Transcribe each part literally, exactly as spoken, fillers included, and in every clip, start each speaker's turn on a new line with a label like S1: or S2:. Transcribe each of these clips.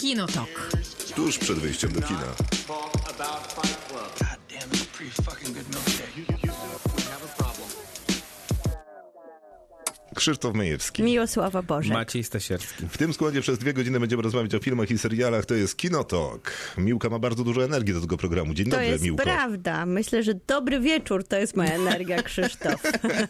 S1: Kinotok.
S2: Tuż przed wyjściem do kina. Krzysztof Majewski.
S3: Miłosława Bożek.
S4: Maciej Stasierski.
S2: W tym składzie przez dwie godziny będziemy rozmawiać o filmach i serialach. To jest Kinotok. Miłka ma bardzo dużo energii do tego programu. Dzień
S3: to
S2: dobry,
S3: jest
S2: Miłko.
S3: prawda. Myślę, że dobry wieczór to jest moja energia, Krzysztof.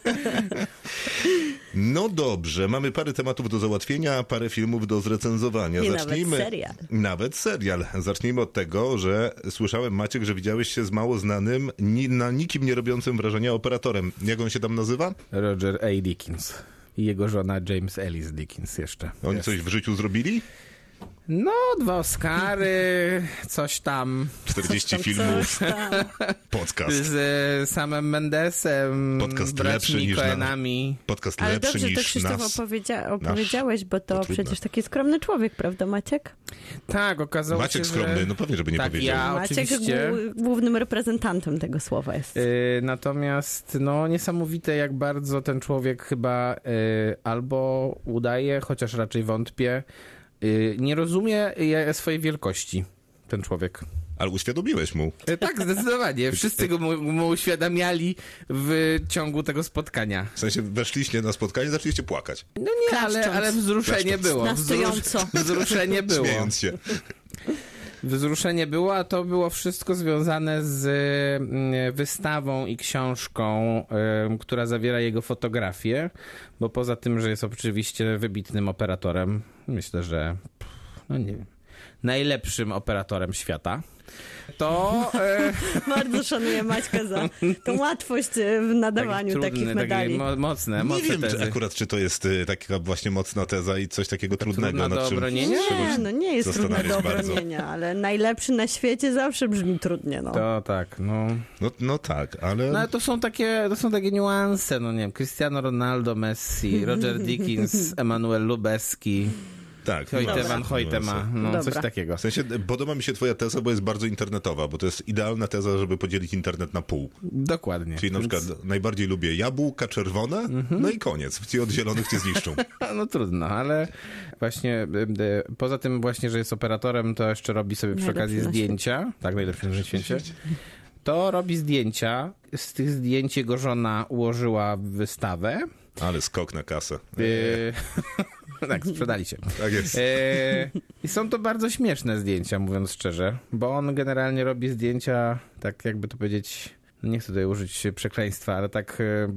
S2: No dobrze, mamy parę tematów do załatwienia, parę filmów do zrecenzowania.
S3: I
S2: Zacznijmy.
S3: nawet serial.
S2: Nawet serial. Zacznijmy od tego, że słyszałem, Maciek, że widziałeś się z mało znanym, ni- na nikim nie robiącym wrażenia operatorem. Jak on się tam nazywa?
S4: Roger A. Deakins. I jego żona James Ellis Deakins jeszcze.
S2: Oni
S4: jest.
S2: coś w życiu zrobili?
S4: No, dwa Oscary, coś tam.
S2: czterdzieści
S3: Coś tam,
S2: filmów,
S3: coś tam.
S2: podcast.
S4: Z Samem Mendesem,
S2: Podcast lepszy
S4: braćmi
S2: niż na-
S4: Coenami.
S2: Podcast
S3: Ale
S2: lepszy
S3: dobrze, że to
S2: niż
S3: Krzysztof
S2: nas.
S3: opowiedzia- opowiedziałeś, bo to,
S2: to trudno.
S3: przecież taki skromny człowiek, prawda, Maciek?
S4: Tak, okazało
S2: Maciek
S4: się,
S2: skromny,
S4: że...
S2: no pewnie, żeby nie
S4: tak,
S2: powiedział.
S4: ja
S3: Maciek
S4: oczywiście.
S3: głó- głównym reprezentantem tego słowa jest.
S4: Yy, natomiast no niesamowite, jak bardzo ten człowiek chyba yy, albo udaje, chociaż raczej wątpię, yy, nie rozumie yy, swojej wielkości, ten człowiek.
S2: Ale uświadomiłeś mu.
S4: Yy, tak, zdecydowanie. Wszyscy go mu, mu uświadamiali w ciągu tego spotkania.
S2: W sensie weszliście na spotkanie, zaczęliście płakać.
S4: No nie, ale,
S3: Klaszcząc.
S4: ale wzruszenie
S2: Klaszcząc.
S4: było.
S3: Na stojąco.
S4: Wzruszenie było.
S2: Śmiejąc się.
S4: Wzruszenie było, a to było wszystko związane z mm, wystawą i książką, em, która zawiera jego fotografię, bo poza tym, że jest oczywiście wybitnym operatorem, myślę, że pff, no nie wiem, najlepszym operatorem świata, to e,
S3: Bardzo szanuję Maćka za tą łatwość w nadawaniu
S4: taki
S3: takich
S4: trudny,
S3: medali.
S4: takie mo- mocne,
S2: Nie
S4: mocne
S2: wiem, czy
S4: tezy.
S2: akurat czy to jest y, taka właśnie mocna teza i coś takiego trudnego.
S4: trudna do
S2: nad czym
S4: obronienia?
S2: trzeba
S3: Nie,
S2: się
S3: no nie jest trudne do
S2: zastanawiać bardzo.
S3: obronienia, ale najlepszy na świecie zawsze brzmi trudnie, no.
S4: To tak, no.
S2: No, no tak, ale...
S4: No ale to są takie, to są takie niuanse, no nie wiem, Cristiano Ronaldo, Messi, Roger Deakins, Emanuel Lubezki,
S2: tak.
S4: Hoyte
S2: niuanse,
S4: van Hoytema,
S2: niuanse.
S4: no
S3: Dobra.
S4: coś takiego.
S2: W sensie podoba mi się twoja teza, bo jest bardzo internetowa, bo to jest idealna teza, żeby podzielić internet na pół.
S4: Dokładnie.
S2: Czyli na
S4: Więc-
S2: przykład najbardziej lubię jabłka czerwone, no i koniec. Ci od zielonych cię zniszczą.
S4: No trudno, ale właśnie y, y, poza tym właśnie, że jest operatorem, to jeszcze robi sobie przy
S3: Najlepszy
S4: okazji
S3: na
S4: zdjęcia. Tak, najlepszy na świecie. To robi zdjęcia. Z tych zdjęć jego żona ułożyła w wystawę.
S2: Ale skok na kasę.
S4: Y, tak, sprzedali się.
S2: Tak jest.
S4: E, I są to bardzo śmieszne zdjęcia, mówiąc szczerze, bo on generalnie robi zdjęcia, tak jakby to powiedzieć, no nie chcę tutaj użyć przekleństwa, ale tak e,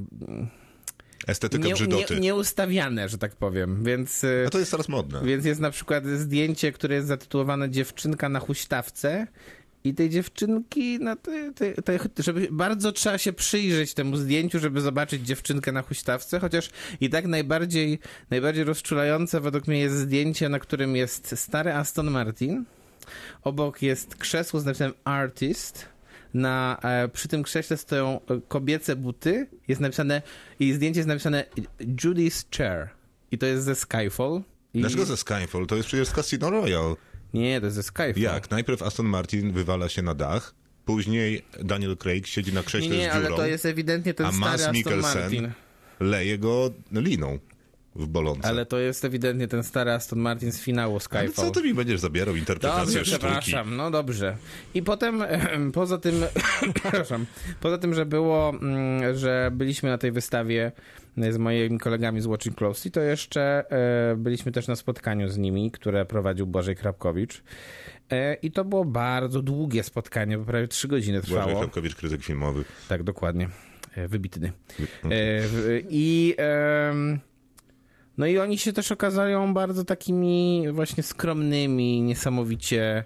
S2: Estetyka
S4: nie,
S2: brzydoty.
S4: nie, nieustawiane, że tak powiem, więc... e,
S2: A to jest teraz modne.
S4: Więc jest na przykład zdjęcie, które jest zatytułowane Dziewczynka na huśtawce i tej dziewczynki, no to, to, to, żeby bardzo trzeba się przyjrzeć temu zdjęciu, żeby zobaczyć dziewczynkę na huśtawce, chociaż i tak najbardziej, najbardziej rozczulające według mnie jest zdjęcie, na którym jest stary Aston Martin, obok jest krzesło z napisem Artist, na, e, przy tym krześle stoją e, kobiece buty, jest napisane, i zdjęcie jest napisane Judy's Chair i to jest ze Skyfall. I...
S2: Dlaczego ze Skyfall? To jest przecież z Casino Royale.
S4: Nie, to jest ze Skyfall.
S2: Jak? Najpierw Aston Martin wywala się na dach, później Daniel Craig siedzi na krześle
S4: Nie, nie,
S2: z dziurą,
S4: ale to jest ewidentnie ten
S2: a
S4: stary
S2: Mads
S4: Aston
S2: Mikkelsen
S4: Martin.
S2: leje go liną w bolące.
S4: Ale to jest ewidentnie ten stary Aston Martin z finału Skyfall.
S2: Ale co ty mi będziesz zabierał interpretację
S4: Dobrze,
S2: sztuki?
S4: przepraszam, no dobrze. I potem, poza tym, przepraszam, poza tym, że było, mm, że byliśmy na tej wystawie z moimi kolegami z Watching Closely, to jeszcze e, byliśmy też na spotkaniu z nimi, które prowadził Błażej Krapkowicz. E, I to było bardzo długie spotkanie, bo prawie trzy godziny trwało.
S2: Błażej Krapkowicz, krytyk filmowy.
S4: Tak, dokładnie. E, wybitny. E, w- I... em, No i oni się też okazują bardzo takimi właśnie skromnymi, niesamowicie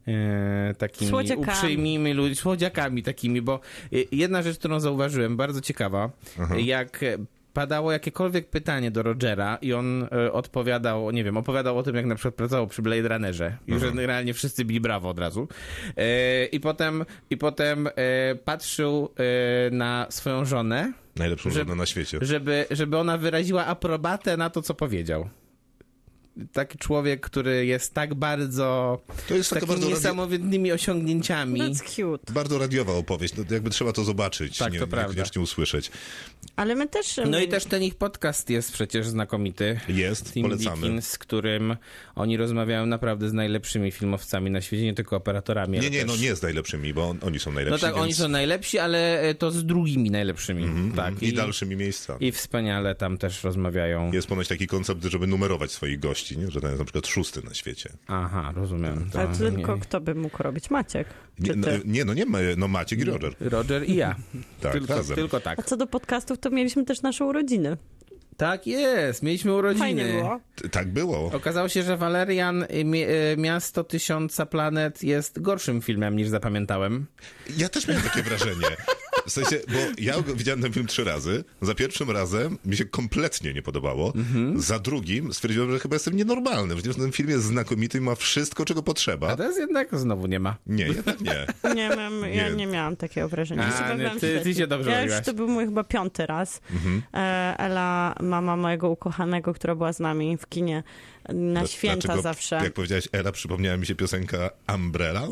S4: e, takimi
S3: Słodziakami.
S4: uprzejmymi ludźmi, słodziakami takimi, bo e, jedna rzecz, którą zauważyłem, bardzo ciekawa,
S2: Aha.
S4: jak padało jakiekolwiek pytanie do Rogera i on e, odpowiadał, nie wiem, opowiadał o tym, jak na przykład pracował przy Blade Runnerze i że generalnie wszyscy bili brawo od razu. E, I potem, i potem e, patrzył e, na swoją żonę,
S2: Najlepszą
S4: Że-
S2: żonę na świecie.
S4: żeby, żeby ona wyraziła aprobatę na to, co powiedział. taki człowiek, który jest tak bardzo
S2: To jest
S4: z
S2: taka
S4: takimi
S2: bardzo radi-
S4: niesamownymi osiągnięciami.
S3: That's cute.
S2: Bardzo radiowa opowieść. No, jakby trzeba to zobaczyć,
S4: Tak,
S2: nie,
S4: to prawda.
S2: niekoniecznie usłyszeć.
S3: Ale my też...
S4: No i też ten ich podcast jest przecież znakomity.
S2: Jest,
S4: Team
S2: polecamy.
S4: Dickens, z którym oni rozmawiają naprawdę z najlepszymi filmowcami na świecie, nie tylko operatorami.
S2: Nie,
S4: ale
S2: nie,
S4: też...
S2: no nie z najlepszymi, bo on, oni są najlepsi.
S4: No tak, oni
S2: więc...
S4: są najlepsi, ale to z drugimi najlepszymi.
S2: Mhm,
S4: tak.
S2: I, dalszymi miejscami.
S4: I wspaniale tam też rozmawiają.
S2: Jest ponoć taki koncept, żeby numerować swoich gości, nie? Że ten jest na przykład szósty na świecie.
S4: Aha, rozumiem. To
S3: Ale tylko
S4: nie.
S3: kto by mógł robić? Maciek?
S2: Nie,
S3: Czy
S2: no,
S3: ty?
S2: nie, no nie ma, no Maciek i Roger.
S4: Roger i ja.
S2: Tak,
S4: tylko,
S2: razem.
S4: tylko
S3: A
S4: tak.
S3: co do podcastów, to mieliśmy też nasze urodziny.
S4: Tak jest, mieliśmy urodziny.
S3: Fajnie było.
S2: T- Tak było.
S4: Okazało się, że Valerian, y, mi- y, Miasto Tysiąca Planet jest gorszym filmem niż zapamiętałem.
S2: Ja też miałem takie wrażenie. W sensie, bo ja go- widziałem ten film trzy razy. Za pierwszym razem mi się kompletnie nie podobało.
S4: Mhm.
S2: Za drugim stwierdziłem, że chyba jestem nienormalny. Przecież ten film jest znakomity i ma wszystko, czego
S4: A
S2: potrzeba.
S4: teraz jednak znowu nie ma.
S2: Nie, jednak nie.
S3: Nie, miałem, ja
S2: Nie.
S3: nie miałam takiego wrażenia.
S4: A,
S3: Ja się
S4: nie,
S3: bawiłam
S4: ty- ty
S3: świetnie.
S4: się dobrze
S3: Ja już,
S4: bawiłaś.
S3: to był mój chyba piąty raz.
S2: Mhm.
S3: E, Ela, mama mojego ukochanego, która była z nami w kinie na
S2: Dl-
S3: święta
S2: dlaczego,
S3: zawsze.
S2: Jak powiedziałaś Ela, przypomniała mi się piosenka Umbrella.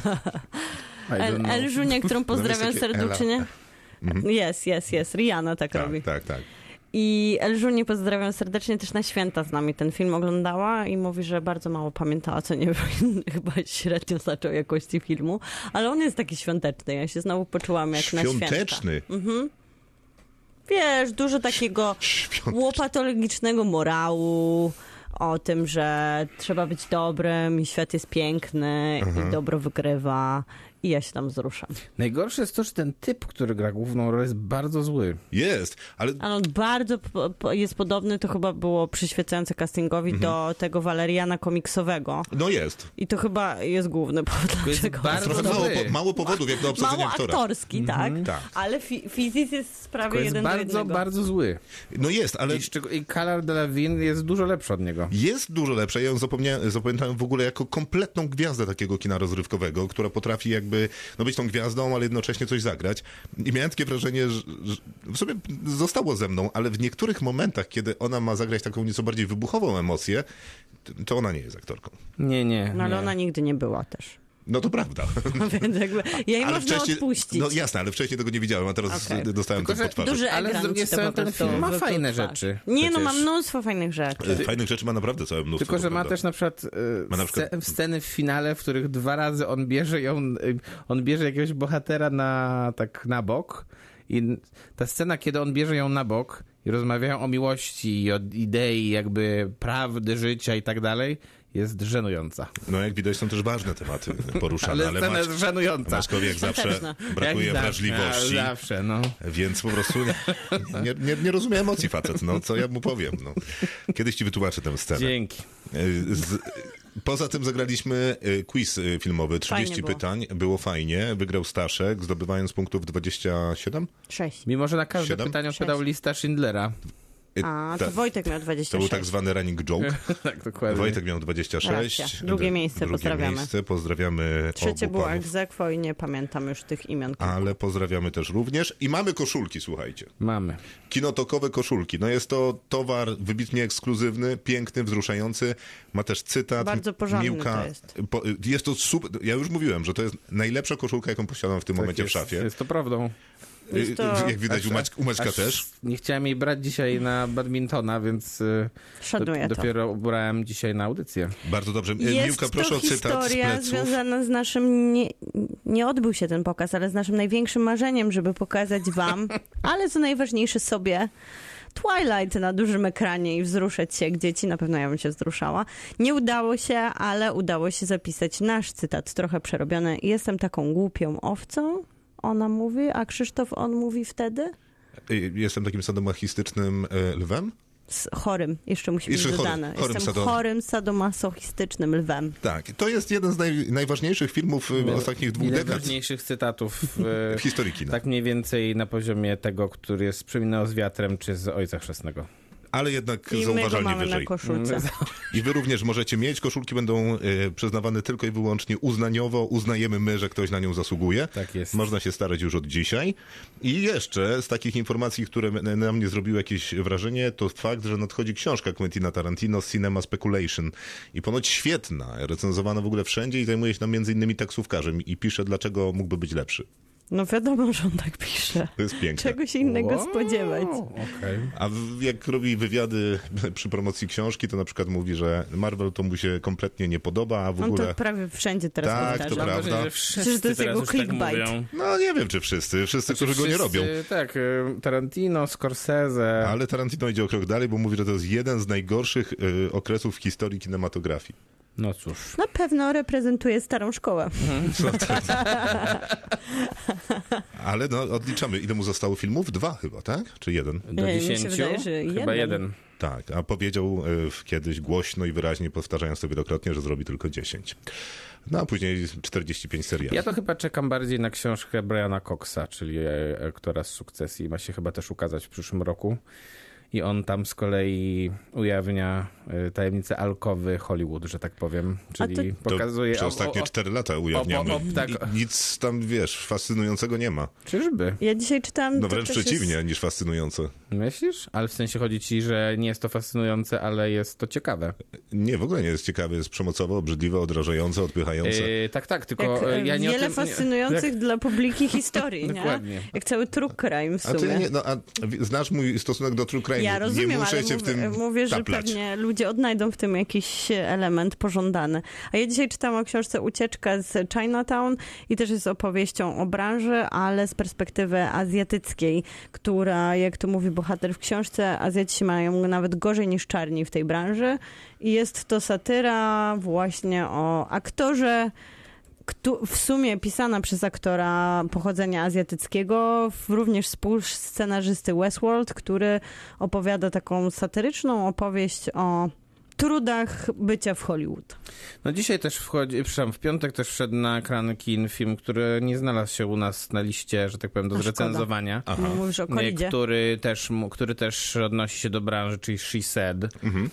S4: I don't
S3: El,
S4: know.
S3: Elżunię, którą pozdrawiam
S2: jest takie
S3: serdecznie. Jest, jest, jest. Rihanna tak, robi.
S2: Tak, tak, tak.
S3: I Elżunię pozdrawiam serdecznie, też na święta z nami ten film oglądała i mówi, że bardzo mało pamiętała, co nie wiem, chyba średnio zaczął jakości filmu, ale on jest taki świąteczny, ja się znowu poczułam jak na święta.
S2: Świąteczny.
S3: Wiesz, dużo takiego
S2: Świąteczny.
S3: łopatologicznego morału, o tym, że trzeba być dobrym i świat jest piękny i dobro wygrywa i ja się tam wzruszam.
S4: Najgorsze jest to, że ten typ, który gra główną rolę, jest bardzo zły.
S2: Jest, ale
S3: Ale on bardzo po, po, jest podobny, to chyba było przyświecające castingowi do tego Valeriana komiksowego.
S2: no jest.
S3: I to chyba jest główny powód,
S4: jest
S3: dlaczego
S4: bardzo
S2: Trochę
S4: zły.
S2: mało, po, mało powodów, jak do obsadzenia
S3: mało
S2: aktora.
S3: aktorski, tak?
S2: Tak.
S3: Ale fi, fizyk jest prawie
S4: To jest
S3: jeden do
S4: bardzo,
S3: jednego.
S4: bardzo zły.
S2: No jest, ale
S4: I, szczeg- I Cara Delevingne jest dużo lepszy od niego.
S2: jest dużo lepsze. Ja ją zapomniałem, zapamiętałem w ogóle jako kompletną gwiazdę takiego kina rozrywkowego, która potrafi jakby no być tą gwiazdą, ale jednocześnie coś zagrać. I miałem takie wrażenie, że, że w sumie zostało ze mną, ale w niektórych momentach, kiedy ona ma zagrać taką nieco bardziej wybuchową emocję, to ona nie jest aktorką.
S4: Nie, nie.
S3: No ale
S4: nie.
S3: ona nigdy nie była też.
S2: No to prawda.
S3: Więc jakby jej
S2: Ale
S3: można
S2: wcześniej,
S3: odpuścić.
S2: no jasne, ale wcześniej tego nie widziałem, a teraz
S3: Okej.
S2: dostałem
S4: Tylko,
S2: to
S4: że
S2: po twarzy.
S3: Duży
S4: Ale z
S3: ekran
S4: drugiej
S3: ci to
S4: strony
S3: po
S4: ten
S3: prostu
S4: film ma
S3: wyklucza.
S4: fajne rzeczy.
S3: Nie, no ma
S4: Przecież.
S3: mnóstwo fajnych rzeczy.
S2: Fajnych rzeczy ma naprawdę całe mnóstwo.
S4: Tylko, że
S2: to
S4: ma
S2: prawda.
S4: też na przykład, y,
S2: Ma na przykład-
S4: sce- sceny w finale, w których dwa razy on bierze ją, y, on bierze jakiegoś bohatera na, tak na bok i ta scena, kiedy on bierze ją na bok i rozmawiają o miłości i o idei jakby prawdy, życia i tak dalej, jest żenująca.
S2: No jak widać są też ważne tematy poruszane,
S4: Ale
S2: ale,
S4: scena
S2: Mać...
S4: jest żenująca.
S2: Maćkowi jak zawsze
S3: Świąteczna.
S2: brakuje
S4: Jak zawsze,
S2: wrażliwości.
S4: ale Zawsze, no.
S2: Więc po prostu nie, nie, nie, nie rozumie emocji facet, no co ja mu powiem. No. Kiedyś ci wytłumaczę tę scenę.
S4: Dzięki.
S2: Z, poza tym zagraliśmy y, quiz y, filmowy, trzydzieści
S3: Fajnie było.
S2: pytań, było fajnie, wygrał Staszek, zdobywając punktów dwadzieścia siedem.
S3: Sześć.
S4: Mimo, że na każde
S2: Siedem?
S4: pytanie
S3: Sześć.
S4: odpowiadał lista Schindlera.
S2: Y,
S3: A,
S2: ta-
S3: to Wojtek miał dwadzieścia
S2: to był
S3: sześć.
S2: tak zwany running joke.
S4: tak, dokładnie.
S2: Wojtek miał dwadzieścia sześć.
S3: Racja. Drugie miejsce,
S2: drugie
S3: pozdrawiamy.
S2: Miejsce, pozdrawiamy
S3: Trzecie
S2: obu
S3: było
S2: panów.
S3: ex aequo i nie pamiętam już tych imion.
S2: Ale pozdrawiamy też również. I mamy koszulki, słuchajcie.
S4: Mamy.
S2: Kinotokowe koszulki. No jest to towar wybitnie ekskluzywny, piękny, wzruszający. Ma też cytat.
S3: Bardzo porządny
S2: Miłka.
S3: to jest.
S2: Po, jest to super. Ja już mówiłem, że to jest najlepsza koszulka, jaką posiadam w tym momencie
S4: jest,
S2: w szafie.
S4: Jest to prawdą.
S3: Jest to-
S2: Jak widać u, Maćk- u Maćka
S4: Aż
S2: też.
S4: Nie chciałem jej brać dzisiaj na badmintona, więc y,
S3: Szanuję
S4: do,
S3: to.
S4: dopiero ubrałem dzisiaj na audycję.
S2: Bardzo dobrze. E,
S3: Jest
S2: Miłka, proszę
S3: to
S2: o cytat z
S3: historia
S2: pleców.
S3: związana z naszym, nie, nie odbył się ten pokaz, ale z naszym największym marzeniem, żeby pokazać wam, ale co najważniejsze sobie, Twilight na dużym ekranie i wzruszać się jak dzieci. Na pewno ja bym się wzruszała. Nie udało się, ale udało się zapisać nasz cytat, trochę przerobiony. Jestem taką głupią owcą, ona mówi, a Krzysztof, on mówi wtedy?
S2: E, Jestem takim sadomachistycznym e, lwem?
S3: Z chorym, jeszcze musi być
S2: Jeszcze chory-
S3: dodane.
S2: chorym
S3: Jestem
S2: sado-
S3: chorym, sadomasochistycznym lwem.
S2: Tak. To jest jeden z naj, najważniejszych filmów e, ostatnich dwóch
S4: I
S2: dekad
S4: najważniejszych cytatów w,
S2: w historii kina.
S4: tak mniej więcej na poziomie tego, który jest z Przeminęło z wiatrem, czy z Ojca Chrzestnego.
S2: ale jednak
S3: I my go
S2: zauważalnie
S3: mamy
S2: wyżej.
S3: na koszulce.
S2: I wy również możecie mieć. Koszulki będą e, przyznawane tylko i wyłącznie uznaniowo. Uznajemy my, że ktoś na nią zasługuje.
S4: Tak jest.
S2: Można się starać już od dzisiaj. I jeszcze z takich informacji, które m- na mnie zrobiły jakieś wrażenie, to fakt, że nadchodzi książka Quentina Tarantino Cinema Speculation. I ponoć świetna, recenzowana w ogóle wszędzie i zajmuje się tam między innymi taksówkarzem i pisze, dlaczego mógłby być lepszy.
S3: No wiadomo, że on tak pisze.
S2: To jest piękne.
S3: Czego się innego
S4: Wow,
S3: spodziewać.
S4: okej.
S2: A w, jak robi wywiady przy promocji książki, to na przykład mówi, że Marvel to mu się kompletnie nie podoba, a w
S3: On
S2: ogóle...
S3: to prawie wszędzie teraz
S2: Tak, to
S3: powtarza.
S2: prawda.
S4: Mam wrażenie, że
S3: Przecież
S4: wszyscy
S3: to jest
S4: teraz
S3: jego
S4: już tak
S3: clickbait.
S4: mówią.
S2: No nie wiem, czy wszyscy. Wszyscy, którzy go nie
S4: Wszyscy-
S2: robią.
S4: Tak, y, Tarantino, Scorsese.
S2: Ale Tarantino idzie o krok dalej, bo mówi, że to jest jeden z najgorszych y, okresów w historii kinematografii.
S4: No cóż.
S3: Na pewno reprezentuje starą szkołę.
S2: Ale no, odliczamy. Ile mu zostało filmów? Dwa chyba, tak? Czy jeden?
S4: Do
S3: Nie, mi się
S4: dziesięciu?
S3: wydaje, że
S4: Chyba
S3: jeden.
S4: jeden.
S2: Tak, a powiedział y, kiedyś głośno i wyraźnie, powtarzając to wielokrotnie, że zrobi tylko dziesięć. No a później czterdzieści pięć seriali.
S4: Ja to chyba czekam bardziej na książkę Briana Coxa, czyli e, aktora z Sukcesji. Ma się chyba też ukazać w przyszłym roku. I on tam z kolei ujawnia e, tajemnicę alkowy Hollywood, że tak powiem. Czyli
S3: to-
S4: pokazuje...
S2: Przez
S4: o-
S2: ostatnie
S4: o- o-
S2: cztery lata ujawniamy.
S4: o- o- tak.
S2: I nic tam, wiesz, fascynującego nie ma.
S4: Czyżby?
S3: Ja dzisiaj czytałam...
S2: No
S3: to
S2: wręcz
S3: też jest-
S2: przeciwnie niż fascynujące.
S4: Myślisz? Ale w sensie chodzi ci, że nie jest to fascynujące, ale jest to ciekawe.
S2: Nie, w ogóle nie jest ciekawe. Jest przemocowe, obrzydliwe, odrażające, odpychające.
S4: Yy, tak, tak, tylko
S3: Jak,
S4: e, ja nie
S3: wiele
S4: o tym...
S3: fascynujących
S4: Nie,
S3: dla publiki historii, nie?
S4: Dokładnie.
S3: Jak cały true crime w
S2: A ty
S3: sumie.
S2: nie, no, a znasz mój stosunek do True Crime.
S3: Ja rozumiem,
S2: nie muszę
S3: ale
S2: się
S3: mówię,
S2: w tym
S3: mówię, że
S2: taplać.
S3: pewnie ludzie odnajdą w tym jakiś element pożądany. A ja dzisiaj czytałam o książce Ucieczka z Chinatown i też jest opowieścią o branży, ale z perspektywy azjatyckiej, która, jak to mówi bohater w książce, Azjaci mają nawet gorzej niż czarni w tej branży. I jest to satyra właśnie o aktorze, Ktu- w sumie pisana przez aktora pochodzenia azjatyckiego, w- również współscenarzysty Westworld, który opowiada taką satyryczną opowieść o trudach bycia w Hollywood.
S4: No dzisiaj też wchodzi, przepraszam, w piątek też wszedł na ekrany kin film, który nie znalazł się u nas na liście, że tak powiem, do
S3: A szkoda.
S4: zrecenzowania.
S2: Aha.
S3: Mówisz o
S4: Nie,
S3: Kolidzie.
S4: który też, mu- który też odnosi się do branży, czyli She Said,
S2: Mhm.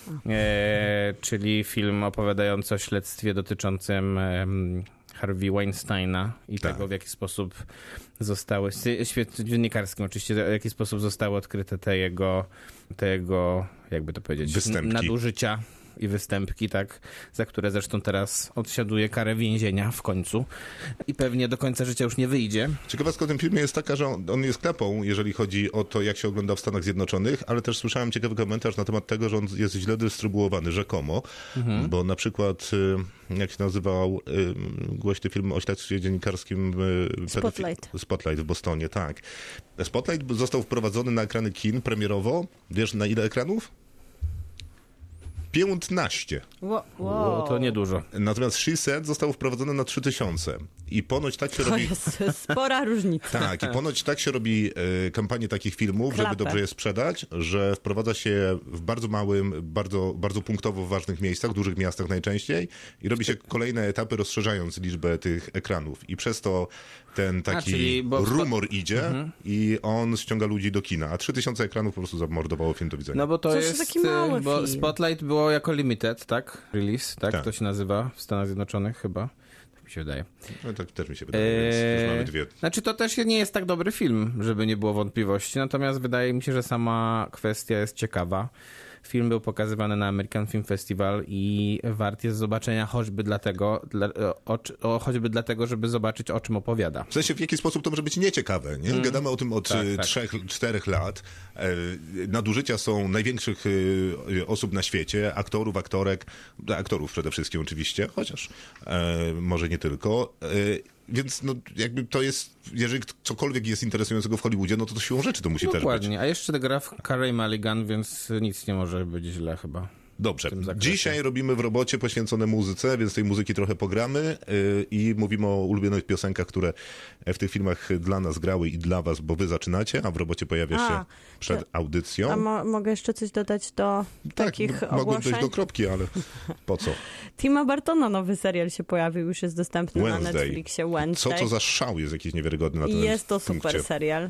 S4: e, czyli film opowiadający o śledztwie dotyczącym em, Harvey Weinsteina i
S2: Tak.
S4: tego, w jaki sposób zostały, świet dziennikarskim oczywiście, w jaki sposób zostały odkryte te jego, te jego, jakby to powiedzieć,
S2: Występki.
S4: nadużycia i występki, tak, za które zresztą teraz odsiaduje karę więzienia w końcu i pewnie do końca życia już nie wyjdzie.
S2: Ciekawostka o tym filmie jest taka, że on, on jest klapą, jeżeli chodzi o to, jak się ogląda w Stanach Zjednoczonych, ale też słyszałem ciekawy komentarz na temat tego, że on jest źle dystrybuowany, rzekomo,
S4: Mhm.
S2: bo na przykład, y, jak się nazywał y, głośny film o śledztwie dziennikarskim y,
S3: Spotlight.
S2: pedofi- Spotlight w Bostonie, tak. Spotlight został wprowadzony na ekrany kin premierowo. Wiesz, na ile ekranów? piętnaście.
S3: Wo-
S4: Wow.
S3: wow.
S4: To niedużo.
S2: Natomiast She Said zostało wprowadzone na trzy tysiące. I ponoć tak się
S3: To
S2: robi...
S3: jest spora różnica.
S2: Tak, i ponoć tak się robi e, kampanię takich filmów,
S3: Klapę.
S2: żeby dobrze je sprzedać, że wprowadza się w bardzo małym, bardzo, bardzo punktowo ważnych miejscach, dużych miastach najczęściej i robi się kolejne etapy, rozszerzając liczbę tych ekranów. I przez to ten taki
S4: czyli, bo-
S2: rumor idzie i on ściąga ludzi do kina. A trzy tysiące ekranów po prostu zamordowało film do widzenia.
S4: No bo to
S3: To jest
S4: jest,
S3: taki mały
S4: e, bo
S3: film.
S4: Spotlight było jako limited, tak? Release, tak?
S2: Tak.
S4: To się nazywa w Stanach Zjednoczonych chyba. Tak mi się wydaje.
S2: No, tak też mi się wydaje, więc już mamy dwie.
S4: Znaczy to też nie jest tak dobry film, żeby nie było wątpliwości, natomiast wydaje mi się, że sama kwestia jest ciekawa. Film był pokazywany na American Film Festival i wart jest zobaczenia choćby dlatego, dla, o, o, choćby dlatego, żeby zobaczyć, o czym opowiada.
S2: W sensie, w jaki sposób to może być nieciekawe, nie? Gadamy o tym od
S4: Tak,
S2: y,
S4: tak.
S2: trzech, czterech lat. E, nadużycia są największych y, y, osób na świecie, aktorów, aktorek, aktorów przede wszystkim oczywiście, chociaż e, może nie tylko. E, więc no, jakby to jest, jeżeli cokolwiek jest interesującego w Hollywoodzie, no to to siłą rzeczy to musi też być.
S4: Dokładnie, a jeszcze gra w Carey Mulligan, więc nic nie może być źle chyba.
S2: Dobrze.
S4: tym zakresie.
S2: Dzisiaj robimy w robocie poświęcone muzyce, więc tej muzyki trochę pogramy yy, i mówimy o ulubionych piosenkach, które w tych filmach dla nas grały i dla was, bo wy zaczynacie, a w robocie pojawia się
S3: A,
S2: przed
S3: to-
S2: audycją.
S3: A mo- mogę jeszcze coś dodać do
S2: tak,
S3: takich
S2: m- mogłem
S3: ogłoszeń?
S2: dojść do kropki, ale po co?
S3: Tima Bartona nowy serial się pojawił, już jest dostępny na
S2: Wednesday.
S3: Netflixie
S2: Co
S3: Wednesday.
S2: to za szał jest jakiś niewiarygodny na
S3: I
S2: tym
S3: jest to super
S2: punkcie.
S3: serial.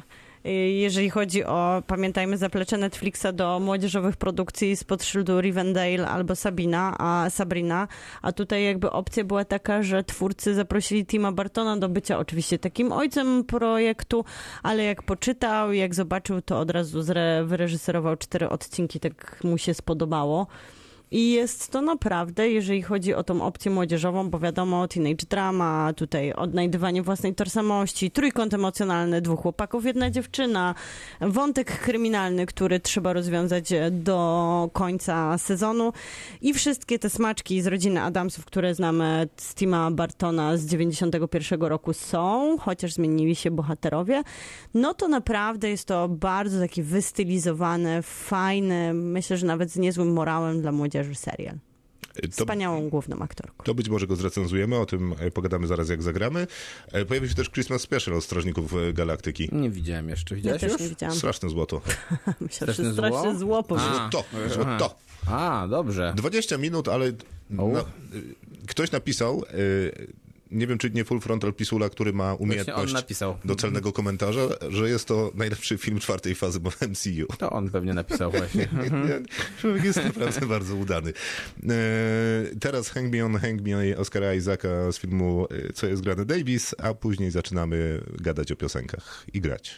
S3: Jeżeli chodzi o, pamiętajmy, zaplecze Netflixa do młodzieżowych produkcji spod szyldu Rivendell albo Sabina, a Sabrina, a tutaj jakby opcja była taka, że twórcy zaprosili Tima Burtona do bycia oczywiście takim ojcem projektu, ale jak poczytał, jak zobaczył, to od razu zre- wyreżyserował cztery odcinki, tak mu się spodobało. I jest to naprawdę, jeżeli chodzi o tą opcję młodzieżową, bo wiadomo, teenage drama, tutaj odnajdywanie własnej tożsamości, trójkąt emocjonalny, dwóch chłopaków, jedna dziewczyna, wątek kryminalny, który trzeba rozwiązać do końca sezonu i wszystkie te smaczki z rodziny Adamsów, które znamy z Tima Burtona z dziewięćdziesiątego pierwszego roku są, chociaż zmienili się bohaterowie, no to naprawdę jest to bardzo taki wystylizowany, fajny, myślę, że nawet z niezłym morałem dla młodzieży serial. Wspaniałą to, główną aktorką.
S2: To być może go zrecenzujemy, o tym pogadamy zaraz jak zagramy. Pojawi się też Christmas Special od Strażników Galaktyki.
S4: Nie widziałem jeszcze. Widziałeś
S3: ja
S4: już?
S3: też nie widziałam.
S2: Straszne złoto.
S3: Myślę, że straszne zło.
S2: Złoto, złoto.
S4: A, dobrze.
S2: dwadzieścia minut, ale na, ktoś napisał... Y, nie wiem, czy nie Full Frontal Pisula, który ma umiejętność do celnego komentarza, że jest to najlepszy film czwartej fazy M C U.
S4: To on pewnie napisał właśnie.
S2: Człowiek jest naprawdę bardzo udany. E, teraz Hang Me On, Hang Me Oscara Isaaca z filmu Co jest grane Davis, a później zaczynamy gadać o piosenkach i grać.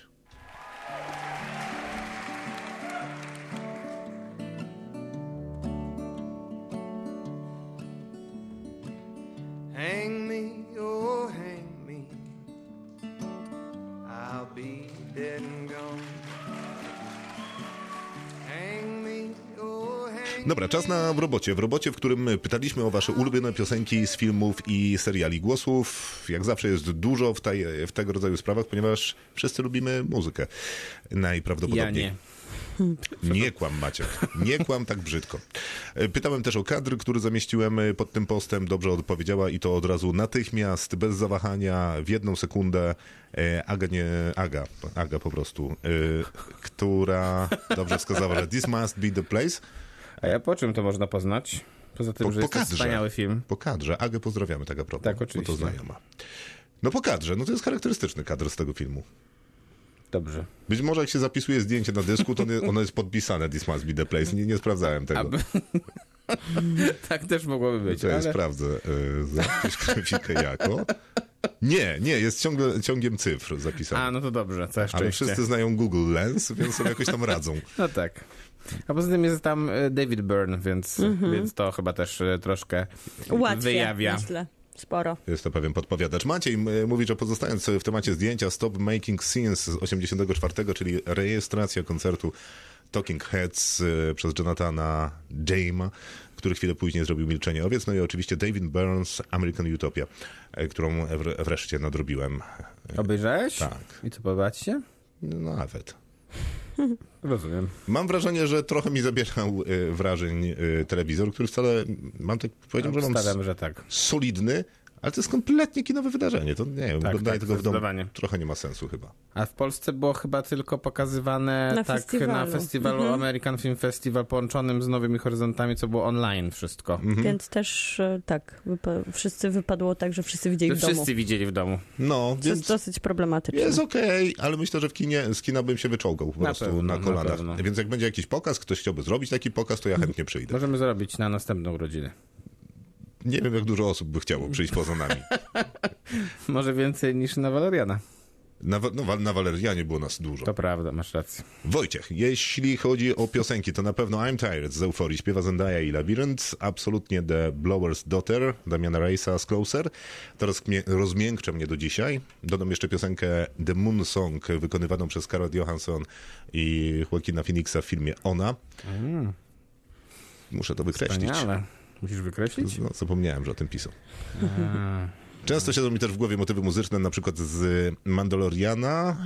S1: Hang me, oh hang me, I'll be dead and gone. Hang me, oh hang me.
S2: Dobra, czas na W robocie. W robocie, w którym pytaliśmy o wasze ulubione piosenki z filmów i seriali. Głosów, jak zawsze, jest dużo w, tej, w tego rodzaju sprawach, ponieważ wszyscy lubimy muzykę. Najprawdopodobniej.
S4: Ja nie.
S2: Nie kłam, Maciek. Nie kłam tak brzydko. Pytałem też o kadr, który zamieściłem pod tym postem. Dobrze odpowiedziała i to od razu natychmiast, bez zawahania, w jedną sekundę. Aga, nie... Aga. Aga po prostu. Która dobrze wskazała, że this must be the place.
S4: A ja po czym to można poznać? Poza tym,
S2: po,
S4: że
S2: po
S4: jest to
S2: kadrze.
S4: wspaniały film.
S2: Po kadrze. Agę pozdrawiamy tak a propos.
S4: Tak, oczywiście.
S2: Bo to znajoma. No po kadrze. No to jest charakterystyczny kadr z tego filmu.
S4: Dobrze.
S2: Być może jak się zapisuje zdjęcie na dysku, to ono jest podpisane This must be the place. Nie, nie sprawdzałem tego.
S4: Aby... tak też mogłoby być.
S2: To ja
S4: ale...
S2: sprawdzę. Yy, zapisz grafikę jako... Nie, nie, jest ciągle, ciągiem cyfr zapisane.
S4: A, no to dobrze, całe szczęście.
S2: Ale wszyscy znają Google Lens, więc sobie jakoś tam radzą.
S4: No tak. A poza tym jest tam David Byrne, więc, mm-hmm. więc to chyba też troszkę
S3: Ułatwia,
S4: wyjawia.
S3: myślę. Sporo.
S2: Jest to pewien podpowiadacz. Maciej mówi, że pozostając w temacie zdjęcia Stop Making Scenes z osiemdziesiątego czwartego, czyli rejestracja koncertu Talking Heads przez Jonathana Dayma, który chwilę później zrobił Milczenie owiec. No i oczywiście David Byrne's American Utopia, którą wreszcie nadrobiłem.
S4: Obejrzałeś?
S2: Tak.
S4: I co, podoba ci się?
S2: No nawet.
S4: Rozumiem.
S2: Mam wrażenie, że trochę mi zabierał y, wrażeń y, telewizor, który wcale, mam tak powiedział, że mam
S4: Stawiam, że tak.
S2: solidny, ale to jest kompletnie kinowe wydarzenie. To nie wiem,
S4: Tak,
S2: oglądanie
S4: tak,
S2: tego w domu
S4: zdecydowanie.
S2: trochę nie ma sensu chyba.
S4: A w Polsce było chyba tylko pokazywane
S3: Na
S4: tak
S3: festiwalu.
S4: na festiwalu
S3: Mhm.
S4: American Film Festival połączonym z Nowymi Horyzontami, co było online wszystko.
S2: Mhm.
S3: Więc też e, tak, wypa- wszyscy wypadło tak, że wszyscy widzieli
S4: To
S3: w domu.
S4: wszyscy widzieli w domu.
S2: No,
S3: To jest
S2: więc
S3: dosyć problematyczne.
S2: jest okej, ale myślę, że w kinie, z kina bym się wyczołgał po
S4: Na
S2: prostu
S4: pewno,
S2: na
S4: na
S2: kolanach.
S4: pewno.
S2: Więc jak będzie jakiś pokaz, ktoś chciałby zrobić taki pokaz, to ja chętnie przyjdę.
S4: Możemy zrobić na następną urodzinę.
S2: Nie wiem, jak dużo osób by chciało przyjść poza nami.
S4: Może więcej niż na Waleriana.
S2: Na, no, na Walerianie było nas dużo.
S4: To prawda, masz rację.
S2: Wojciech, jeśli chodzi o piosenki, to na pewno I'm Tired z Euforii śpiewa Zendaya i Labyrinth, absolutnie The Blower's Daughter Damiana Reisa z Closer. To rozmie- rozmiękcza mnie do dzisiaj. Dodam jeszcze piosenkę The Moon Song wykonywaną przez Scarlett Johansson i Joaquina Phoenixa w filmie Ona.
S4: Mm.
S2: Muszę to wykreślić.
S4: Wspaniale. Musisz wykreślić?
S2: No, zapomniałem, że o tym pisał.
S4: A.
S2: Często siedzą mi też w głowie motywy muzyczne, na przykład z Mandaloriana,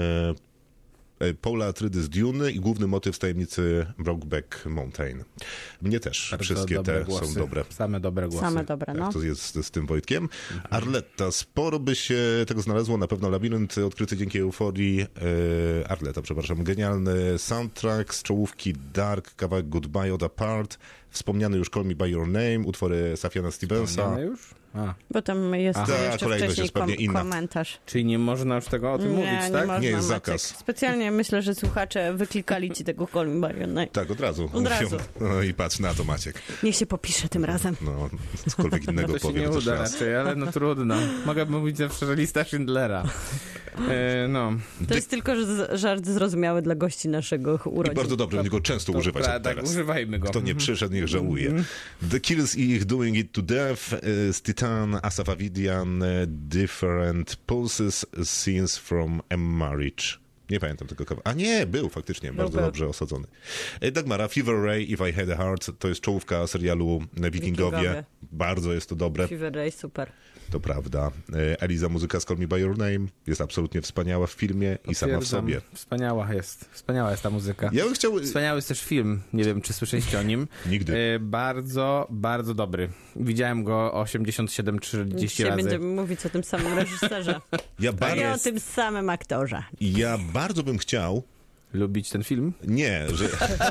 S2: e, e, Paula Atreidy z Dune i główny motyw z Tajemnicy Brokeback Mountain. Mnie też.
S4: Bardzo
S2: Wszystkie
S4: dobre
S2: te
S4: głosy.
S2: są dobre.
S4: Same dobre głosy.
S3: Same dobre, no.
S2: Tak to jest z, z tym Wojtkiem. Arletta, sporo by się tego znalazło, na pewno Labirynt odkryty dzięki Euforii. E, Arletta, przepraszam. Genialny soundtrack z czołówki Dark, kawałek Goodbye od Apart, wspomniany już Call Me By Your Name, utwory Safiana Stevensa.
S4: Wspomniane już? A.
S3: Bo tam jest
S2: Aha. Ta
S3: jeszcze
S2: kolejność
S3: wcześniej
S2: jest pewnie
S3: kom-
S2: inna.
S3: komentarz.
S4: Czyli nie można już tego o tym
S3: Nie,
S4: mówić,
S3: nie
S4: tak?
S3: można,
S2: Nie jest
S3: Maciek.
S2: zakaz.
S3: Specjalnie myślę, że słuchacze wyklikali ci tego Call Me By Your Name.
S2: Tak, od razu.
S3: Od razu.
S2: No i patrz na to, Maciek.
S3: Niech się popisze tym razem.
S2: No, cokolwiek innego
S4: To się
S2: powiem
S4: nie
S2: też
S4: uda
S2: raz.
S4: raczej, ale no trudno. Mogę mówić zawsze, że lista Schindlera. E, no.
S3: To jest tylko z- żart zrozumiały dla gości naszego
S2: I
S3: urodzin.
S2: bardzo dobrze, będzie go często
S4: To
S2: używać
S4: pra-
S2: od
S4: tak,
S2: teraz.
S4: używajmy go.
S2: Kto nie przyszedł, niech żałuje. The Kills i ich Doing It to Death y, z Titan, Asaf Avidian, y, Different Pulses, Scenes from a Marriage. Nie pamiętam tego kawałka. A nie, był faktycznie, bardzo
S3: był.
S2: dobrze osadzony. Y, Dagmara, Fever Ray, If I Had a Heart, to jest czołówka serialu Wikingowie.
S3: Wikingowie.
S2: Bardzo jest to dobre,
S3: Fever Ray, super.
S2: to prawda. Y, Eliza, muzyka z Call Me By Your Name jest absolutnie wspaniała w filmie i sama w
S4: Potwierdzam.
S2: sobie.
S4: Wspaniała jest. Wspaniała jest ta muzyka.
S2: Ja bym chciał...
S4: Wspaniały jest też film. Nie wiem, czy słyszeliście o nim.
S2: Nigdy.
S4: E, bardzo, bardzo dobry. Widziałem go osiemdziesiąt siedem trzydzieści
S3: Dzisiaj
S4: razy.
S3: będziemy mówić o tym samym reżyserze.
S2: Ja,
S3: I
S2: bardzo,
S3: o tym samym aktorze.
S2: ja bardzo bym chciał,
S4: Lubić ten film?
S2: Nie, że...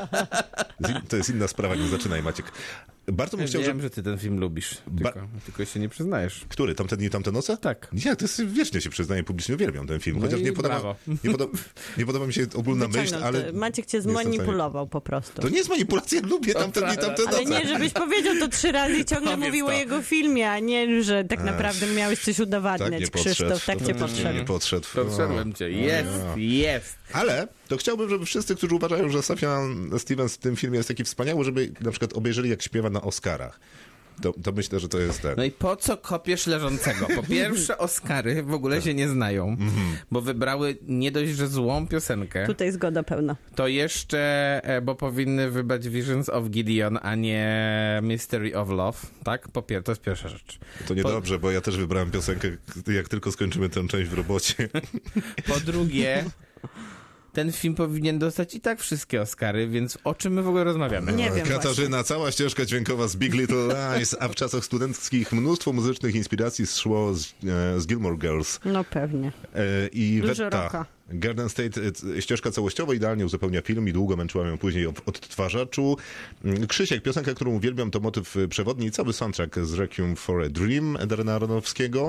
S2: To jest inna sprawa, nie zaczynaj, Maciek. Bardzo bym
S4: Ja
S2: chciał,
S4: wiem,
S2: że...
S4: że ty ten film lubisz,
S2: Ba-
S4: tylko, tylko się nie przyznajesz.
S2: Który? Tamte dni, tamte noce?
S4: Tak.
S2: Nie, to jest wiecznie się przyznaję, publicznie uwielbiam ten film.
S4: No
S2: Chociaż
S4: i
S2: nie podoba,
S4: brawo.
S2: nie, podoba, nie podoba mi się ogólna myśl,
S3: Wyciągnął
S2: ale...
S3: to. Maciek cię
S2: nie jestem w stanie-
S3: zmanipulował po prostu.
S2: To nie jest manipulacja, lubię tamte dni, tamte noce.
S3: Ale nie, żebyś powiedział to trzy razy i ciągle
S4: Powiedz
S3: mówił o
S4: to.
S3: jego filmie, a nie, że tak naprawdę miałeś coś
S2: Tak
S3: udowadniać,
S2: nie podszedł.
S3: Krzysztof, tak
S2: to
S3: cię
S2: faktycznie
S3: podszedł.
S2: nie podszedł.
S4: Podszedłem cię. Jest, jest.
S2: Ale to chciałbym, żeby wszyscy, którzy uważają, że Safian Stevens w tym filmie jest taki wspaniały, żeby na przykład obejrzeli, jak śpiewa na Oscarach. To, to myślę, że to jest ten.
S4: No i po co kopiesz leżącego? Po pierwsze, Oscary w ogóle się nie znają, bo wybrały nie dość, że złą piosenkę,
S3: Tutaj zgoda pełna.
S4: to jeszcze, e, bo powinny wybrać Visions of Gideon, a nie Mystery of Love, tak? Po pier- to jest pierwsza rzecz.
S2: To niedobrze, bo ja też wybrałem piosenkę, jak tylko skończymy tę część w robocie.
S4: Po drugie, ten film powinien dostać i tak wszystkie Oscary, więc o czym my w ogóle rozmawiamy?
S3: Nie wiem
S2: Katarzyna, cała ścieżka dźwiękowa z Big Little Lies, a w czasach studenckich mnóstwo muzycznych inspiracji zszło z, e, z Gilmore Girls.
S3: No pewnie.
S2: E, I
S3: Dużo
S2: Wetta.
S3: rocka.
S2: Garden State, e, ścieżka całościowa idealnie uzupełnia film i długo męczyłam ją później w odtwarzaczu. Mm, Krzysiek, piosenka, którą uwielbiam, to motyw e, przewodni i cały soundtrack z Requiem for a Dream Darrena Aronofskiego.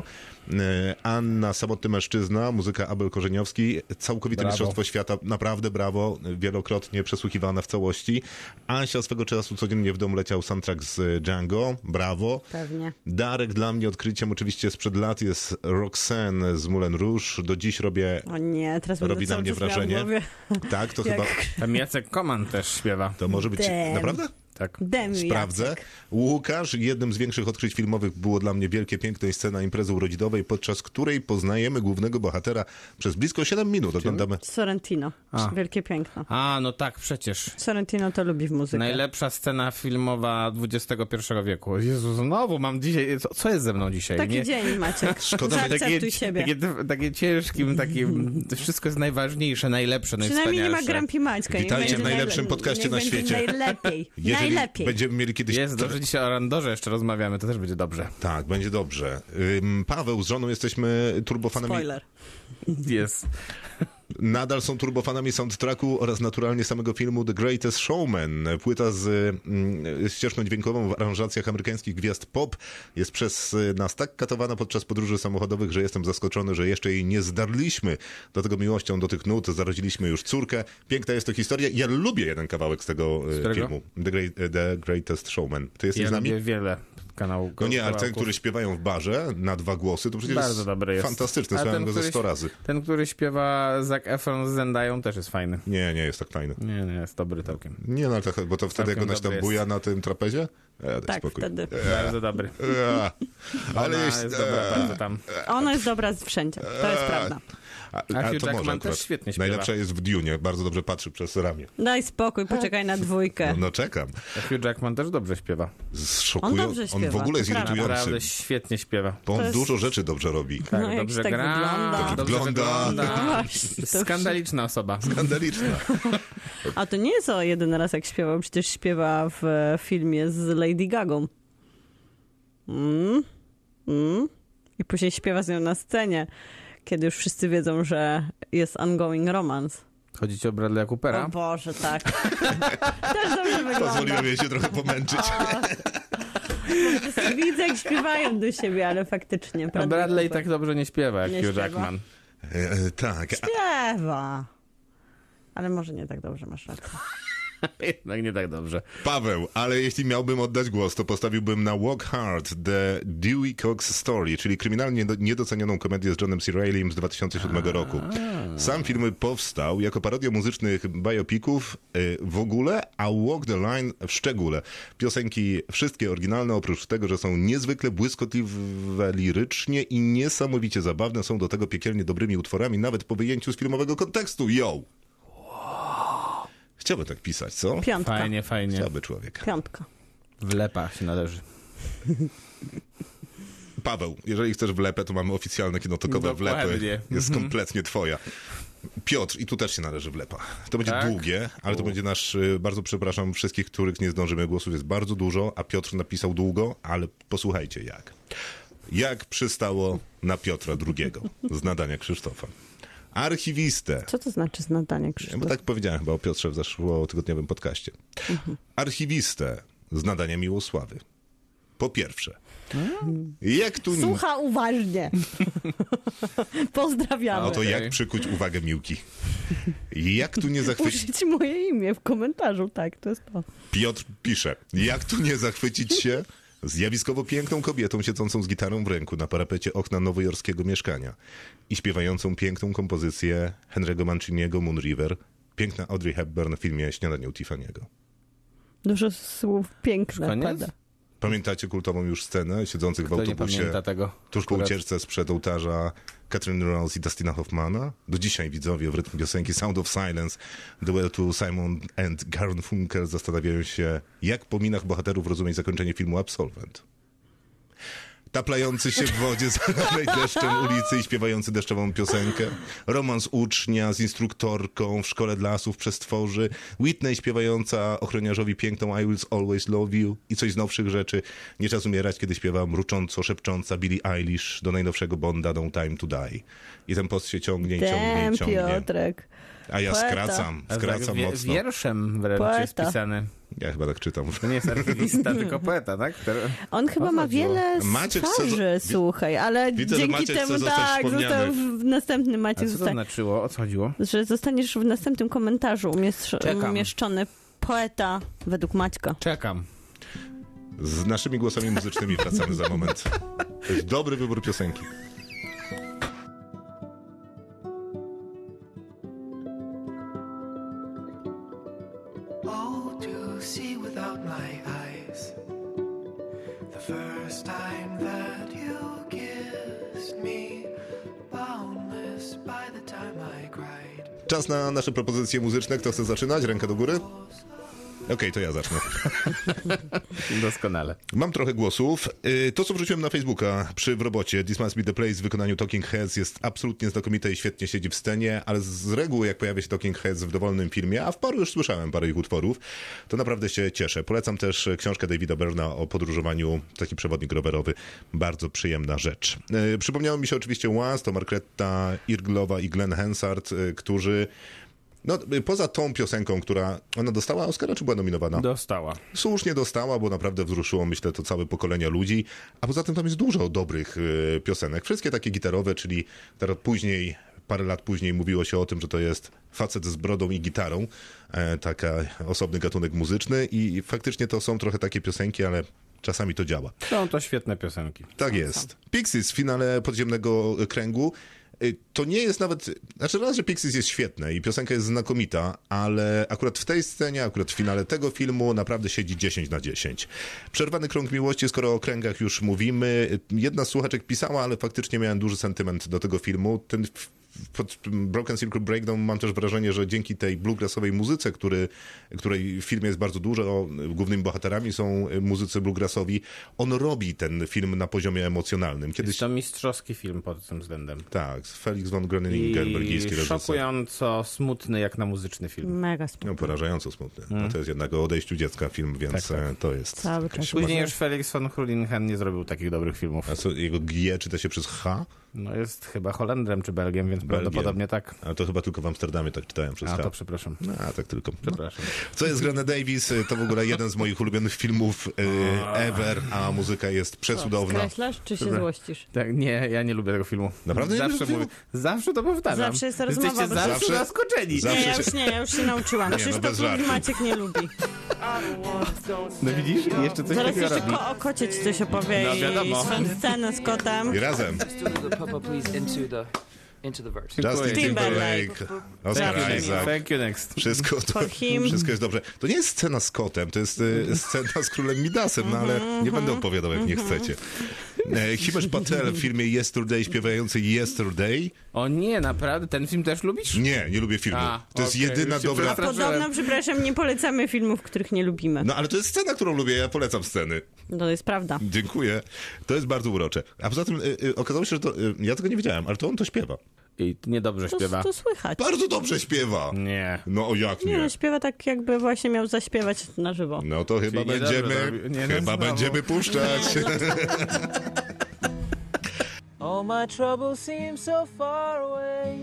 S2: E, Anna, Samotny mężczyzna, muzyka Abel Korzeniowski, całkowite
S4: Brawo.
S2: mistrzostwo świata, naprawdę brawo, wielokrotnie przesłuchiwane w całości. Asia, swego czasu codziennie w domu leciał soundtrack z Django, brawo.
S3: Pewnie.
S2: Darek, dla mnie odkryciem oczywiście sprzed lat jest Roxanne z Moulin Rouge. Do dziś robię,
S3: O nie, teraz będę
S2: robi na
S3: cały
S2: mnie
S3: czas miała w
S2: wrażenie.
S3: głowie.
S2: Tak, to
S3: Jak-
S2: chyba,
S4: Tam Jacek Koman też śpiewa.
S2: to może być,
S3: Damn.
S2: naprawdę?
S4: Tak.
S3: Dem
S2: Sprawdzę.
S3: Jacek.
S2: Łukasz, jednym z większych odkryć filmowych było dla mnie wielkie, piękne scena imprezy urodzinowej, podczas której poznajemy głównego bohatera przez blisko siedem minut. Oglądamy.
S3: Sorrentino.
S4: A.
S3: Wielkie piękno.
S4: A, no tak, przecież.
S3: Sorrentino to lubi w muzykę.
S4: Najlepsza scena filmowa dwudziestego pierwszego wieku. Jezu, znowu mam dzisiaj... Co, co jest ze mną dzisiaj?
S3: Taki
S4: Nie-
S3: dzień, Maciek.
S2: Szkoda, że
S3: Zaakceptuj siebie.
S4: Takie, takie ciężkim, takim... To wszystko jest najważniejsze, najlepsze,
S3: Przynajmniej nie ma
S4: najwspanialsze.
S3: Grampi Maćka. niech
S2: Witajcie
S3: będzie
S2: w najlepszym
S3: najle-
S2: podcaście
S3: niech
S2: na
S3: będzie
S2: świecie.
S3: Najlepiej.
S2: Jeżeli
S3: Najlepiej.
S2: będziemy mieli kiedyś...
S4: Jest dobrze, dzisiaj o Randorze jeszcze rozmawiamy, to też będzie dobrze.
S2: Tak, będzie dobrze. Ym, Paweł, z żoną jesteśmy turbofanami.
S3: Spoiler.
S4: Jest.
S2: Nadal są turbofanami soundtracku oraz naturalnie samego filmu The Greatest Showman. Płyta z mm, ścieżką dźwiękową w aranżacjach amerykańskich gwiazd pop jest przez y, nas tak katowana podczas podróży samochodowych, że jestem zaskoczony, że jeszcze jej nie zdarliśmy. Dlatego miłością do tych nut zaraziliśmy już córkę. Piękna jest to historia. Ja lubię jeden kawałek z tego y,
S4: Z którego?
S2: filmu. The, Great, The Greatest Showman. Ty jesteś
S4: Ja
S2: z nami?
S4: lubię wiele kanałów.
S2: No nie, ale ten,
S4: kawałków.
S2: który śpiewają w barze na dwa głosy, to przecież
S4: Bardzo
S2: jest
S4: dobry jest.
S2: fantastyczny.
S4: A
S2: Słuchałem
S4: ten,
S2: go ze
S4: który-
S2: sto razy.
S4: Ten, który śpiewa Zac Efron z Zendają, też jest fajny.
S2: Nie, nie jest tak fajny.
S4: Nie, nie, jest dobry całkiem.
S2: Nie, no ale to, bo to wtedy jak
S4: Całkiem
S2: ona się tam
S4: dobry
S2: buja
S4: jest.
S2: na tym trapezie? E, daj
S3: Tak,
S2: spokój.
S3: wtedy.
S4: Bardzo dobry.
S2: E, ale
S4: Ona
S2: jest...
S4: jest dobra
S2: e,
S4: bardzo tam.
S3: Ona jest dobra wszędzie. To jest prawda.
S2: A,
S4: A
S2: a
S4: Hugh
S2: to
S4: Jackman
S2: może
S4: też
S2: akurat.
S4: świetnie śpiewa.
S2: Najlepsza jest w Dune, bardzo dobrze patrzy przez ramię.
S3: Daj spokój, poczekaj na dwójkę.
S2: No, no czekam.
S4: A Hugh Jackman też dobrze śpiewa.
S2: Szokują...
S3: On dobrze
S2: On
S3: śpiewa,
S2: w ogóle jest
S3: to prawda.
S2: irytujący,
S4: Naprawdę świetnie śpiewa.
S2: bo on
S3: To jest-
S2: dużo rzeczy dobrze robi.
S4: Tak,
S3: No, jak
S4: dobrze
S3: się tak
S4: gra,
S3: wygląda.
S2: Jak
S4: dobrze
S2: wygląda.
S4: wygląda.
S3: No właśnie, to
S4: Skandaliczna osoba.
S2: Skandaliczna.
S3: A to nie jest o jeden raz jak śpiewał, przecież śpiewa w e, filmie z Lady Gagą. Mm, mm. I później śpiewa z nią na scenie, kiedy już wszyscy wiedzą, że jest ongoing romance.
S4: Chodzi ci o Bradley'a Coopera?
S3: O Boże, tak. Też dobrze wygląda.
S2: Pozwoliłem jej się trochę pomęczyć.
S3: Po prostu widzę, jak śpiewają do siebie, ale faktycznie.
S4: No Bradley tak dobrze nie śpiewa jak
S3: Nie
S4: Hugh
S3: śpiewa?
S4: Jackman.
S2: E, e, tak. A,
S3: Śpiewa. Ale może nie tak dobrze, masz rację.
S4: Jednak nie tak dobrze.
S2: Paweł, ale jeśli miałbym oddać głos, to postawiłbym na Walk Hard, The Dewey Cox Story, czyli kryminalnie do- niedocenioną komedię z Johnem C. Reillym z dwa tysiące siódmego roku. Sam film powstał jako parodia muzycznych biopików y, w ogóle, a Walk the Line w szczególe. Piosenki wszystkie oryginalne, oprócz tego, że są niezwykle błyskotliwe lirycznie i niesamowicie zabawne, są do tego piekielnie dobrymi utworami, nawet po wyjęciu z filmowego kontekstu. Yo! Chciałby tak pisać, co?
S3: Piątka.
S4: Fajnie, fajnie.
S2: Chciałby człowiek.
S3: Piątka.
S4: Wlepa się należy.
S2: Paweł, jeżeli chcesz wlepę, to mamy oficjalne kinotokowe
S4: Dokładnie.
S2: wlepy. Jest
S4: Mhm.
S2: kompletnie twoja. Piotr, i tu też się należy wlepa. To będzie
S4: Tak?
S2: długie, ale to
S4: U.
S2: będzie nasz, y, bardzo przepraszam wszystkich, których nie zdążymy, głosów jest bardzo dużo, a Piotr napisał długo, ale posłuchajcie jak. Jak przystało na Piotra drugiego z nadania Krzysztofa. Archiwistę.
S3: Co to znaczy z nadania
S2: Bo
S3: Krzysztofa?
S2: tak powiedziałem chyba o Piotrze w zeszłotygodniowym podcaście. Archiwistę z nadania Miłosławy. Po pierwsze, jak tu...
S3: Słucha uważnie. Pozdrawiamy.
S2: A oto
S4: Okej.
S2: jak przykuć uwagę Miłki. Jak tu nie zachwycić...
S3: Użyć moje imię w komentarzu, tak, to jest to.
S2: Piotr pisze, jak tu nie zachwycić się zjawiskowo piękną kobietą siedzącą z gitarą w ręku na parapecie okna nowojorskiego mieszkania i śpiewającą piękną kompozycję Henry'ego Manciniego Moon River, piękna Audrey Hepburn w filmie Śniadanie u Tiffany'ego.
S3: Dużo słów piękne
S4: Koniec?
S3: pada.
S2: Pamiętacie kultową już scenę siedzących w
S4: Kto nie
S2: autobusie
S4: pamięta tego?
S2: tuż po
S4: Akurat.
S2: ucieczce sprzed ołtarza Catherine Rolls i Dustina Hoffmana? Do dzisiaj widzowie w rytm piosenki Sound of Silence duetu Simon and Garfunkel zastanawiają się, jak po minach bohaterów rozumieć zakończenie filmu Absolvent. Taplający się w wodzie zalanej deszczem ulicy i śpiewający deszczową piosenkę. Romans ucznia z instruktorką w szkole dla asów przestworzy. Whitney śpiewająca ochroniarzowi piękną I will always love you. I coś z nowszych rzeczy. Nie czas umierać, kiedy śpiewa mrucząco, szepcząca Billie Eilish do najnowszego Bonda No Time to Die. I ten post się ciągnie i ciągnie
S3: Dem,
S2: i ciągnie.
S3: Piotrek.
S2: A ja
S3: Poeta.
S2: skracam,
S4: A tak
S2: skracam
S4: wie-
S2: mocno.
S4: Wierszem wręcz
S3: Poeta.
S4: jest pisany.
S2: Ja chyba tak czytam.
S4: To nie jest artywista, tylko poeta, tak? Który...
S3: On chyba
S4: O,
S3: ma
S4: chodziło.
S3: wiele
S2: Maciek chce
S3: twarzy,
S2: zo-
S3: słuchaj, ale
S2: Widzę, że
S3: dzięki
S2: Maciek chce
S3: temu
S2: zostać
S3: tak,
S2: wspomniany.
S3: został w następnym
S4: A
S3: Maciek
S4: co to
S3: zostanie,
S4: znaczyło? O co chodziło?
S3: że zostaniesz w następnym komentarzu umieszcz-
S4: Czekam.
S3: umieszczony poeta według Maćka.
S4: Czekam.
S2: Z naszymi głosami muzycznymi wracamy za moment. To jest dobry wybór piosenki.
S1: Oh, to see without my eyes. The first time that you kissed me, boundless by the time I cried.
S2: Czas na nasze propozycje muzyczne. Kto chce zaczynać? Ręka do góry. Okej, to ja zacznę.
S4: Doskonale.
S2: Mam trochę głosów. Y, To, co wrzuciłem na Facebooka przy w robocie This Must Be The Place w wykonaniu Talking Heads jest absolutnie znakomite i świetnie siedzi w scenie, ale z reguły jak pojawia się Talking Heads w dowolnym filmie, a w paru już słyszałem parę ich utworów, to naprawdę się cieszę. Polecam też książkę Davida Byrna o podróżowaniu, taki przewodnik rowerowy. Bardzo przyjemna rzecz. Y, Przypomniało mi się oczywiście Once, to Markreta Irglowa i Glenn Hansard, y, którzy no, y, poza tą piosenką, która ona dostała Oscara, czy była nominowana?
S4: Dostała.
S2: Słusznie dostała, bo naprawdę wzruszyło, myślę, to całe pokolenia ludzi. A poza tym tam jest dużo dobrych y, piosenek. Wszystkie takie gitarowe, czyli teraz później, parę lat później mówiło się o tym, że to jest facet z brodą i gitarą. E, taka osobny gatunek muzyczny i faktycznie to są trochę takie piosenki, ale czasami to działa.
S4: Są to świetne piosenki.
S2: Tak jest. Pixies w finale podziemnego kręgu. Y, To nie jest nawet... Znaczy raz, że Pixies jest świetne i piosenka jest znakomita, ale akurat w tej scenie, akurat w finale tego filmu naprawdę siedzi dziesięć na dziesięć. Przerwany krąg miłości, skoro o kręgach już mówimy. Jedna z słuchaczek pisała, ale faktycznie miałem duży sentyment do tego filmu. Ten f- pod Broken Circle Breakdown mam też wrażenie, że dzięki tej bluegrassowej muzyce, który, której w filmie jest bardzo dużo, głównymi bohaterami są muzycy bluegrassowi, on robi ten film na poziomie emocjonalnym. Kiedyś...
S4: Jest to mistrzowski film pod tym względem.
S2: Tak, Felix von Groeningen, belgijski
S4: I
S2: reżyser.
S4: szokująco smutny jak na muzyczny film.
S3: Mega smutno.
S2: No, porażająco smutny. No, to jest jednak o odejściu dziecka film, więc
S4: Tak, tak.
S2: e, to jest...
S3: Cały
S2: jakaś-
S3: czas.
S4: Później już Felix von Krulinchen nie zrobił takich dobrych filmów.
S2: A co, jego G czyta się przez H?
S4: No jest chyba Holendrem czy Belgiem, więc Prawdopodobnie tak.
S2: A to chyba tylko w Amsterdamie tak czytałem przez
S4: A
S2: H.
S4: to przepraszam.
S2: No, a tak tylko. No.
S4: Przepraszam.
S2: Co jest grane Davis, to w ogóle jeden z moich ulubionych filmów y, ever, a muzyka jest przecudowna.
S3: Skreślasz, czy się
S4: Dobra.
S3: złościsz?
S4: Tak, nie, ja nie lubię tego filmu.
S2: Naprawdę nie
S4: Zawsze
S2: lubisz
S4: mówię, zawsze to powtarzam.
S3: Zawsze jest ta rozmowa,
S4: Jesteście
S3: bo-
S4: zawsze,
S2: Zawsze-
S4: zaskoczeni.
S2: zawsze-
S3: Nie, ja już nie, ja już się nauczyłam.
S2: Nie, no
S3: Krzysztof
S2: bez
S3: lubi,
S2: żartu.
S3: Maciek nie lubi.
S4: No widzisz? I jeszcze coś
S3: Zaraz
S4: takiego
S3: jeszcze
S4: robi.
S3: ko- o kocie ci coś opowie
S4: No,
S3: i
S4: wiadomo.
S3: swoją scenę z kotem.
S2: I razem.
S5: Just do the pop-up, please, into the into the verse.
S2: Justin
S3: Timberlake.
S2: Timberlake, Oscar
S4: Thank you,
S2: Isaac.
S4: Thank you, next.
S2: Wszystko, to,
S3: For him.
S2: wszystko jest dobrze. To nie jest scena z kotem, to jest e, scena z królem Midasem, no ale nie będę opowiadał, jak nie chcecie. E, Himesh Patel w filmie Yesterday, śpiewający Yesterday.
S4: O nie, naprawdę? Ten film też lubisz?
S2: Nie, nie lubię filmu.
S4: A,
S2: To jest
S4: okej,
S2: jedyna
S4: już się
S2: dobra...
S4: przestraszyłem.
S3: Podobno, przepraszam, nie polecamy filmów, których nie lubimy.
S2: No ale to jest scena, którą lubię, ja polecam sceny.
S3: To jest prawda.
S2: Dziękuję. To jest bardzo urocze. A poza tym y, y, okazało się, że to... Y, ja tego nie wiedziałem, ale to on to śpiewa.
S4: I niedobrze
S3: To,
S4: śpiewa.
S3: to słychać.
S2: Bardzo dobrze śpiewa.
S4: Nie.
S2: No o jak
S3: Nie,
S2: nie?
S3: no, śpiewa tak, jakby właśnie miał zaśpiewać na żywo.
S2: No to chyba
S4: Czyli niedobrze
S2: będziemy...
S4: zrobił. Nie, no
S2: chyba
S4: znowu.
S2: będziemy puszczać.
S5: All my troubles seem so far away.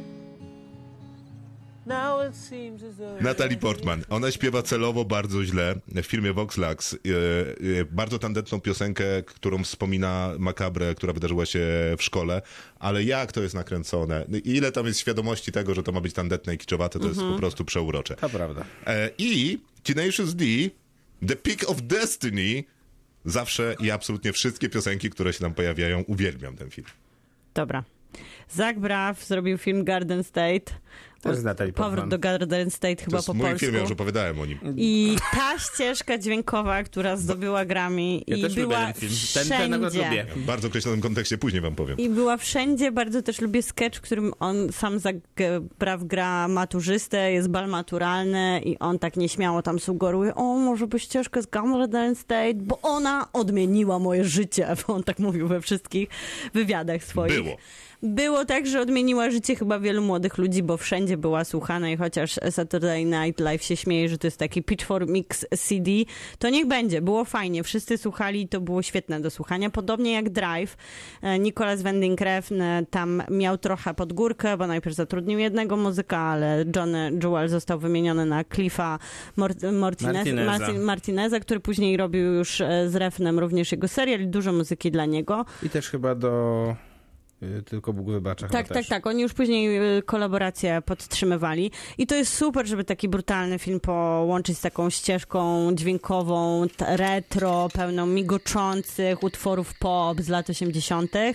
S5: Now it seems as though
S2: Natalie Portman. Ona śpiewa celowo bardzo źle w filmie Vox-Lux. E, e, bardzo tandetną piosenkę, którą wspomina Macabre, która wydarzyła się w szkole. Ale jak to jest nakręcone? Ile tam jest świadomości tego, że to ma być tandetne i kiczowate, to jest po prostu przeurocze.
S4: To prawda.
S2: E, I Tenacious D, The Peak of Destiny, zawsze i absolutnie wszystkie piosenki, które się tam pojawiają, uwielbiam ten film.
S3: Dobra. Zach Braff zrobił film Garden State.
S4: Też z Natalie
S3: Powrót
S4: Portman.
S3: do Garden State
S2: To
S3: chyba
S2: jest
S3: po
S2: mój
S3: polsku.
S2: film, ja już opowiadałem o nim.
S3: I ta ścieżka dźwiękowa, która zdobyła Grammy
S4: Ja
S3: i
S4: też lubię
S3: była
S4: ten film. Ten, ten akurat
S3: wszędzie.
S4: lubię.
S2: W bardzo określonym kontekście później wam powiem.
S3: I była wszędzie, bardzo też lubię sketch, w którym on sam zagra, gra maturzystę, jest bal maturalny i on tak nieśmiało tam sugeruje, o, może by ścieżkę z Garden State, bo ona odmieniła moje życie. On tak mówił we wszystkich wywiadach swoich.
S2: Było.
S3: Było tak, że odmieniła życie chyba wielu młodych ludzi, bo wszędzie była słuchana i chociaż Saturday Night Live się śmieje, że to jest taki Pitchfork Mix C D, to niech będzie. Było fajnie. Wszyscy słuchali, to było świetne do słuchania. Podobnie jak Drive. Nicolas Winding Refn tam miał trochę pod górkę, bo najpierw zatrudnił jednego muzyka, ale Johnny Jewel został wymieniony na Cliffa Mort- Martinez,
S4: Martineza.
S3: Martin, Martineza, który później robił już z Refnem również jego serial i dużo muzyki dla niego.
S4: I też chyba do... y, Tylko Bóg wybacza.
S3: Tak,
S4: chyba
S3: tak,
S4: też.
S3: tak. Oni już później y, kolaborację podtrzymywali. I to jest super, żeby taki brutalny film połączyć z taką ścieżką dźwiękową, t- retro, pełną migoczących utworów pop z lat osiemdziesiątych.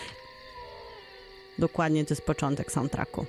S3: Dokładnie, to jest początek soundtracku.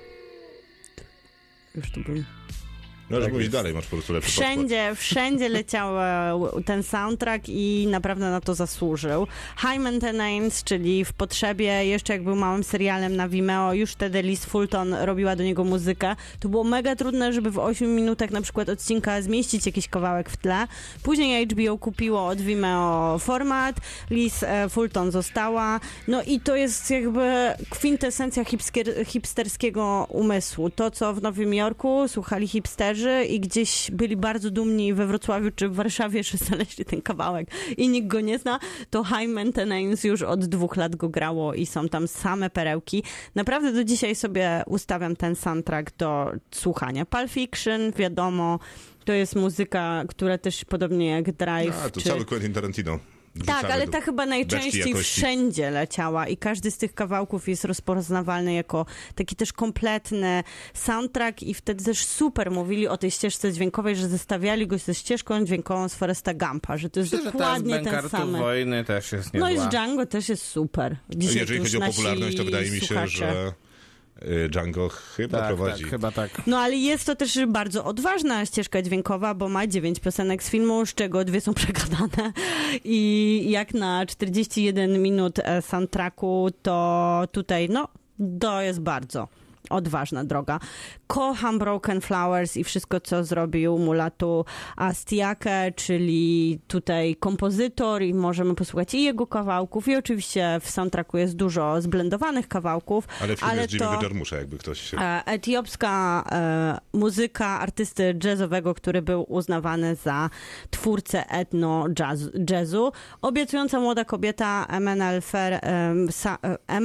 S3: Już tu był.
S2: Możesz
S4: Tak
S2: mówić
S4: jest.
S2: dalej, masz po prostu lepszy podkład.
S3: Wszędzie, wszędzie leciał e, ten soundtrack i naprawdę na to zasłużył. High Maintenance, czyli W potrzebie, jeszcze jak był małym serialem na Vimeo, już wtedy Liz Fulton robiła do niego muzykę. To było mega trudne, żeby w ośmiu minutach na przykład odcinka zmieścić jakiś kawałek w tle. Później H B O kupiło od Vimeo format, Liz e, Fulton została. No i to jest jakby kwintesencja hipskier- hipsterskiego umysłu. To, co w Nowym Jorku słuchali hipsterzy i gdzieś byli bardzo dumni we Wrocławiu czy w Warszawie, że znaleźli ten kawałek i nikt go nie zna, to High Maintenance już od dwóch lat go grało i są tam same perełki. Naprawdę do dzisiaj sobie ustawiam ten soundtrack do słuchania. Pulp Fiction, wiadomo, to jest muzyka, która też podobnie jak Drive.
S2: A, to
S3: czy...
S2: cały Quentin Tarantino.
S3: Tak,
S2: Wrzucamy
S3: ale
S2: do
S3: ta chyba
S2: beczki
S3: najczęściej
S2: jakości.
S3: wszędzie leciała i każdy z tych kawałków jest rozpoznawalny jako taki też kompletny soundtrack i wtedy też super mówili o tej ścieżce dźwiękowej, że zestawiali go ze ścieżką dźwiękową z Foresta Gumpa, że to jest
S4: Myślę, że ta z
S3: dokładnie ten
S4: Bankartu
S3: sam.
S4: Wojny też jest
S3: No
S4: niezła.
S3: i z Django też jest super. Dzisiaj
S2: Jeżeli
S3: już
S2: chodzi o
S3: nasi
S2: popularność, to wydaje mi się,
S3: słuchacze.
S2: że y, Django chyba
S4: Tak,
S2: prowadzi.
S4: tak, chyba tak.
S3: No ale jest to też bardzo odważna ścieżka dźwiękowa, bo ma dziewięć piosenek z filmu, z czego dwie są przegadane i jak na czterdzieści jeden minut e, soundtracku, to tutaj no, to jest bardzo odważna droga. Kocham Broken Flowers i wszystko, co zrobił Mulatu Astiake, czyli tutaj kompozytor i możemy posłuchać i jego kawałków i oczywiście w soundtracku jest dużo zblendowanych kawałków.
S2: Ale w filmie
S3: ale
S2: jest Jimmy
S3: to...
S2: Jarmusza, jakby ktoś się...
S3: E, Etiopska e, muzyka artysty jazzowego, który był uznawany za twórcę etno jazz, jazzu. Obiecująca młoda kobieta Emen Elfer, e, sa, e, Emen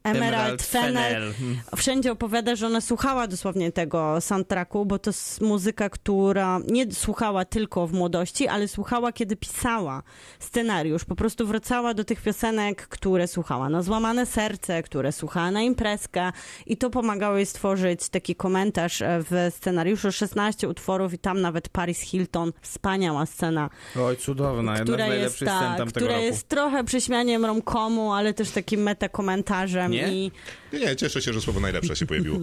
S3: Emerald,
S4: Emerald
S3: Fennel.
S4: Fennel.
S3: Wszędzie opowiada, że ona słuchała dosłownie tego soundtracku, bo to jest muzyka, która nie słuchała tylko w młodości, ale słuchała, kiedy pisała scenariusz. Po prostu wracała do tych piosenek, które słuchała na Złamane Serce, które słuchała na Imprezkę i to pomagało jej stworzyć taki komentarz w scenariuszu. szesnaście utworów i tam nawet Paris Hilton, wspaniała scena.
S4: Oj, cudowna, jedna z
S3: Która jest,
S4: najlepszych scen
S3: tak,
S4: tamtego
S3: która
S4: roku.
S3: jest trochę prześmianiem romkomu, ale też takim metakomentarzem.
S4: Nie?
S3: I
S2: Nie, nie, cieszę się, że słowo najlepsze się pojawiło.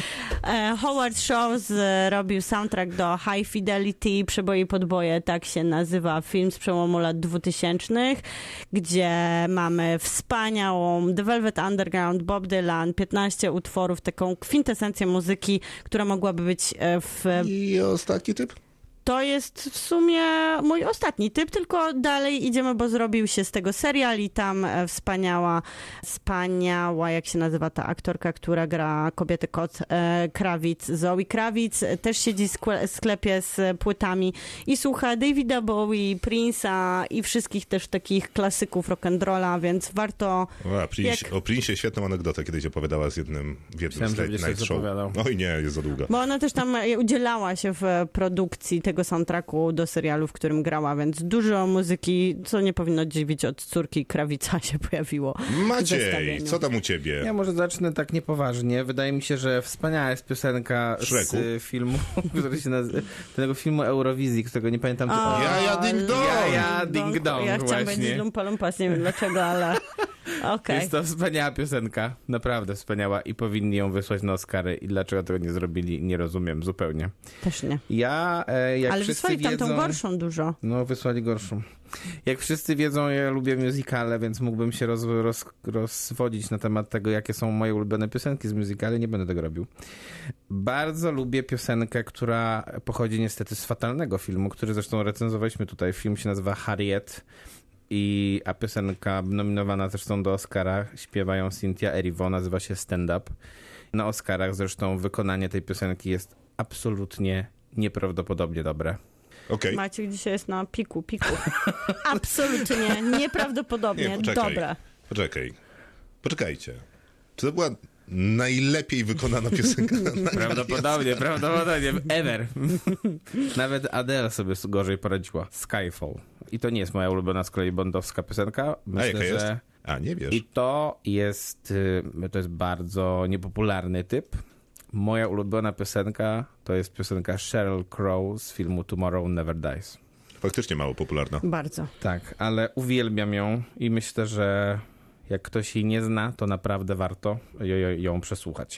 S3: e, Howard Shaw zrobił soundtrack do High Fidelity, Przeboje i podboje, tak się nazywa film z przełomu lat dwutysięcznych, gdzie mamy wspaniałą The Velvet Underground, Bob Dylan, piętnaście utworów, taką kwintesencję muzyki, która mogłaby być e, w...
S2: I ostatni typ?
S3: To jest w sumie mój ostatni typ, tylko dalej idziemy, bo zrobił się z tego serial i tam e, wspaniała, wspaniała, jak się nazywa ta aktorka, która gra kobietę kot, e, Krawic, Zoe Krawic, e, też siedzi w skle- sklepie z płytami i słucha Davida Bowie, Prince'a i wszystkich też takich klasyków rock'n'rolla, więc warto...
S2: O, Prince,
S3: Jak-
S2: o Prince'ie świetną anegdotę kiedyś opowiadała z jednym, w jednym
S4: Myślałem,
S2: z
S4: że
S2: Late
S4: będziesz
S2: Night
S4: coś
S2: Show.
S4: opowiadał.
S2: Oj nie, jest za długa.
S3: Bo ona też tam e, udzielała się w produkcji tego soundtracku do serialu, w którym grała, więc dużo muzyki, co nie powinno dziwić, od córki Krawica się pojawiło w
S2: Maciej,
S3: zestawieniu.
S2: co tam u ciebie?
S4: Ja może zacznę tak niepoważnie. Wydaje mi się, że wspaniała jest piosenka
S2: Szreku.
S4: z y, filmu, który się nazywa, tego filmu Eurowizji, którego nie pamiętam. czy-
S3: O,
S2: Ja, ja, ding dong!
S4: Ja, ja, ding dong,
S3: Ja chciałam
S4: właśnie.
S3: powiedzieć Lumpa Lumpas, nie wiem dlaczego, ale okej.
S4: Jest to wspaniała piosenka, naprawdę wspaniała i powinni ją wysłać na Oscary i dlaczego tego nie zrobili, nie rozumiem zupełnie.
S3: Też nie.
S4: Ja, e, jak
S3: Ale
S4: wszyscy
S3: wysłali tam
S4: wiedzą...
S3: tą gorszą dużo.
S4: No, wysłali gorszą. Jak wszyscy wiedzą, ja lubię musicale, więc mógłbym się roz, roz, rozwodzić na temat tego, jakie są moje ulubione piosenki z musicali. Nie będę tego robił. Bardzo lubię piosenkę, która pochodzi niestety z fatalnego filmu, który zresztą recenzowaliśmy tutaj. Film się nazywa Harriet. I, a piosenka nominowana zresztą do Oscara, śpiewają Cynthia Erivo, nazywa się Stand Up. Na Oscarach zresztą wykonanie tej piosenki jest absolutnie nieprawdopodobnie dobre.
S2: Okej.
S3: Maciek dzisiaj jest na piku, piku. Absolutnie, nieprawdopodobnie
S2: Nie, poczekaj.
S3: dobre.
S2: Poczekaj. Poczekajcie. Czy to była najlepiej wykonana piosenka?
S4: Prawdopodobnie, prawdopodobnie. Ever. Nawet Adele sobie gorzej poradziła. Skyfall. I to nie jest moja ulubiona z kolei bondowska piosenka.
S2: A jaka
S4: Myślę,
S2: jest?
S4: że...
S2: A, nie wiesz.
S4: I to jest, y, to jest bardzo niepopularny typ. Moja ulubiona piosenka to jest piosenka Sheryl Crow z filmu Tomorrow Never Dies.
S2: Faktycznie mało popularna.
S3: Bardzo.
S4: Tak, ale uwielbiam ją i myślę, że jak ktoś jej nie zna, to naprawdę warto ją, ją przesłuchać.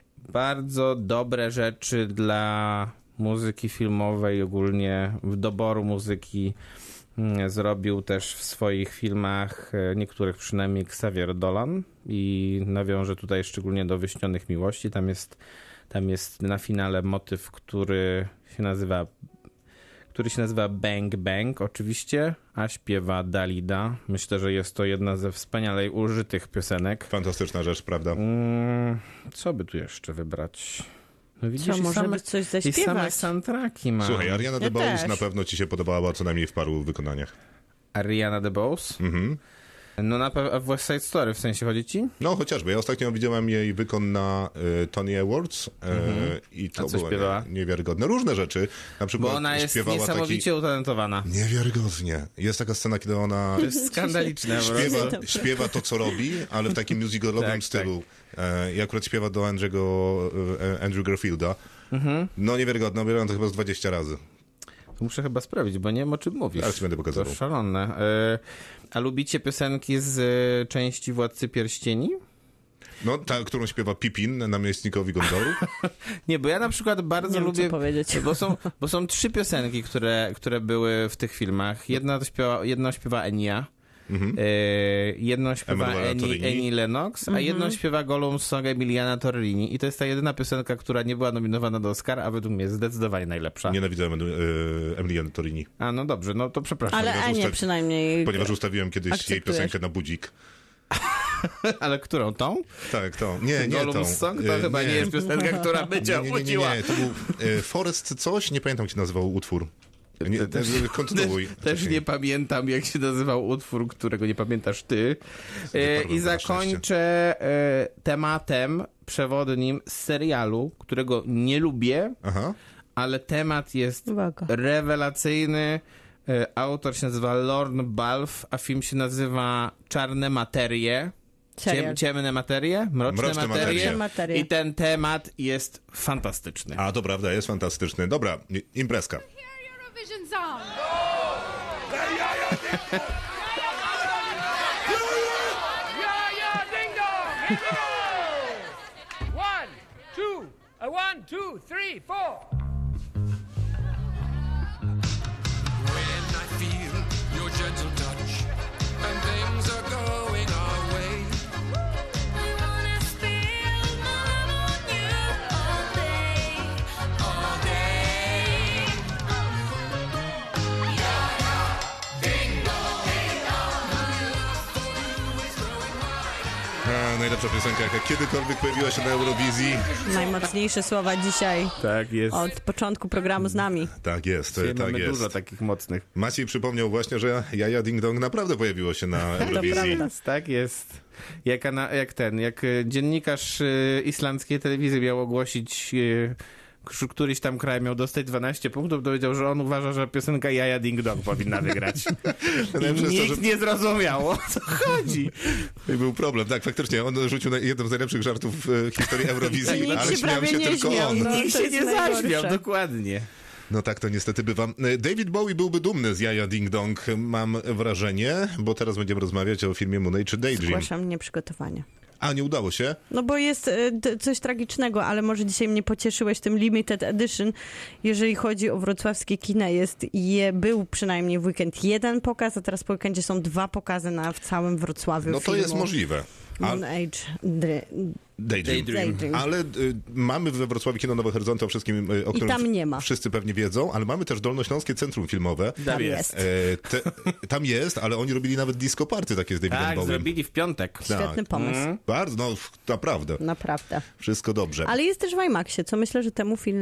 S4: Bardzo dobre rzeczy dla muzyki filmowej, ogólnie w doboru muzyki mm, zrobił też w swoich filmach, e, niektórych przynajmniej, Xavier Dolan i nawiążę tutaj szczególnie do Wyśnionych Miłości. Tam jest, tam jest na finale motyw, który się nazywa który się nazywa Bang Bang oczywiście, a śpiewa Dalida. Myślę, że jest to jedna ze wspaniale użytych piosenek.
S2: Fantastyczna rzecz, prawda?
S4: Mm, co by tu jeszcze wybrać? No widzisz,
S3: Co,
S4: i
S3: może
S4: same,
S3: być coś
S4: i same
S3: zaśpiewać?
S4: soundtracki ma.
S2: Słuchaj, Ariana
S3: Ja
S2: DeBose
S3: też.
S2: na pewno ci się podobała co najmniej w paru wykonaniach.
S4: Ariana DeBose?
S2: Mhm.
S4: No na pewno w West Side Story w sensie chodzi ci?
S2: No chociażby. Ja ostatnio widziałem jej wykon na y, Tony Awards y, i to
S4: A co
S2: było
S4: śpiewała?
S2: nie, niewiarygodne. Różne rzeczy. Na przykład
S4: Bo ona jest
S2: śpiewała
S4: niesamowicie
S2: taki...
S4: utalentowana.
S2: Niewiarygodnie. Jest taka scena, kiedy ona
S4: To jest skandaliczne. po prostu.
S2: śpiewa, śpiewa to, co robi, ale w takim musicalowym
S4: Tak,
S2: stylu. E, I akurat śpiewa do Andrew'ego, e, Andrew Garfielda.
S4: Mhm.
S2: No niewiarygodne. Obierałem to chyba z dwadzieścia razy.
S4: To muszę chyba sprawdzić, bo nie wiem, o czym mówisz.
S2: Ale ci będę pokazywał.
S4: To szalone. E, a lubicie piosenki z e, części Władcy Pierścieni?
S2: No, ta, którą śpiewa Pippin, namiestnikowi Gondoru.
S4: Nie, bo ja na przykład bardzo
S3: Nie wiem,
S4: lubię...
S3: co powiedzieć.
S4: Bo są, bo są trzy piosenki, które, które były w tych filmach. Jedna to śpiewa, jedną śpiewa Enya,
S2: Mhm.
S4: e, jedną śpiewa
S2: Emanuela
S4: Eni,
S2: Torrini.
S4: Eni Lennox, a jedną śpiewa Gollum Song Emiliana Torrini. I to jest ta jedyna piosenka, która nie była nominowana do Oscara, a według mnie jest zdecydowanie najlepsza.
S2: Nienawidzę e, Emiliany Torini,
S4: A, no dobrze, no to przepraszam.
S3: Ale
S2: ponieważ
S3: Enię
S2: ustaw-
S3: przynajmniej...
S2: ponieważ ustawiłem kiedyś jej
S3: Akceptujesz.
S2: piosenkę na budzik.
S4: Ale którą? Tą?
S2: Tak, to. Nie, nie
S4: Gollum
S2: tą.
S4: Song? To
S2: E,
S4: chyba nie. jest piosenka, która by cię
S2: Nie, nie, nie, nie,
S4: obudziła.
S2: nie. To był e, Forest coś, nie pamiętam jak się nazywał utwór. Nie,
S4: Te- też,
S2: kontynuuj.
S4: też, też nie pamiętam, jak się nazywał utwór, którego nie pamiętasz ty. E,
S2: Wypadłem
S4: I
S2: na
S4: zakończę e, tematem przewodnim z serialu, którego nie lubię,
S2: Aha.
S4: ale temat jest
S3: Uwaga.
S4: rewelacyjny. E, Autor się nazywa Lorne Balfe, a film się nazywa Czarne Materie.
S3: Serial.
S4: Ciem, ciemne materie? Mroczne,
S2: Mroczne
S4: materie.
S2: materie.
S3: Materie.
S4: I ten temat jest fantastyczny.
S2: A to prawda, jest fantastyczny. Dobra, i- imprezka.
S6: Eurovision song.
S5: Yeah, yeah, ding dong. Here we go. One, two, a one, two, three, four.
S1: When I feel your gentle touch and things are going our way.
S7: I wanna spill my love on you all day, all day.
S2: A, najlepsza piosenka, jaka kiedykolwiek pojawiła się na Eurowizji.
S3: Najmocniejsze słowa dzisiaj
S4: Tak jest.
S3: od początku programu z nami.
S2: Tak jest,
S4: Dzisiaj
S2: tak
S4: mamy
S2: jest.
S4: dużo takich mocnych.
S2: Maciej przypomniał właśnie, że Jaja Ding Dong naprawdę pojawiło się na Eurowizji.
S3: prawda.
S4: Tak jest. Jak, na, jak ten, jak e, dziennikarz e, islandzkiej telewizji miał ogłosić, e, k- któryś tam kraj miał dostać dwanaście punktów, powiedział, że on uważa, że piosenka Jaja Ding Dong powinna wygrać. I
S2: Najlepsze jest to,
S4: nikt
S2: że
S4: nie zrozumiał, o co chodzi.
S2: i był problem. Tak, faktycznie, on rzucił na jeden z najlepszych żartów w historii Eurowizji,
S3: Nikt
S2: ale
S3: się
S2: śmiał
S3: prawie
S2: się
S3: nie
S2: tylko
S3: śmiał,
S2: on.
S3: no.
S4: Nikt
S3: to
S4: się
S3: jest
S4: nie
S3: najgorsze.
S4: zaśmiał, dokładnie.
S2: No tak to niestety bywa. David Bowie byłby dumny z Jaja Ding Dong, mam wrażenie, bo teraz będziemy rozmawiać o filmie Moonage czy Daydream.
S3: Zgłaszam nieprzygotowanie.
S2: A, nie udało się?
S3: No bo jest y, d- coś tragicznego, ale może dzisiaj mnie pocieszyłeś tym limited edition. Jeżeli chodzi o wrocławskie kina, jest je, był przynajmniej w weekend jeden pokaz, a teraz po weekendzie są dwa pokazy na, w całym Wrocławiu
S2: No to
S3: filmu
S2: jest możliwe. A,
S3: Moon Age. Dry,
S2: Daydream.
S3: Daydream.
S2: Ale y, mamy we Wrocławiu kino Nowe Horyzonty, o wszystkim, y, o
S3: I
S2: którym
S3: tam nie ma.
S2: wszyscy pewnie wiedzą, ale mamy też Dolnośląskie Centrum Filmowe.
S3: Tam jest.
S2: E, te, tam jest, ale oni robili nawet disco party takie z Davidem
S4: Tak,
S2: Bowiem.
S4: zrobili w piątek.
S3: Świetny
S2: tak.
S3: pomysł.
S4: Mm.
S2: Bardzo, no f- naprawdę.
S3: Naprawdę.
S2: Wszystko dobrze.
S3: Ale jest też w IMAXie, co myślę, że temu film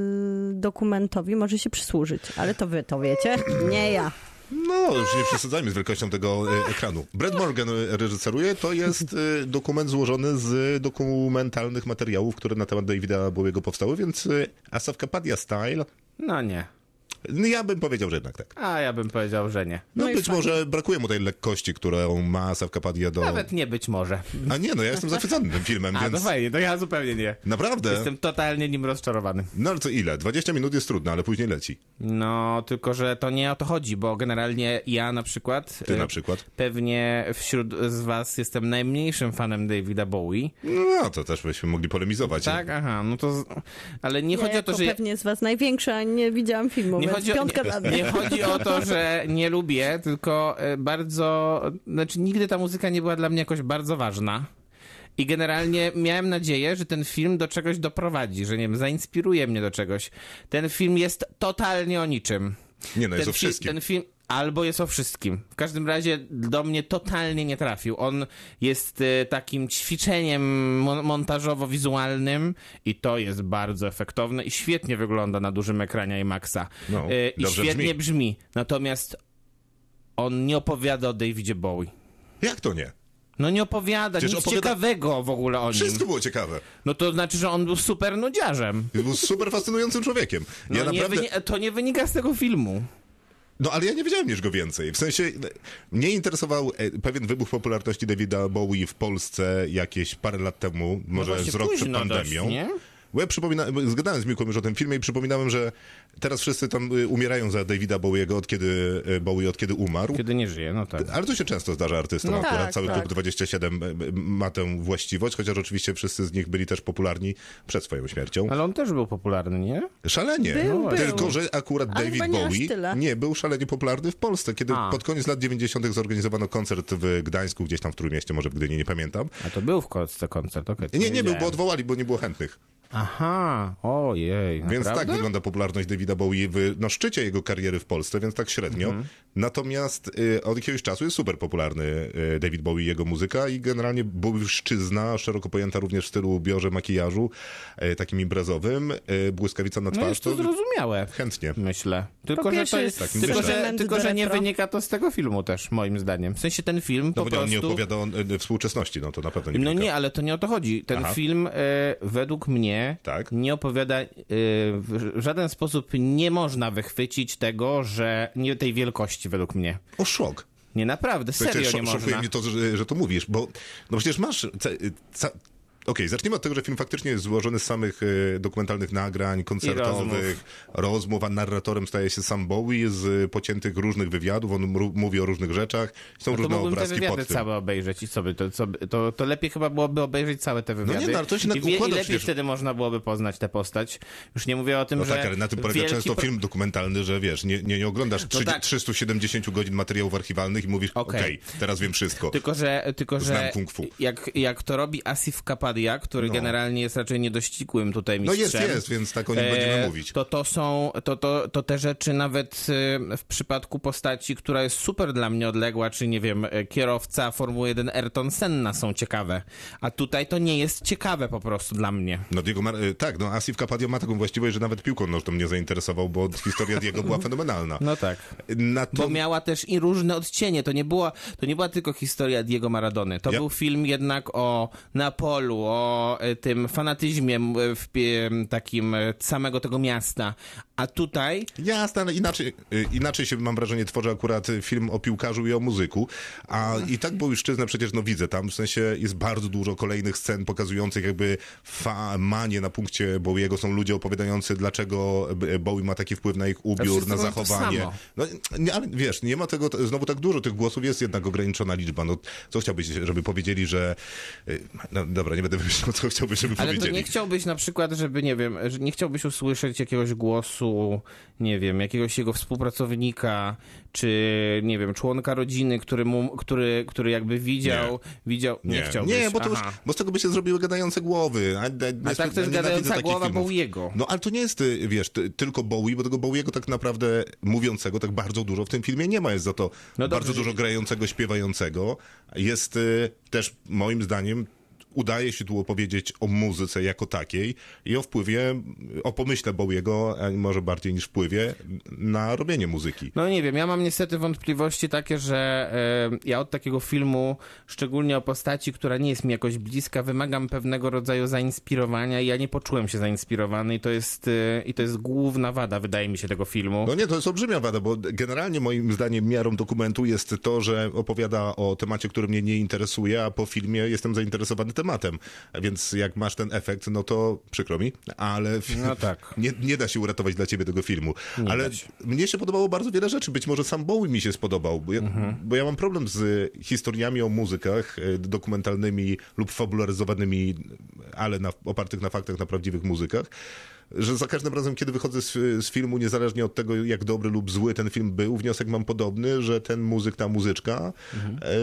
S3: dokumentowi może się przysłużyć. Ale to wy to wiecie, nie ja.
S2: No, już nie przesadzajmy z wielkością tego e, ekranu. Brad Morgan e, reżyseruje. To jest e, dokument złożony z dokumentalnych materiałów, które na temat Davida Bowiego powstały, więc e, Asaf Kapadia style.
S4: No nie.
S2: No, ja bym powiedział, że jednak tak.
S4: A ja bym powiedział, że nie.
S2: No,
S3: No i
S2: być
S3: fajnie.
S2: może brakuje mu tej lekkości, którą ma Asaf Kapadia do...
S4: Nawet nie być może.
S2: A nie, no ja jestem zachwycony tym filmem,
S4: A
S2: więc
S4: to fajnie, to ja zupełnie nie.
S2: naprawdę.
S4: Jestem totalnie nim rozczarowany.
S2: No ale co ile? dwadzieścia minut jest trudno, ale później leci.
S4: No, tylko że to nie o to chodzi, bo generalnie ja na przykład...
S2: Ty
S4: e,
S2: na przykład.
S4: Pewnie wśród z was jestem najmniejszym fanem Davida Bowie.
S2: No, to też byśmy mogli polemizować.
S4: Tak, aha, no to... z- Ale nie
S3: Ja
S4: chodzi o to,
S3: jako
S4: że... ja-
S3: pewnie z was największa, nie widziałam filmu,
S4: Nie
S3: więc
S4: chodzi, o,
S3: piątka dla
S4: nie,
S3: mnie.
S4: nie chodzi o to, że nie lubię, tylko e, bardzo... Znaczy nigdy ta muzyka nie była dla mnie jakoś bardzo ważna. I generalnie miałem nadzieję, że ten film do czegoś doprowadzi, że nie wiem, zainspiruje mnie do czegoś. Ten film jest totalnie o niczym.
S2: Nie, no jest
S4: ten
S2: o wszystkim.
S4: Fi- ten film albo jest o wszystkim. W każdym razie do mnie totalnie nie trafił. On jest e, takim ćwiczeniem mon- montażowo-wizualnym i to jest bardzo efektowne i świetnie wygląda na dużym ekranie IMAXa.
S2: No,
S4: E, I
S2: dobrze
S4: świetnie
S2: brzmi.
S4: brzmi. Natomiast on nie opowiada o Davidzie Bowie.
S2: Jak to nie?
S4: No nie opowiada
S2: Przecież
S4: nic
S2: opowiada-
S4: ciekawego w ogóle o nim.
S2: Wszystko było ciekawe.
S4: No to znaczy, że on był super nudziarzem.
S2: Był super fascynującym człowiekiem.
S4: No
S2: Ja
S4: nie
S2: naprawdę...
S4: wyni- to nie wynika z tego filmu.
S2: No ale ja nie wiedziałem niż go więcej. W sensie mnie interesował e, pewien wybuch popularności Davida Bowie w Polsce jakieś parę lat temu, może
S4: No właśnie
S2: z rok przed
S4: późno
S2: pandemią.
S4: dość, nie?
S2: Bo ja przypomina, bo zgadałem z Miłką już o tym filmie i przypominałem, że teraz wszyscy tam y, umierają za Davida Bowiego, od kiedy y, Bowie od kiedy umarł.
S4: Kiedy nie żyje, no tak.
S2: Ale to się często zdarza artystom.
S3: No
S2: Akurat
S3: tak,
S2: cały
S3: tak.
S2: klub dwadzieścia siedem y, y, ma tę właściwość, chociaż oczywiście wszyscy z nich byli też popularni przed swoją śmiercią.
S4: Ale on też był popularny, nie?
S2: Szalenie.
S3: Był,
S2: No,
S3: był.
S2: Tylko, że akurat
S3: Ale
S2: David
S3: chyba nie aż
S2: Bowie
S3: tyle.
S2: nie był szalenie popularny w Polsce, kiedy
S4: A.
S2: pod koniec lat dziewięćdziesiątych zorganizowano koncert w Gdańsku, gdzieś tam w Trójmieście, może w Gdyni, nie pamiętam.
S4: A to był w Polsce koncert, okej. to
S2: Nie, nie był,
S4: wiedziałem.
S2: bo odwołali, bo nie było chętnych.
S4: Aha, ojej,
S2: Więc
S4: naprawdę?
S2: tak wygląda popularność Davida Bowie w no, szczycie jego kariery w Polsce, więc tak średnio.
S4: Mhm.
S2: Natomiast y, od jakiegoś czasu jest super popularny y, David Bowie i jego muzyka i generalnie Bowie'szczyzna, szeroko pojęta również w stylu ubiorze, makijażu, y, takim imprezowym, y, błyskawica na
S4: No
S2: twarz,
S4: jest to zrozumiałe.
S2: chętnie.
S4: Myślę. Tylko, że
S3: pierwsze
S4: to
S3: jest
S4: jest,
S2: tak,
S4: tylko,
S2: myślę.
S4: że,
S3: element
S4: tylko,
S3: do
S4: że nie
S3: retro.
S4: wynika to z tego filmu też, moim zdaniem. W sensie ten film
S2: No
S4: po
S2: bo nie, on nie
S4: prostu...
S2: opowiada o y, współczesności, no to na pewno nie
S4: No
S2: wynika.
S4: nie, ale to nie o to chodzi. Ten
S2: Aha.
S4: film e, według mnie
S2: Tak.
S4: nie opowiada, e, w żaden sposób nie można wychwycić tego, że nie tej wielkości według mnie.
S2: O, szok.
S4: Nie, naprawdę, serio
S2: Słuchajcie,
S4: nie
S2: szok- szokuje
S4: można.
S2: mnie to, że, że to mówisz, bo no przecież masz... Ca, ca, Okej, zacznijmy od tego, że film faktycznie jest złożony z samych e, dokumentalnych nagrań, koncertowych, rozmów, a narratorem staje się sam Bowie z pociętych różnych wywiadów, on mru- mówi o różnych rzeczach, są
S4: No to
S2: różne
S4: mógłbym te
S2: obrazki
S4: wywiady
S2: pod tym.
S4: całe obejrzeć i co by, to, co by, to, to lepiej chyba byłoby obejrzeć całe te wywiady.
S2: nie, no, ale to się na-
S4: I, wie, i
S2: układa
S4: lepiej
S2: przecież-
S4: wtedy można byłoby poznać tę postać. Już nie mówię o tym,
S2: No
S4: że
S2: tak, ale na tym polega
S4: wielki
S2: często
S4: pro-
S2: film dokumentalny, że wiesz, nie, nie, nie oglądasz trzydziestu
S4: tak.
S2: trzystu siedemdziesięciu godzin materiałów archiwalnych i mówisz, okej,
S4: Okej.
S2: teraz wiem wszystko.
S4: Tylko, że, tylko,
S2: Znam
S4: że
S2: kung fu.
S4: jak, jak to robi Asif Kapadia, który
S2: No.
S4: generalnie jest raczej niedościgłym tutaj
S2: No
S4: mistrzem.
S2: jest, jest, więc tak o nim będziemy mówić.
S4: To, to są, to, to, to te rzeczy nawet e, w przypadku postaci, która jest super dla mnie odległa, czy nie wiem, e, kierowca Formuły jeden Ayrton Senna są ciekawe. A tutaj to nie jest ciekawe po prostu dla mnie.
S2: No Diego Mar- y, tak, no Asif Kapadia ma taką właściwość, że nawet piłką nożną mnie zainteresował, bo historia Diego była fenomenalna.
S4: No tak.
S2: Na to...
S4: Bo miała też i różne odcienie. To nie była, to nie była tylko historia Diego Maradony. To
S2: Ja-
S4: był film jednak o Neapolu, o e, tym fanatyzmie m, w, pie- takim e, samego tego miasta. A tutaj
S2: Jasne, ale inaczej, y, inaczej się, mam wrażenie, tworzy akurat film o piłkarzu i o muzyku, a i tak Bowie'szczyznę przecież no widzę tam, w sensie jest bardzo dużo kolejnych scen pokazujących jakby fa- manie na punkcie Bowiego, są ludzie opowiadający, dlaczego B- Bowie ma taki wpływ na ich ubiór,
S4: wszyscy
S2: na
S4: mówią to
S2: zachowanie.
S4: samo.
S2: No, nie, ale wiesz, nie ma tego, t- znowu tak dużo, tych głosów jest jednak ograniczona liczba, no co chciałbyś, żeby powiedzieli, że y, no dobra, nie będę wymyślał, co chciałbyś, żeby
S4: Ale to
S2: powiedzieli.
S4: nie chciałbyś na przykład, żeby, nie wiem, że nie chciałbyś usłyszeć jakiegoś głosu, nie wiem, jakiegoś jego współpracownika, czy, nie wiem, członka rodziny, który, mu, który, który jakby widział,
S2: Nie.
S4: widział, nie, chciałbyś.
S2: Nie, bo to już,
S4: Aha.
S2: bo z tego by się zrobiły gadające głowy. A, a,
S4: A
S2: nie-
S4: tak to jest
S2: nienawidzę
S4: gadająca
S2: takich
S4: głowa
S2: filmów.
S4: Bowiego.
S2: No ale to nie jest, y, wiesz, ty, tylko Bowie, bo tego Bowiego tak naprawdę mówiącego tak bardzo dużo w tym filmie nie ma. Jest za to
S4: No
S2: bardzo
S4: dobrze,
S2: dużo
S4: że-
S2: grającego, śpiewającego. Jest y, też moim zdaniem udaje się tu opowiedzieć o muzyce jako takiej i o wpływie, o pomyśle Bowiego, a może bardziej niż wpływie, na robienie muzyki.
S4: No nie wiem, ja mam niestety wątpliwości takie, że e, ja od takiego filmu, szczególnie o postaci, która nie jest mi jakoś bliska, wymagam pewnego rodzaju zainspirowania i ja nie poczułem się zainspirowany i to jest, e, i to jest główna wada, wydaje mi się, tego filmu.
S2: No nie, to jest olbrzymia wada, bo generalnie moim zdaniem miarą dokumentu jest to, że opowiada o temacie, który mnie nie interesuje, a po filmie jestem zainteresowany tematem. Więc jak masz ten efekt, no to przykro mi, ale
S4: No tak.
S2: nie, nie da się uratować dla ciebie tego filmu.
S4: Nie
S2: ale
S4: da się.
S2: mnie się podobało bardzo wiele rzeczy. Być może sam Bowie mi się spodobał, bo ja,
S4: Mhm.
S2: bo ja mam problem z historiami o muzykach e, dokumentalnymi lub fabularyzowanymi, ale na, opartych na faktach, na prawdziwych muzykach, że za każdym razem, kiedy wychodzę z, z filmu, niezależnie od tego, jak dobry lub zły ten film był, wniosek mam podobny, że ten muzyk, ta muzyczka
S4: Mhm.
S2: e,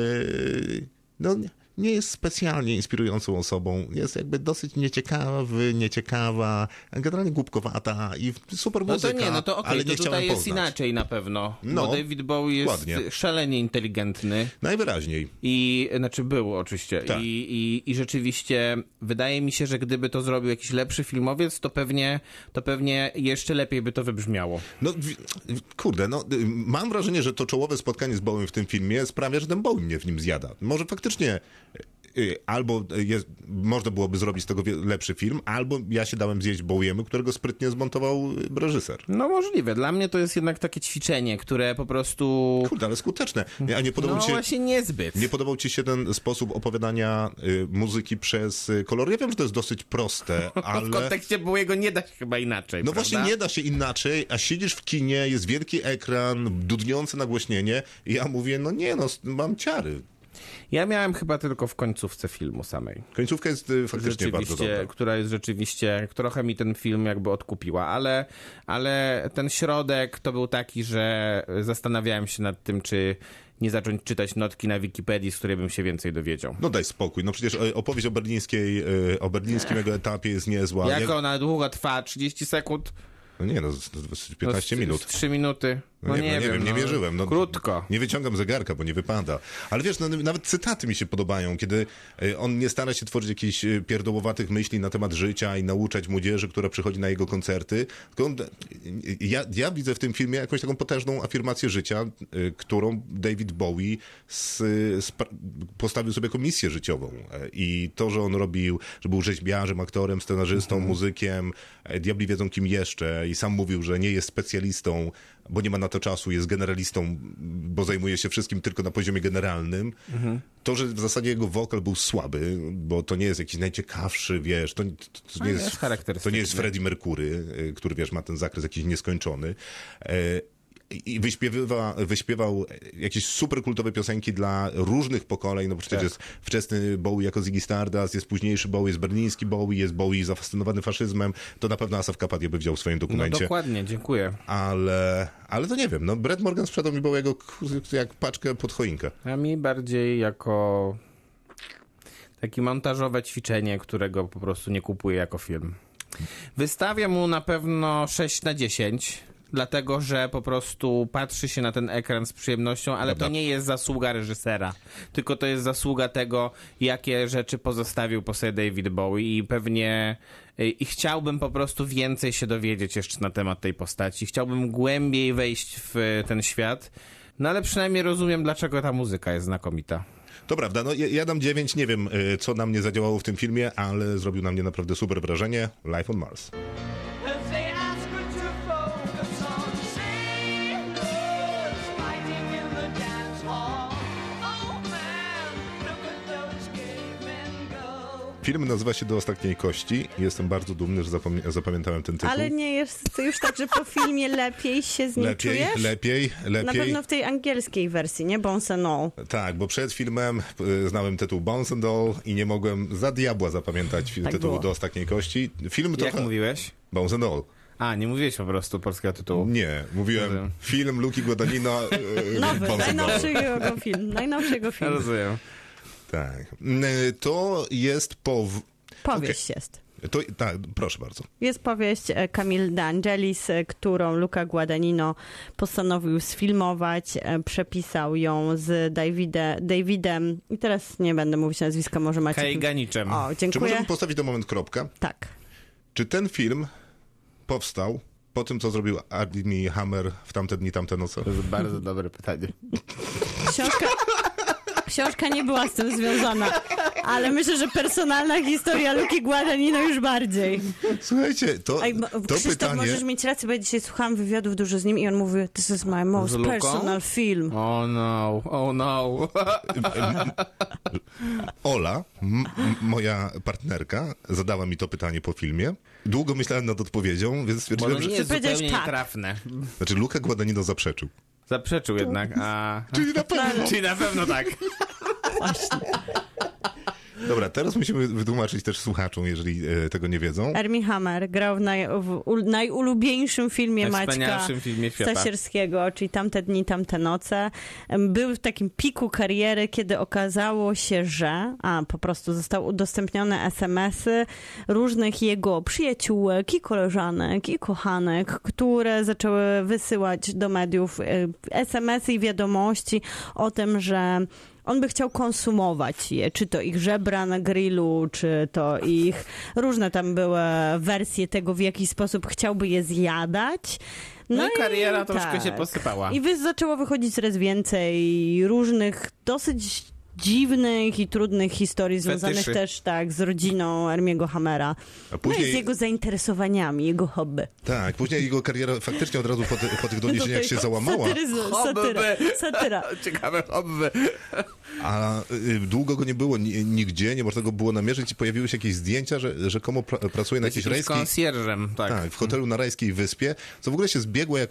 S2: no, nie jest specjalnie inspirującą osobą. Jest jakby dosyć nieciekawy, nieciekawa, generalnie głupkowata i super
S4: No
S2: muzyka,
S4: to nie, no to okej,
S2: ale
S4: to
S2: nie
S4: tutaj
S2: chciałem
S4: jest
S2: poznać.
S4: inaczej na pewno,
S2: No,
S4: bo David Bowie jest
S2: dokładnie.
S4: szalenie inteligentny.
S2: Najwyraźniej.
S4: I, znaczy był oczywiście.
S2: Tak.
S4: I, i, I rzeczywiście wydaje mi się, że gdyby to zrobił jakiś lepszy filmowiec, to pewnie, to pewnie jeszcze lepiej by to wybrzmiało.
S2: No, w- w- kurde, no, y, mam wrażenie, że to czołowe spotkanie z Bowiem w tym filmie sprawia, że ten Bowie mnie w nim zjada. Może faktycznie y, albo jest, można byłoby zrobić z tego wie- lepszy film, albo ja się dałem zjeść Bowiemu, którego sprytnie zmontował y, reżyser.
S4: No możliwe. Dla mnie to jest jednak takie ćwiczenie, które po prostu...
S2: Kurde, ale skuteczne. A nie podobał
S4: No
S2: ci się...
S4: właśnie niezbyt.
S2: Nie podobał ci się ten sposób opowiadania y, muzyki przez y, kolor? Ja wiem, że to jest dosyć proste,
S4: W
S2: ale...
S4: kontekście Bowiego nie da się chyba inaczej,
S2: No
S4: prawda?
S2: właśnie nie da się inaczej, a siedzisz w kinie, jest wielki ekran, dudniące nagłośnienie i ja mówię, no nie no, mam ciary.
S4: Ja miałem chyba tylko w końcówce filmu samej.
S2: Końcówka jest y, faktycznie bardzo dobra.
S4: która jest rzeczywiście, trochę mi ten film jakby odkupiła, ale, ale ten środek to był taki, że zastanawiałem się nad tym, czy nie zacząć czytać notki na Wikipedii, z której bym się więcej dowiedział.
S2: No daj spokój, no przecież e, opowieść o berlińskiej, e, o berlińskim jego etapie jest niezła.
S4: Jak
S2: Jak-
S4: ona długo trwa? trzydzieści sekund?
S2: No nie no, z- z- piętnaście
S4: No, z-
S2: minut.
S4: Z trzy minuty? No,
S2: No
S4: nie,
S2: nie, no nie wiem, nie
S4: no,
S2: mierzyłem. No,
S4: Krótko.
S2: Nie wyciągam zegarka, bo nie wypada. Ale wiesz, no, nawet cytaty mi się podobają, kiedy e, on nie stara się tworzyć jakichś e, pierdołowatych myśli na temat życia i nauczać młodzieży, która przychodzi na jego koncerty. Tylko on, ja, ja widzę w tym filmie jakąś taką potężną afirmację życia, e, którą David Bowie s, sp- postawił sobie jako misję życiową. E, I to, że on robił, że był rzeźbiarzem, aktorem, scenarzystą,
S4: Mhm.
S2: muzykiem, e, diabli wiedzą kim jeszcze i sam mówił, że nie jest specjalistą, bo nie ma na to czasu, jest generalistą, bo zajmuje się wszystkim tylko na poziomie generalnym.
S4: Mhm.
S2: To, że w zasadzie jego wokal był słaby, bo to nie jest jakiś najciekawszy, wiesz, to, to, to, nie,
S4: jest
S2: jest,
S4: charakterystyczny.
S2: to nie jest Freddie Mercury, y, który, wiesz, ma ten zakres jakiś nieskończony. E, I wyśpiewa, wyśpiewał jakieś super kultowe piosenki dla różnych pokoleń, no bo przecież
S4: Tak.
S2: jest wczesny Bowie jako Ziggy Stardust, jest późniejszy Bowie, jest berliński Bowie, jest Bowie zafascynowany faszyzmem, to na pewno Asaf Kapadia by wziął w swoim
S4: No
S2: dokumencie.
S4: dokładnie, dziękuję.
S2: Ale, ale to nie wiem, no Brett Morgan sprzedał mi Bowiego k- jak paczkę pod choinkę.
S4: A mi bardziej jako takie montażowe ćwiczenie, którego po prostu nie kupuję jako film. Wystawiam mu na pewno sześć na dziesięć, dlatego że po prostu patrzy się na ten ekran z przyjemnością, ale
S2: Prawda.
S4: to nie jest zasługa reżysera, tylko to jest zasługa tego, jakie rzeczy pozostawił po sobie David Bowie i pewnie i chciałbym po prostu więcej się dowiedzieć jeszcze na temat tej postaci. Chciałbym głębiej wejść w ten świat, no ale przynajmniej rozumiem, dlaczego ta muzyka jest znakomita.
S2: To prawda, no ja, ja dam dziewięć, nie wiem y, co na mnie zadziałało w tym filmie, ale zrobił na mnie naprawdę super wrażenie. Life on Mars.
S7: As they ask her to focus on sailors fighting in the dance hall. Oh man, look at those cavemen go.
S2: Film nazywa się Do ostatniej kości i jestem bardzo dumny, że zapomnie- zapamiętałem ten tytuł.
S3: Ale nie jest to już tak, że po filmie lepiej się z nim
S2: lepiej,
S3: czujesz?
S2: lepiej, lepiej.
S3: Na pewno w tej angielskiej wersji, nie? Bones and All.
S2: Tak, bo przed filmem y, znałem tytuł Bones and All i nie mogłem za diabła zapamiętać fi-
S3: Tak
S2: tytułu
S3: było.
S2: Do ostatniej kości. Film
S4: Jak
S2: trochę...
S4: mówiłeś?
S2: Bones and All.
S4: A, nie mówiłeś po prostu polskiego tytułu.
S2: Nie, mówiłem
S4: Rozumiem.
S2: film Luki Guadagnino. y,
S3: Nowy,
S2: Bones and All.
S3: najnowszy jego film. Najnowszy jego film.
S4: Rozumiem.
S2: Tak. Y, To jest po...
S3: Powieść jest.
S2: To, tak, proszę bardzo.
S3: Jest powieść e, Camille De Angelis, e, którą Luca Guadagnino postanowił sfilmować. e, Przepisał ją z Davide, Davidem, i teraz nie będę mówić nazwiska, może macie...
S4: Kajganiczem.
S3: O,
S2: Czy
S3: dziękuję.
S2: możemy postawić na moment kropkę?
S3: Tak.
S2: Czy ten film powstał po tym, co zrobił Armie Hammer w tamte dni, tamte noce?
S4: To jest bardzo dobre pytanie.
S3: Książka, książka nie była z tym związana, ale myślę, że personalna historia Luki Guadagnino już bardziej.
S2: Słuchajcie, to,
S3: Ej, mo-
S2: to
S3: Krzysztof,
S2: pytanie...
S3: możesz mieć rację, bo ja dzisiaj słuchałam wywiadów dużo z nim i on mówi, this is my most
S4: Z Luką?
S3: personal film.
S4: Oh no, oh no.
S2: Ola, m- m- moja partnerka, zadała mi to pytanie po filmie. Długo myślałem nad odpowiedzią, więc
S4: Bo ono
S2: stwierdziłem, że...
S4: nie jest
S3: powiedziałeś
S4: zupełnie
S3: tak.
S4: nietrafne.
S2: Znaczy, Luca Guadagnino zaprzeczył.
S4: Zaprzeczył jednak, a...
S2: Czyli na pewno.
S4: Czyli na pewno tak.
S2: Dobra, teraz musimy wytłumaczyć też słuchaczom, jeżeli e, tego nie wiedzą.
S3: Armie Hammer grał w, naj, w u, najulubieńszym filmie Maćka
S4: Najwspanialszym filmie świata.
S3: Stasierskiego, czyli Tamte dni, tamte noce. Em, Był w takim piku kariery, kiedy okazało się, że a, po prostu zostały udostępnione es em esy różnych jego przyjaciółek i koleżanek i kochanek, które zaczęły wysyłać do mediów e, es em esy i wiadomości o tym, że on by chciał konsumować je, czy to ich żebra na grillu, czy to ich... Różne tam były wersje tego, w jaki sposób chciałby je zjadać.
S4: No i kariera troszkę się posypała.
S3: I wy zaczęło wychodzić coraz więcej różnych, dosyć dziwnych i trudnych historii związanych
S4: Fetyszy.
S3: też tak z rodziną Armiego Hammera.
S2: A później-
S3: No i z jego zainteresowaniami, jego hobby.
S2: Tak, później jego kariera faktycznie od razu po, ty, po tych doniesieniach się załamała,
S3: Satyryz-
S4: Hobby.
S3: satyra, satyra.
S4: Ciekawe hobby.
S2: a y, długo go nie było ni- nigdzie, nie można go było namierzyć i pojawiły się jakieś zdjęcia, że rzekomo pra, pracuje na jakiejś
S4: Jakimś
S2: rajskiej...
S4: konsjerżem, tak.
S2: Tak, w hotelu na Rajskiej Wyspie, co w ogóle się zbiegło jakoś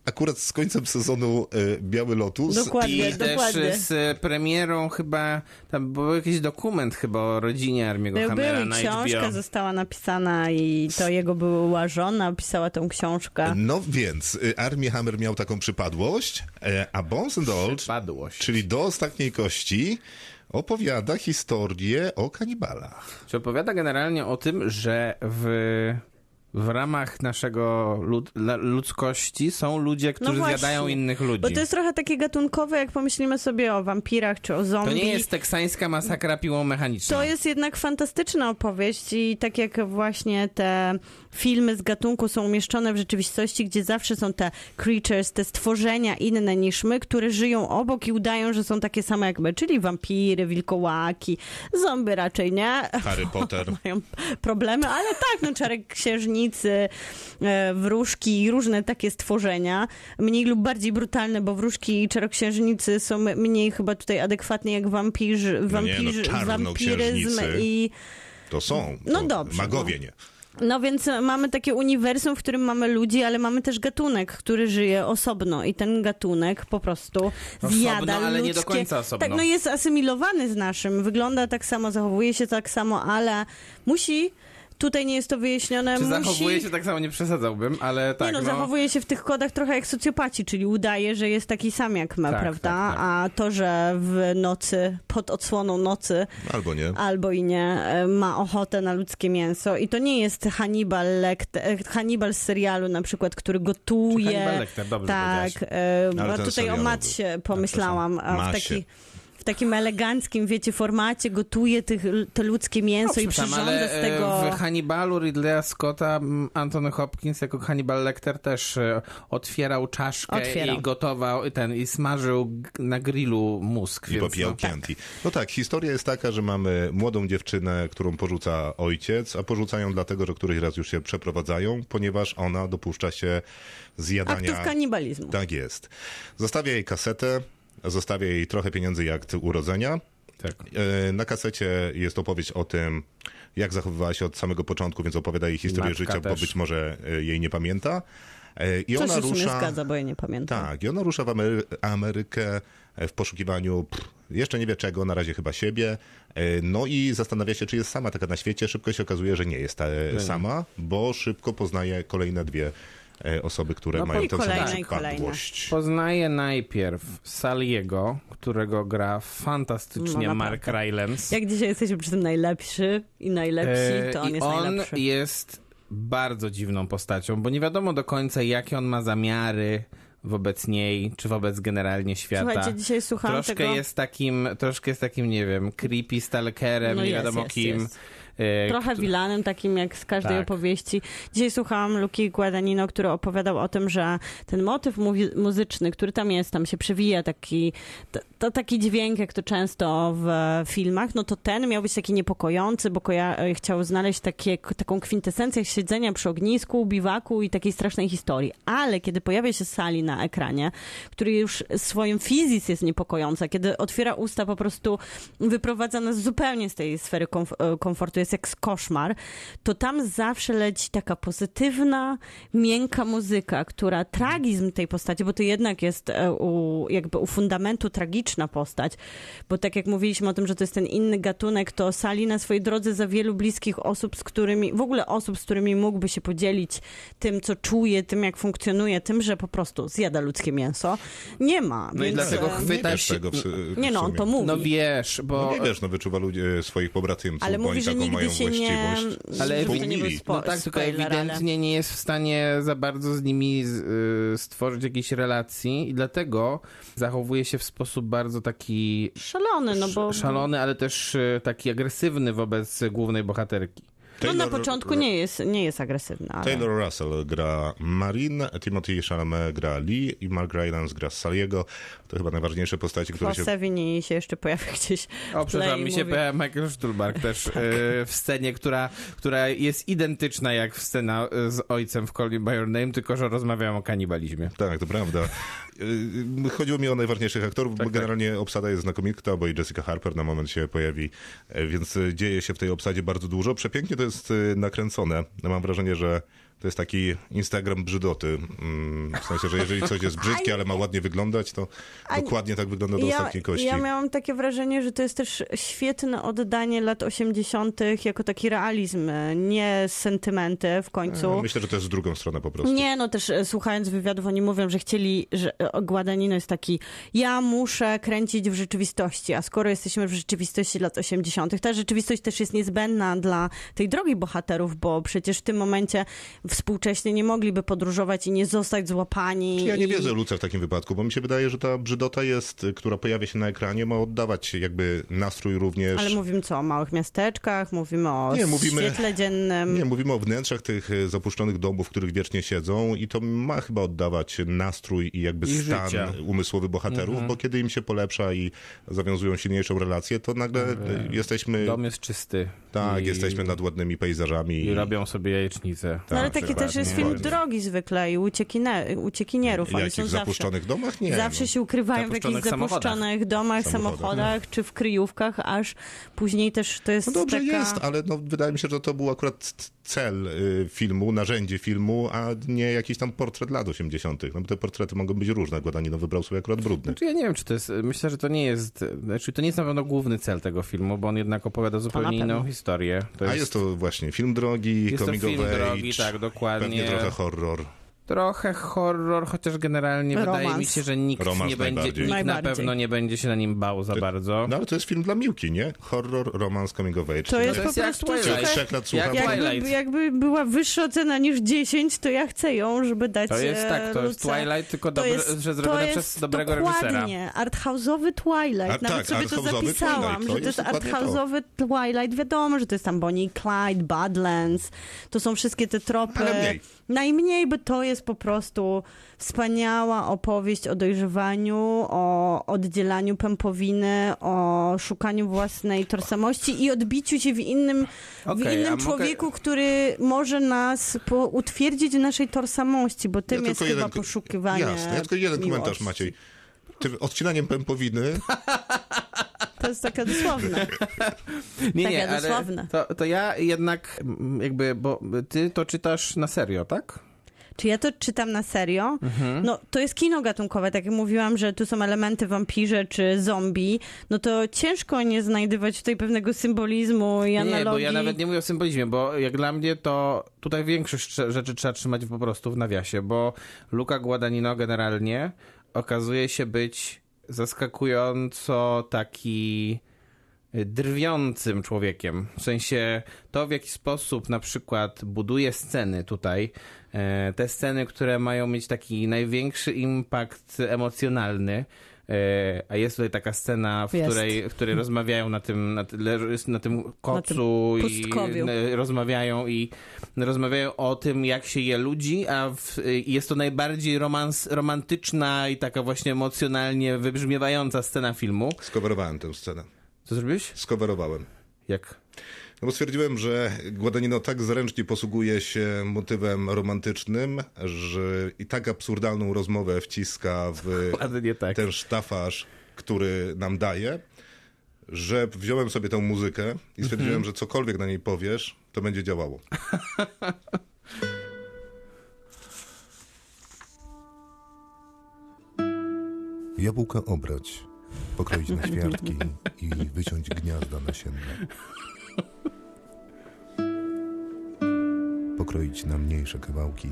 S2: akurat z końcem sezonu e, Biały Lotus.
S3: Dokładnie.
S4: I też
S3: dokładnie.
S4: z premierą chyba, tam był jakiś dokument chyba o rodzinie Armiego
S3: Był,
S4: Hammera
S3: był i
S4: na
S3: książka
S4: H B O.
S3: została napisana i to jego była żona, pisała tą książkę.
S2: No więc, y, Armie Hammer miał taką przypadłość, e, a Bones and Olds,
S4: Przypadłość.
S2: czyli do ostatniej kości, opowiada historię o kanibalach.
S4: Czy opowiada generalnie o tym, że w, w ramach naszego lud, la- ludzkości są ludzie, którzy
S3: właśnie,
S4: zjadają innych ludzi.
S3: Bo to jest trochę takie gatunkowe, jak pomyślimy sobie o wampirach czy o zombie.
S4: To nie jest teksańska masakra piłą mechaniczną.
S3: To jest jednak fantastyczna opowieść i tak jak właśnie te filmy z gatunku są umieszczone w rzeczywistości, gdzie zawsze są te creatures, te stworzenia inne niż my, które żyją obok i udają, że są takie same jak my, czyli wampiry, wilkołaki, zombie raczej nie.
S2: Harry Potter.
S3: Mają problemy, ale tak, no czarek księżnicy, e, wróżki i różne takie stworzenia, mniej lub bardziej brutalne, bo wróżki i czarnoksiężnicy są mniej chyba tutaj adekwatnie jak wampirzy,
S2: No nie, no
S3: wampirzy,
S2: czarnoksiężnicy.
S3: wampiryzm i
S2: To są.
S3: No
S2: to
S3: dobrze,
S2: Magowie nie.
S3: no więc mamy takie uniwersum, w którym mamy ludzi, ale mamy też gatunek, który żyje osobno i ten gatunek po prostu
S4: Osobno,
S3: zjada
S4: ale nie
S3: ludzkie...
S4: do końca osobno.
S3: Tak, no jest asymilowany z naszym, wygląda tak samo, zachowuje się tak samo, ale musi... Tutaj nie jest to wyjaśnione,
S4: Czy
S3: musi...
S4: zachowuje się tak samo, nie przesadzałbym, ale tak,
S3: nie no,
S4: no,
S3: zachowuje się w tych kodach trochę jak socjopaci, czyli udaje, że jest taki sam jak my,
S4: Tak,
S3: prawda?
S4: tak, tak.
S3: A to, że w nocy, pod odsłoną nocy
S2: Albo nie.
S3: albo i nie, e, ma ochotę na ludzkie mięso. I to nie jest Hannibal Lecter, Hannibal z serialu na przykład, który gotuje.
S4: Czy Hannibal Lecter, dobrze
S3: tak,
S4: powiedziałaś.
S3: e,
S2: Ale
S3: bo
S2: ten
S3: tutaj o
S2: serialowy.
S3: Macie pomyślałam. a w
S2: Masie.
S3: taki w takim eleganckim, wiecie, formacie gotuje tych, te ludzkie mięso i
S4: przepraszam,
S3: przyrządza
S4: ale
S3: z
S4: e,
S3: tego...
S4: w Hannibalu Ridleya Scotta m, Anthony Hopkins jako Hannibal Lecter też e, otwierał czaszkę
S3: Otwierał.
S4: i gotował ten i smażył g- na grillu mózg.
S2: I
S4: więc
S2: popijał
S4: no,
S2: Chianti. No tak, historia jest taka, że mamy młodą dziewczynę, którą porzuca ojciec, a porzucają dlatego, że któryś raz już się przeprowadzają, ponieważ ona dopuszcza się zjadania...
S3: Aktów kanibalizmu.
S2: Tak jest. Zostawia jej kasetę, zostawia jej trochę pieniędzy jak z urodzenia.
S4: tak.
S2: E, Na kasecie jest opowieść o tym, jak zachowywała się od samego początku, więc opowiada jej historię
S4: Matka
S2: życia, bo
S4: też.
S2: być może e, jej nie pamięta. E, I
S3: Co
S2: ona
S3: się w sumie
S2: rusza...
S3: zgadza, bo ja nie pamiętam.
S2: Tak, i ona rusza w Amery- Amerykę w poszukiwaniu pff, jeszcze nie wie czego, na razie chyba siebie. E, No i zastanawia się, czy jest sama taka na świecie. Szybko się okazuje, że nie jest e, sama, bo szybko poznaje kolejne dwie e, osoby, które
S3: No,
S2: mają
S3: i
S2: tę
S3: kolejne,
S2: samą
S3: i kolejne.
S2: przypadłość.
S4: Poznaje najpierw Saliego, którego gra fantastycznie
S3: No,
S4: Mark
S3: naprawdę.
S4: Rylance.
S3: Jak dzisiaj jesteśmy przy tym najlepszy i najlepsi, to on
S4: E, I
S3: jest
S4: on
S3: najlepszy.
S4: jest bardzo dziwną postacią, bo nie wiadomo do końca, jakie on ma zamiary wobec niej, czy wobec generalnie świata.
S3: Słuchajcie, dzisiaj słuchałam
S4: troszkę
S3: tego...
S4: jest takim, troszkę jest takim, nie wiem, creepy stalkerem,
S3: No
S4: nie
S3: jest,
S4: wiadomo
S3: jest,
S4: kim.
S3: jest.
S4: E,
S3: Trochę
S4: kto-
S3: wilanem, takim jak z każdej
S4: Tak.
S3: opowieści. Dzisiaj słuchałam Luki Guadagnino, który opowiadał o tym, że ten motyw muwi- muzyczny, który tam jest, tam się przewija taki, to, to taki dźwięk, jak to często w filmach, no to ten miał być taki niepokojący, bo koja- chciał znaleźć takie, taką kwintesencję siedzenia przy ognisku, biwaku i takiej strasznej historii. Ale kiedy pojawia się Sally na ekranie, który już swoim fizis jest niepokojąca, kiedy otwiera usta, po prostu wyprowadza nas zupełnie z tej sfery komf- komfortu, jest jak koszmar, to tam zawsze leci taka pozytywna, miękka muzyka, która tragizm tej postaci, bo to jednak jest e, u, jakby u fundamentu tragiczna postać, bo tak jak mówiliśmy o tym, że to jest ten inny gatunek, to Sally na swojej drodze za wielu bliskich osób, z którymi, w ogóle osób, z którymi mógłby się podzielić tym, co czuje, tym, jak funkcjonuje, tym, że po prostu zjada ludzkie mięso, nie ma.
S4: No i
S3: więc,
S4: dlatego
S3: e,
S4: chwyta
S2: Nie wiesz
S4: się-
S2: tego w, w
S3: Nie no, on
S2: sumie.
S3: to mówi.
S4: No wiesz, bo...
S2: No nie wiesz, no wyczuwa ludzie swoich pobratymców,
S3: Ale
S2: bo
S3: mówi,
S2: oni
S3: że
S2: taką mają
S3: nigdy się nie...
S2: właściwość.
S4: Ale
S3: żeby to nie był
S2: wspomnieli.
S3: spo,
S4: No tak, tylko
S3: spoiler, ale-
S4: ewidentnie nie jest w stanie za bardzo z nimi z, y, stworzyć jakiejś relacji i dlatego zachowuje się w sposób bardzo taki
S3: Szalony, no bo...
S4: sz- szalony, ale też y, taki agresywny wobec głównej bohaterki.
S3: No na
S2: Taylor-
S3: początku nie jest, nie jest agresywny, ale...
S2: Taylor Russell gra Marin, Timothy Chalamet gra Lee i Mark Rylance gra Saliego. To chyba najważniejsze postaci, które się...
S3: Sevigny się jeszcze pojawia gdzieś
S4: O,
S3: w tle
S4: przepraszam,
S3: i
S4: mi się
S3: mówi-
S4: pojawia Michael Stuhlbarg też y, w scenie, która, która jest identyczna jak scena y, z ojcem w Call Me By Your Name, tylko że rozmawiają o kanibalizmie.
S2: Tak, to prawda. Yy, Chodziło mi o najważniejszych aktorów,
S4: Tak,
S2: bo
S4: tak.
S2: generalnie obsada jest znakomita, bo i Jessica Harper na moment się pojawi, e, więc e, dzieje się w tej obsadzie bardzo dużo. Przepięknie to jest e, nakręcone. Mam wrażenie, że To jest taki Instagram brzydoty. Mm, W sensie, że jeżeli coś jest brzydkie, ale ma ładnie wyglądać, to
S3: A-
S2: dokładnie tak wygląda do
S3: Ja,
S2: ostatniej kości.
S3: ja miałam takie wrażenie, że to jest też świetne oddanie lat osiemdziesiątych jako taki realizm, nie sentymenty w końcu.
S2: Myślę, że to jest w drugą stronę po prostu.
S3: Nie, no też e, słuchając wywiadów, oni mówią, że chcieli, że e, Guadagnino jest taki, ja muszę kręcić w rzeczywistości, a skoro jesteśmy w rzeczywistości lat osiemdziesiątych, ta rzeczywistość też jest niezbędna dla tej drogi bohaterów, bo przecież w tym momencie współcześnie nie mogliby podróżować i nie zostać złapani.
S2: Ja nie
S3: i...
S2: wierzę Luce w takim wypadku, bo mi się wydaje, że ta brzydota jest, która pojawia się na ekranie, ma oddawać jakby nastrój również.
S3: Ale mówimy co, o małych miasteczkach, mówimy o
S2: Nie, mówimy-
S3: świetle dziennym.
S2: Nie, mówimy o wnętrzach tych e, zapuszczonych domów, w których wiecznie siedzą i to ma chyba oddawać nastrój i jakby
S4: I
S2: stan
S4: życia.
S2: umysłowy bohaterów, bo kiedy im się polepsza i zawiązują silniejszą relację, to nagle e, jesteśmy,
S4: Dom jest czysty.
S2: tak,
S4: I,
S2: jesteśmy nad ładnymi pejzażami.
S4: I robią sobie jajecznicę.
S3: No ale
S2: tak,
S3: taki też jest film
S2: dokładnie.
S3: drogi zwykle i uciekine, uciekinierów.
S2: W
S3: Oni
S2: jakich
S3: są zawsze.
S2: zapuszczonych domach? Nie.
S3: Zawsze
S2: no.
S3: się ukrywają w jakichś
S4: Zapuszczonych samochodach.
S3: zapuszczonych domach,
S2: Samochodach.
S3: samochodach, czy w kryjówkach, aż później też to jest
S2: No dobrze
S3: taka...
S2: jest, ale no, wydaje mi się, że to był akurat c- cel y, filmu, narzędzie filmu, a nie jakiś tam portret lat osiemdziesiątych. No bo te portrety mogą być różne. Guadagnino wybrał sobie akurat brudny.
S4: Znaczy ja nie wiem, czy to jest, myślę, że to nie jest, znaczy to nie jest na pewno główny cel tego filmu, bo on jednak opowiada zupełnie
S3: pewno.
S4: inną historię. To
S2: A jest to właśnie film drogi,
S4: Jest to
S2: coming
S4: film
S2: of age,
S4: drogi, tak, dokładnie.
S2: pewnie trochę horror.
S4: trochę horror, chociaż generalnie
S3: Romans.
S4: wydaje mi się, że nikt
S2: Romans
S4: nie będzie,
S2: najbardziej.
S4: nikt na
S3: Najbardziej.
S4: pewno nie będzie się na nim bał za bardzo.
S2: No ale to jest film dla Miłki, nie? Horror, romans, coming of age.
S3: To jest
S4: To
S3: po
S4: jest jak
S3: prostu...
S4: Twilight.
S2: Od
S3: słuchaj,
S2: trzech lat słucham.
S4: Jak
S2: to-
S4: Twilight.
S3: Jakby, jakby była wyższa cena niż dziesięć, to ja chcę ją, żeby dać
S4: To jest
S3: e,
S4: tak, to jest
S3: Luce.
S4: Twilight, tylko
S3: To
S4: dobre,
S3: jest,
S4: że
S3: to
S4: zrobione
S3: jest
S4: przez dobrego reżysera.
S3: dokładnie arthouse'owy Twilight.
S2: A,
S3: Nawet
S2: tak,
S3: sobie to
S2: arthouse'owy
S3: zapisałam,
S2: Twilight, to
S3: że to jest
S2: jest dokładnie to.
S3: arthouse'owy Twilight. Wiadomo, że to jest tam Bonnie i Clyde, Badlands. To są wszystkie te tropy.
S2: Ale mniej.
S3: Najmniej, bo to jest po prostu wspaniała opowieść o dojrzewaniu, o oddzielaniu pępowiny, o szukaniu własnej tożsamości i odbiciu się w innym, w
S4: Okej, a
S3: innym
S4: mogę-
S3: człowieku, który może nas po, utwierdzić w naszej tożsamości, bo tym
S2: Ja
S3: jest
S2: tylko
S3: chyba
S2: jeden-
S3: poszukiwanie
S2: Jasne, ja tylko jeden komentarz,
S3: miłości.
S2: Maciej. Tym odcinaniem pępowiny
S3: To jest takie dosłowne.
S4: Nie,
S3: Takie
S4: nie, ale
S3: dosłowne.
S4: to, to ja jednak mm, jakby, bo ty to czytasz na serio, tak?
S3: Czy ja to czytam na serio? No, to jest kino gatunkowe, tak jak mówiłam, że tu są elementy wampirze czy zombie, no to ciężko nie znajdywać tutaj pewnego symbolizmu i analogii.
S4: Nie, bo ja nawet nie mówię o symbolizmie, bo jak dla mnie to tutaj większość trze- rzeczy trzeba trzymać po prostu w nawiasie, bo Luca Guadagnino generalnie okazuje się być zaskakująco taki drwiącym człowiekiem. W sensie to, w jaki sposób na przykład buduje sceny tutaj, e, te sceny, które mają mieć taki największy impact emocjonalny, e, a jest tutaj taka scena, w
S3: Jest.
S4: której, w której rozmawiają na tym, na, ty- leży- na tym kocu
S3: Na tym
S4: i
S3: pustkowiu.
S4: e, rozmawiają i rozmawiają o tym, jak się je ludzi, a w, i jest to najbardziej romans, romantyczna i taka właśnie emocjonalnie wybrzmiewająca scena filmu.
S2: skowerowałem tę scenę.
S4: Co zrobiłeś?
S2: Skowerowałem.
S4: Jak?
S2: No bo stwierdziłem, że Guadagnino tak zręcznie posługuje się motywem romantycznym, że i tak absurdalną rozmowę wciska w
S4: Ładnie tak.
S2: ten sztafaż, który nam daje, że wziąłem sobie tę muzykę i stwierdziłem,
S4: Mhm.
S2: że cokolwiek na niej powiesz, to będzie działało.
S6: Jabłka obrać, pokroić na ćwiartki i wyciąć gniazda nasienne. Pokroić na mniejsze kawałki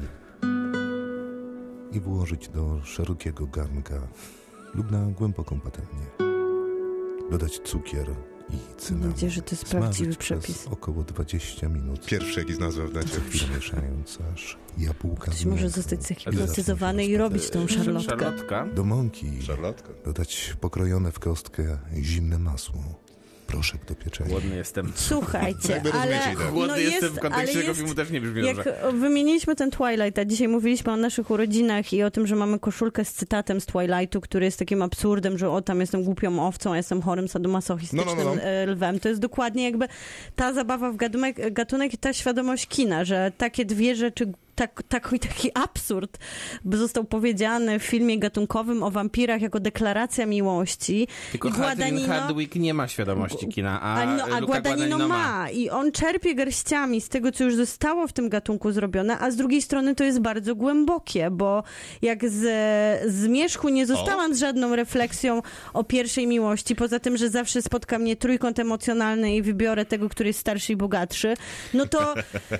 S6: i włożyć do szerokiego garnka lub na głęboką patelnię. Dodać cukier i cynamon.
S3: Mam nadzieję, że to jest
S6: Smażyć
S3: prawdziwy
S6: przez
S3: przepis.
S6: około dwadzieścia minut.
S2: Pierwszy jakiś nazwę w necie.
S6: Chwilę mieszając, aż jabłka
S3: Ktoś może
S6: zmiękną
S3: zostać
S6: i
S3: zahipnotyzowany i
S6: zaczną się
S3: robić tą
S6: rozpadać.
S3: szarlotkę.
S4: Szarlotka.
S6: Do mąki
S2: Szarlotka.
S6: dodać pokrojone w kostkę zimne masło, proszek do pieczenia.
S4: Głodny jestem.
S3: Słuchajcie,
S2: Jakby
S3: ale
S2: rozumiecie, tak.
S4: Głodny
S3: no
S4: jestem
S3: jest,
S4: w kontekście
S3: ale
S4: tego
S3: jest,
S4: filmu też nie brzmi
S3: jak
S4: dobrze.
S3: wymieniliśmy ten Twilight, a dzisiaj mówiliśmy o naszych urodzinach i o tym, że mamy koszulkę z cytatem z Twilightu, który jest takim absurdem, że o tam jestem głupią owcą, a jestem chorym sadomasochistycznym
S2: No, no, no, no.
S3: e, lwem. To jest dokładnie jakby ta zabawa w gatunek, gatunek i ta świadomość kina, że takie dwie rzeczy tak, taki, taki absurd został powiedziany w filmie gatunkowym o wampirach jako deklaracja miłości.
S4: Tylko
S3: I
S4: Catherine Hardwicke nie ma świadomości kina, a,
S3: A, no, a
S4: Luca
S3: Guadagnino ma.
S4: ma.
S3: I on czerpie garściami z tego, co już zostało w tym gatunku zrobione, a z drugiej strony to jest bardzo głębokie, bo jak z Zmierzchu nie zostałam z żadną refleksją o pierwszej miłości, poza tym, że zawsze spotka mnie trójkąt emocjonalny i wybiorę tego, który jest starszy i bogatszy, no to,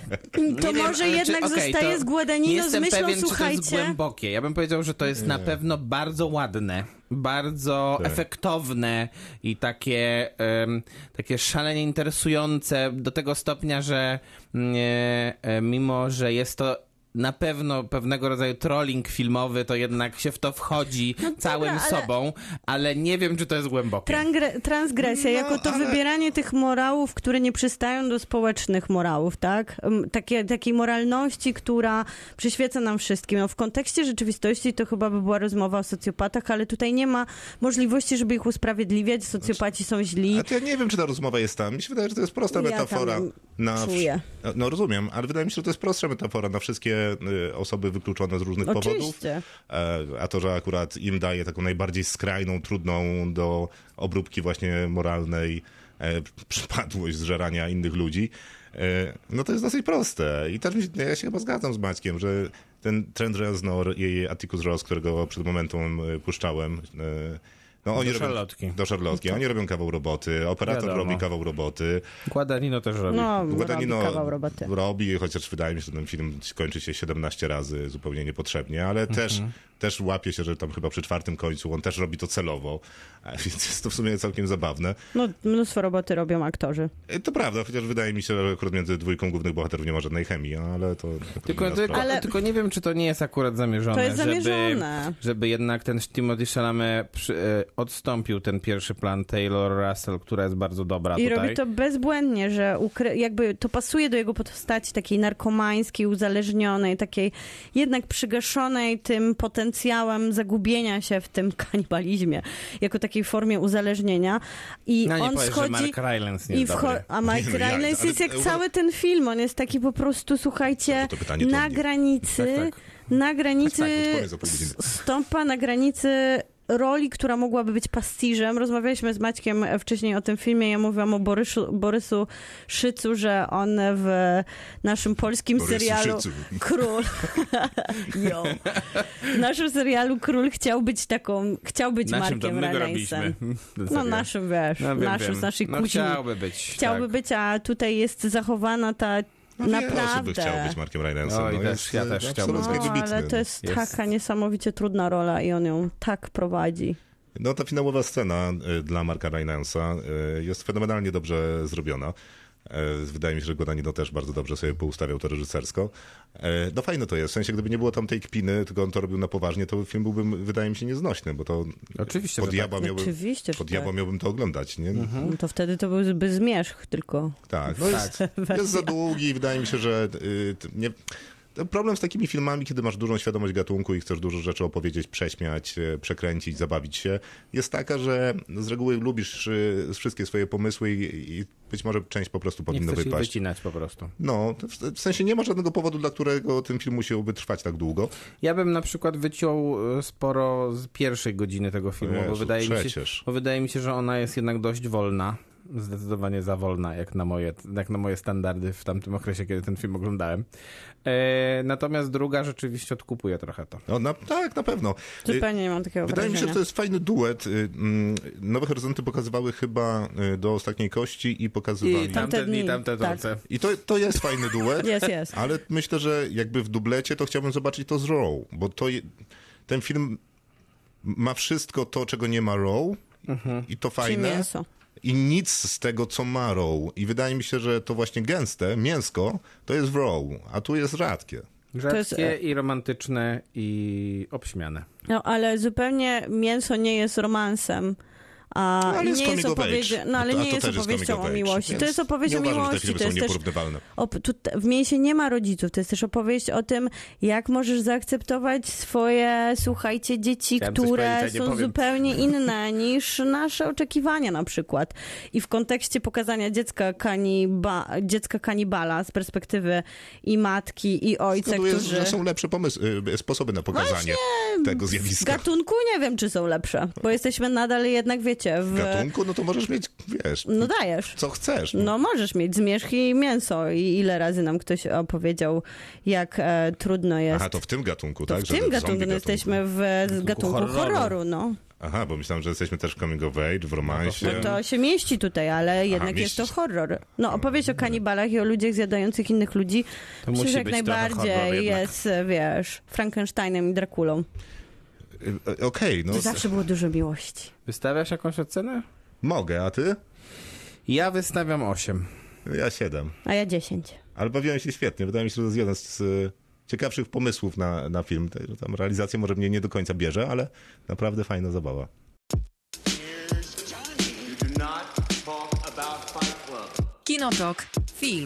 S3: to
S4: Nie
S3: może
S4: wiem, ale
S3: jednak
S4: czy, okay,
S3: zostaje
S4: to
S3: z Guadagnino
S4: nie
S3: z
S4: jestem
S3: myślą,
S4: pewien,
S3: słuchajcie...
S4: czy to jest głębokie. Ja bym powiedział, że to jest na pewno bardzo ładne, bardzo
S2: Tak.
S4: efektowne i takie, em, takie szalenie interesujące do tego stopnia, że mm, e, mimo, że jest to na pewno pewnego rodzaju trolling filmowy, to jednak się w to wchodzi całym
S3: No ale-
S4: sobą, ale nie wiem, czy to jest głębokie.
S3: Trangre- transgresja,
S2: No,
S3: jako to
S2: ale-
S3: wybieranie tych morałów, które nie przystają do społecznych morałów, tak? Um, Takie, takiej moralności, która przyświeca nam wszystkim. No, w kontekście rzeczywistości to chyba by była rozmowa o socjopatach, ale tutaj nie ma możliwości, żeby ich usprawiedliwiać. Socjopaci są źli.
S2: A to ja nie wiem, czy ta rozmowa jest tam. Mi się wydaje, że to jest prosta
S3: Ja
S2: metafora.
S3: tam
S2: na
S3: czuję.
S2: No rozumiem, ale wydaje mi się, że to jest prostsza metafora na wszystkie y, osoby wykluczone z różnych powodów.
S3: Oczywiście.
S2: E, A to, że akurat im daje taką najbardziej skrajną, trudną do obróbki właśnie moralnej e, przypadłość zżerania innych ludzi, e, no to jest dosyć proste. I też mi- ja się chyba zgadzam z Maćkiem, że ten Trent Reznor i Atticus Ross, którego przed momentem e, puszczałem, e, no oni
S4: Do
S2: robią,
S4: Szarlotki.
S2: do Szarlotki. Oni robią kawał roboty, operator
S4: Wiadomo.
S2: robi kawał roboty.
S4: Guadagnino też robi.
S3: No,
S2: Guadagnino
S3: robi kawał roboty.
S2: robi, chociaż wydaje mi się, że ten film kończy się siedemnaście razy zupełnie niepotrzebnie, ale też, też łapie się, że tam chyba przy czwartym końcu on też robi to celowo, a więc jest to w sumie całkiem zabawne.
S3: No, mnóstwo roboty robią aktorzy.
S2: E, To prawda, chociaż wydaje mi się, że akurat między dwójką głównych bohaterów nie ma żadnej chemii, ale to... to
S4: Tylko,
S2: inna
S4: tylko,
S2: sprawa.
S3: Ale-
S4: tylko nie wiem, czy to nie jest akurat zamierzone.
S3: To jest
S4: żeby,
S3: zamierzone.
S4: żeby jednak ten Timothée Chalamet przy, e, odstąpił ten pierwszy plan Taylor Russell, która jest bardzo dobra
S3: I
S4: tutaj.
S3: robi to bezbłędnie, że ukry- jakby to pasuje do jego postaci takiej narkomańskiej, uzależnionej, takiej jednak przygaszonej tym potencjałem zagubienia się w tym kanibalizmie, jako takiej formie uzależnienia. I
S4: No nie
S3: on
S4: powiesz,
S3: schodzi...
S4: że Mark Rylance nie
S3: I
S4: jest
S3: wcho-
S4: dobry.
S3: a Mike
S2: Nie, no jak?
S3: Rylance
S2: Ale-
S3: jest jak
S2: ale-
S3: cały ten film. On jest taki po prostu, słuchajcie,
S2: To pytanie do
S3: na
S2: mnie.
S3: granicy,
S4: Tak, tak.
S3: na granicy,
S2: Tak, tak, odpowiedz za pół godziny.
S3: s- stąpa na granicy roli, która mogłaby być pastiżem. Rozmawialiśmy z Maćkiem wcześniej o tym filmie. Ja mówiłam o Borysu, Borysu Szycu, że on w naszym polskim
S2: Borysu
S3: serialu
S2: Szycu.
S3: Król Yo. w naszym serialu Król chciał być taką, chciał być
S4: Naszym to
S3: Markiem
S4: my go
S3: Rylansem.
S4: robiliśmy. Ten
S3: No
S4: serial.
S3: naszym, wiesz,
S4: No, wiem,
S3: naszym
S4: wiem.
S3: z naszej
S4: no,
S3: kuźni.
S4: chciałby być.
S3: Chciałby
S4: tak.
S3: być, a tutaj jest zachowana ta
S2: No, wiele osób by
S3: naprawdę.
S2: chciał być Markiem Rylansem.
S4: Oj,
S2: no,
S4: też,
S2: jest,
S4: ja
S2: e,
S4: też chciałbym
S2: absolutnie
S3: No,
S2: wybitny.
S3: ale to jest,
S4: Jest.
S3: taka niesamowicie trudna rola i on ją tak prowadzi.
S2: No ta finałowa scena y, dla Marka Rylansa y, jest fenomenalnie dobrze zrobiona. Y, Wydaje mi się, że Guadagnino też bardzo dobrze sobie poustawiał to reżysersko. Y, No fajne to jest, w sensie gdyby nie było tam tej kpiny, tylko on to robił na poważnie, to film byłby, wydaje mi się, nieznośny, bo to
S4: Oczywiście,
S2: pod
S4: że
S2: diabła
S4: tak.
S2: miałbym,
S3: Oczywiście, że
S2: pod diabła
S3: tak.
S2: miałbym to oglądać, nie?
S3: No to wtedy to byłby zmierzch tylko.
S2: Tak, no jest, jest za długi i wydaje mi się, że y, t- nie... to problem z takimi filmami, kiedy masz dużą świadomość gatunku i chcesz dużo rzeczy opowiedzieć, prześmiać, e, przekręcić, zabawić się, jest taka, że z reguły lubisz e, wszystkie swoje pomysły i, i być może część po prostu
S4: Nie
S2: powinno
S4: chcesz ich
S2: wypaść.
S4: wycinać po prostu.
S2: No, to w, w sensie nie ma żadnego powodu, dla którego ten film musiałby trwać tak długo.
S4: Ja bym na przykład wyciął e, sporo z pierwszej godziny tego filmu, bo
S2: Jezu,
S4: wydaje, mi się,
S2: przecież.
S4: bo wydaje mi się, że ona jest jednak dość wolna. Zdecydowanie za wolna, jak na moje, jak na moje standardy w tamtym okresie, kiedy ten film oglądałem. E, natomiast druga rzeczywiście odkupuje trochę to.
S2: No, na, tak, na pewno. E,
S3: Zupełnie nie mam takiego
S2: Wydaje mi się, że
S3: wrażenia.
S2: to jest fajny duet. Y, mm, Nowe Horyzonty pokazywały chyba y, do Ostatniej Kości i pokazywali...
S4: I tamte dni,
S3: dni,
S4: tamte
S3: tak.
S4: noce.
S2: I to, to jest fajny duet.
S3: Jest, jest.
S2: Ale myślę, że jakby w dublecie to chciałbym zobaczyć to z Raw, bo to je, ten film ma wszystko to, czego nie ma Raw i to
S3: Czyli
S2: fajne.
S3: mięso.
S2: I nic z tego, co ma Raw. I wydaje mi się, że to właśnie gęste, mięsko, to jest w Raw, a tu jest rzadkie.
S4: Rzadkie
S3: jest, e-
S4: i romantyczne i obśmiane.
S3: No, ale zupełnie mięso nie jest romansem. A
S2: No, ale
S3: i
S2: jest
S3: nie jest
S2: coming of
S3: opowieść,
S2: age.
S3: no ale
S2: A to
S3: nie jest
S2: też jest
S3: opowieścią
S2: coming of
S3: o
S2: age,
S3: miłości.
S2: więc
S3: To jest opowieść
S2: nie
S3: o
S2: uważam, że te
S3: miłości.
S2: filmy
S3: To
S2: są
S3: jest też
S2: nieporównywalne.
S3: op- tu, w Mięsie nie ma rodziców. To jest też opowieść o tym, jak możesz zaakceptować swoje, słuchajcie, dzieci,
S4: Chciałem coś
S3: które
S4: powiedzieć, a nie
S3: są
S4: powiem.
S3: zupełnie inne niż nasze oczekiwania na przykład. I w kontekście pokazania dziecka, kaniba, dziecka kanibala z perspektywy i matki, i ojca,
S2: Zgaduję,
S3: którzy...
S2: że są lepsze pomysły, y, sposoby na pokazanie tego
S3: Z
S2: zjawiska.
S3: gatunku nie wiem, czy są lepsze, bo jesteśmy nadal jednak, wiecie, w...
S2: W gatunku, no to możesz mieć, wiesz,
S3: No dajesz.
S2: co chcesz.
S3: No możesz mieć zmierzch i mięso. I ile razy nam ktoś opowiedział, jak e, trudno jest.
S2: Aha, to w tym gatunku,
S3: To
S2: tak?
S3: w
S2: Że
S3: tym
S2: zombie
S3: gatunku, no jesteśmy w gatunku
S4: horroru.
S3: horroru, no.
S2: Aha, bo myślałem, że jesteśmy też w coming of age, w romansie.
S3: No to się mieści tutaj, ale jednak jest to
S2: mieści się.
S3: horror. No opowieść o kanibalach i o ludziach zjadających innych ludzi,
S4: To
S3: myślę,
S4: musi
S3: że jak
S4: być trochę horror
S3: najbardziej
S4: jednak.
S3: jest, wiesz, Frankensteinem i Drakulą.
S2: Y, y, Okej, no
S3: To zawsze było dużo miłości.
S4: Wystawiasz jakąś ocenę?
S2: mogę, a ty?
S4: Ja wystawiam osiem.
S2: Ja siedem.
S3: A ja dziesięć.
S2: Ale bawiłem się świetnie. Wydaje mi się, że to jest jeden z y, ciekawszych pomysłów na, na film. Te- że Tam realizacja może mnie nie do końca bierze, ale naprawdę fajna zabawa.
S7: You do not talk about Fight Club.
S8: Kinotok. Film.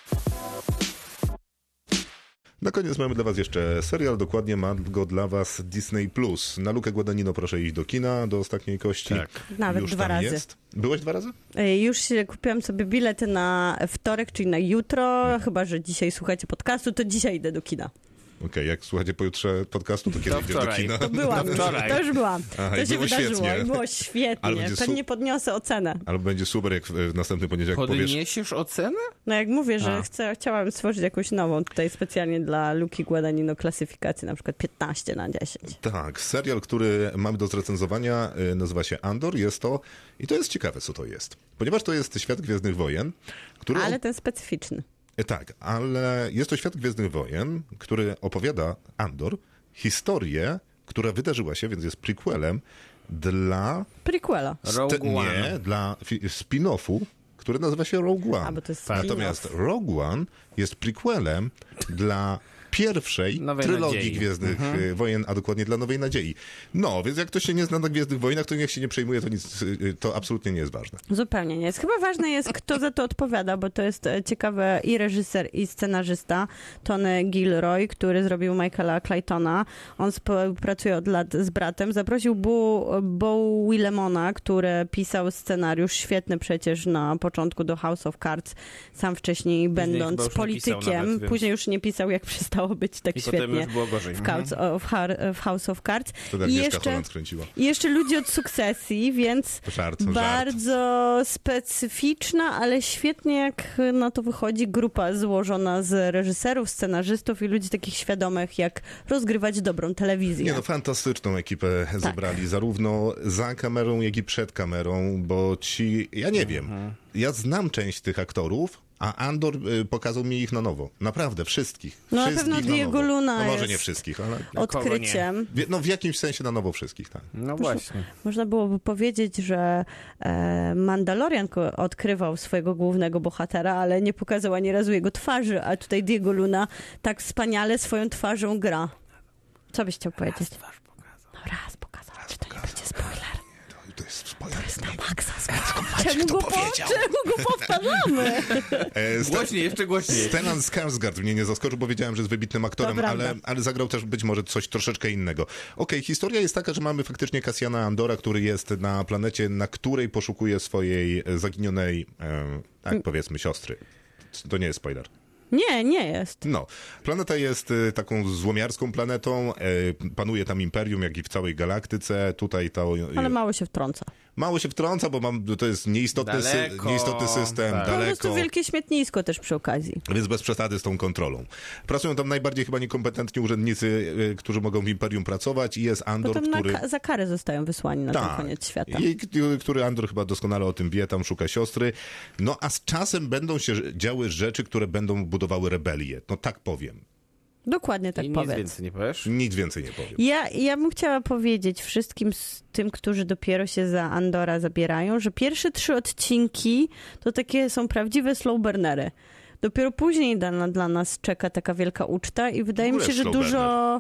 S2: Na koniec mamy dla was jeszcze serial, dokładnie ma go dla was Disney Plus. Na Lukę Guadagnino proszę iść do kina, do ostatniej kości.
S4: Tak.
S3: Nawet
S2: Już
S3: dwa
S2: tam
S3: razy.
S2: Jest. Byłeś dwa razy?
S3: Ej, Już się kupiłam sobie bilety na wtorek, czyli na jutro. Chyba że dzisiaj słuchacie podcastu, to dzisiaj idę do kina.
S2: Okej, jak słuchacie pojutrze podcastu, to kiedy
S4: To
S2: idziesz do
S4: wczoraj.
S2: kina?
S3: To byłam,
S4: To
S3: już,
S4: wczoraj.
S3: to już byłam.
S2: Aha,
S3: to
S2: i
S3: się
S2: było
S3: wydarzyło
S2: świetnie.
S3: i było
S2: Ale
S3: świetnie.
S2: będzie su-
S3: Pewnie podniosę ocenę.
S2: Albo będzie super, jak w, w następny poniedziałek powiesz...
S4: Podniesiesz ocenę?
S3: No jak mówię, że
S4: A.
S3: chcę, chciałam stworzyć jakąś nową tutaj specjalnie dla Luki Guadagnino klasyfikację, na przykład piętnaście na dziesięć.
S2: Tak, serial, który mamy do zrecenzowania, y, nazywa się Andor. Jest to, i to jest ciekawe, co to jest. Ponieważ to jest świat Gwiezdnych Wojen, który...
S3: Ale ten specyficzny.
S2: E, Tak, ale jest to świat Gwiezdnych Wojen, który opowiada, Andor, historię, która wydarzyła się, więc jest prequelem dla...
S3: Prequela.
S4: Rogue
S2: st- nie,
S4: One.
S2: dla fi- spin-offu, który nazywa się Rogue One.
S3: A, bo to jest
S2: Natomiast
S3: spin-off.
S2: Rogue One jest prequelem dla pierwszej
S4: Nowej
S2: trylogii
S4: Nadziei.
S2: Gwiezdnych
S4: Mhm.
S2: y, Wojen, a dokładnie dla Nowej Nadziei. No, więc jak ktoś się nie zna na Gwiezdnych Wojnach, to niech się nie przejmuje, to, nic, y, to absolutnie nie jest ważne.
S3: Zupełnie nie jest. Chyba ważne jest, kto za to odpowiada, bo to jest e, ciekawe i reżyser, i scenarzysta Tony Gilroy, który zrobił Michaela Claytona. On współpracuje od lat z bratem. Zaprosił Bo, Bo Willemona, który pisał scenariusz świetny przecież na początku do House of Cards, sam wcześniej
S4: chyba
S3: będąc
S4: już nie
S3: politykiem.
S4: pisał nawet, więc-
S3: Później już nie pisał, jak przestało być tak
S4: I potem
S3: świetnie
S4: już było gorzej.
S3: w, House of, Har- w House of Cards.
S2: Wtedy
S3: I
S2: Agnieszka
S3: jeszcze,
S2: Holland kręciła.
S3: I jeszcze ludzi od Sukcesji, więc
S2: To żart, żart.
S3: bardzo specyficzna, ale świetnie jak na to wychodzi grupa złożona z reżyserów, scenarzystów i ludzi takich świadomych, jak rozgrywać dobrą telewizję.
S2: Nie no, fantastyczną ekipę
S3: Tak.
S2: zebrali, zarówno za kamerą, jak i przed kamerą, bo ci, ja nie wiem, ja znam część tych aktorów, a Andor y, pokazał mi ich na nowo. Naprawdę, wszystkich.
S3: No na
S2: wszystkich
S3: pewno
S2: na
S3: Diego
S2: nowo.
S3: Luna
S2: No może
S3: jest
S2: nie wszystkich, ale...
S3: Odkryciem.
S2: Wie- No w jakimś sensie na nowo wszystkich, tak.
S4: No właśnie.
S3: Można byłoby powiedzieć, że e, Mandalorian ko- odkrywał swojego głównego bohatera, ale nie pokazał ani razu jego twarzy, a tutaj Diego Luna tak wspaniale swoją twarzą gra. Co byś chciał powiedzieć? No raz pokazał. Czy to nie będzie spoiler?
S2: To jest spoiler.
S3: Na maksa spoiler. Czemu go, po, czemu go powtarzamy?
S2: E, Sta-
S4: Głośniej, jeszcze głośniej.
S2: Stellan Skarsgård mnie nie zaskoczył, bo wiedziałem, że jest wybitnym aktorem,
S3: To prawda.
S2: ale, ale zagrał też być może coś troszeczkę innego. Okej, historia jest taka, że mamy faktycznie Cassiana Andora, który jest na planecie, na której poszukuje swojej e, zaginionej, e, tak powiedzmy, siostry. To nie jest spoiler.
S3: Nie, nie jest.
S2: No, planeta jest e, taką złomiarską planetą, e, panuje tam imperium, jak i w całej galaktyce. Tutaj to e,
S3: Ale mało się wtrąca.
S2: mało się wtrąca, bo mam, to jest nieistotny, sy,
S4: Daleko,
S2: nieistotny system,
S4: tak.
S3: Po
S2: daleko.
S3: prostu wielkie śmietnisko też przy okazji.
S2: Więc bez przesady z tą kontrolą. Pracują tam najbardziej chyba niekompetentni urzędnicy, y, którzy mogą w Imperium pracować i jest Andor,
S3: Potem na
S2: który...
S3: ka- za karę zostają wysłani na ten
S2: Tak.
S3: koniec świata.
S2: I k- który Andor chyba doskonale o tym wie, tam szuka siostry. No a z czasem będą się działy rzeczy, które będą budowały rebelię. No tak powiem.
S3: Dokładnie tak
S4: I nic
S3: powiedz.
S4: więcej nie powiesz?
S2: Nic więcej nie powiem.
S3: Ja, ja bym chciała powiedzieć wszystkim z tym, którzy dopiero się za Andora zabierają, że pierwsze trzy odcinki to takie są prawdziwe slow burnery. Dopiero później dla, dla nas czeka taka wielka uczta i wydaje
S2: W
S3: mi
S2: ogóle
S3: się, że
S2: slow
S3: dużo...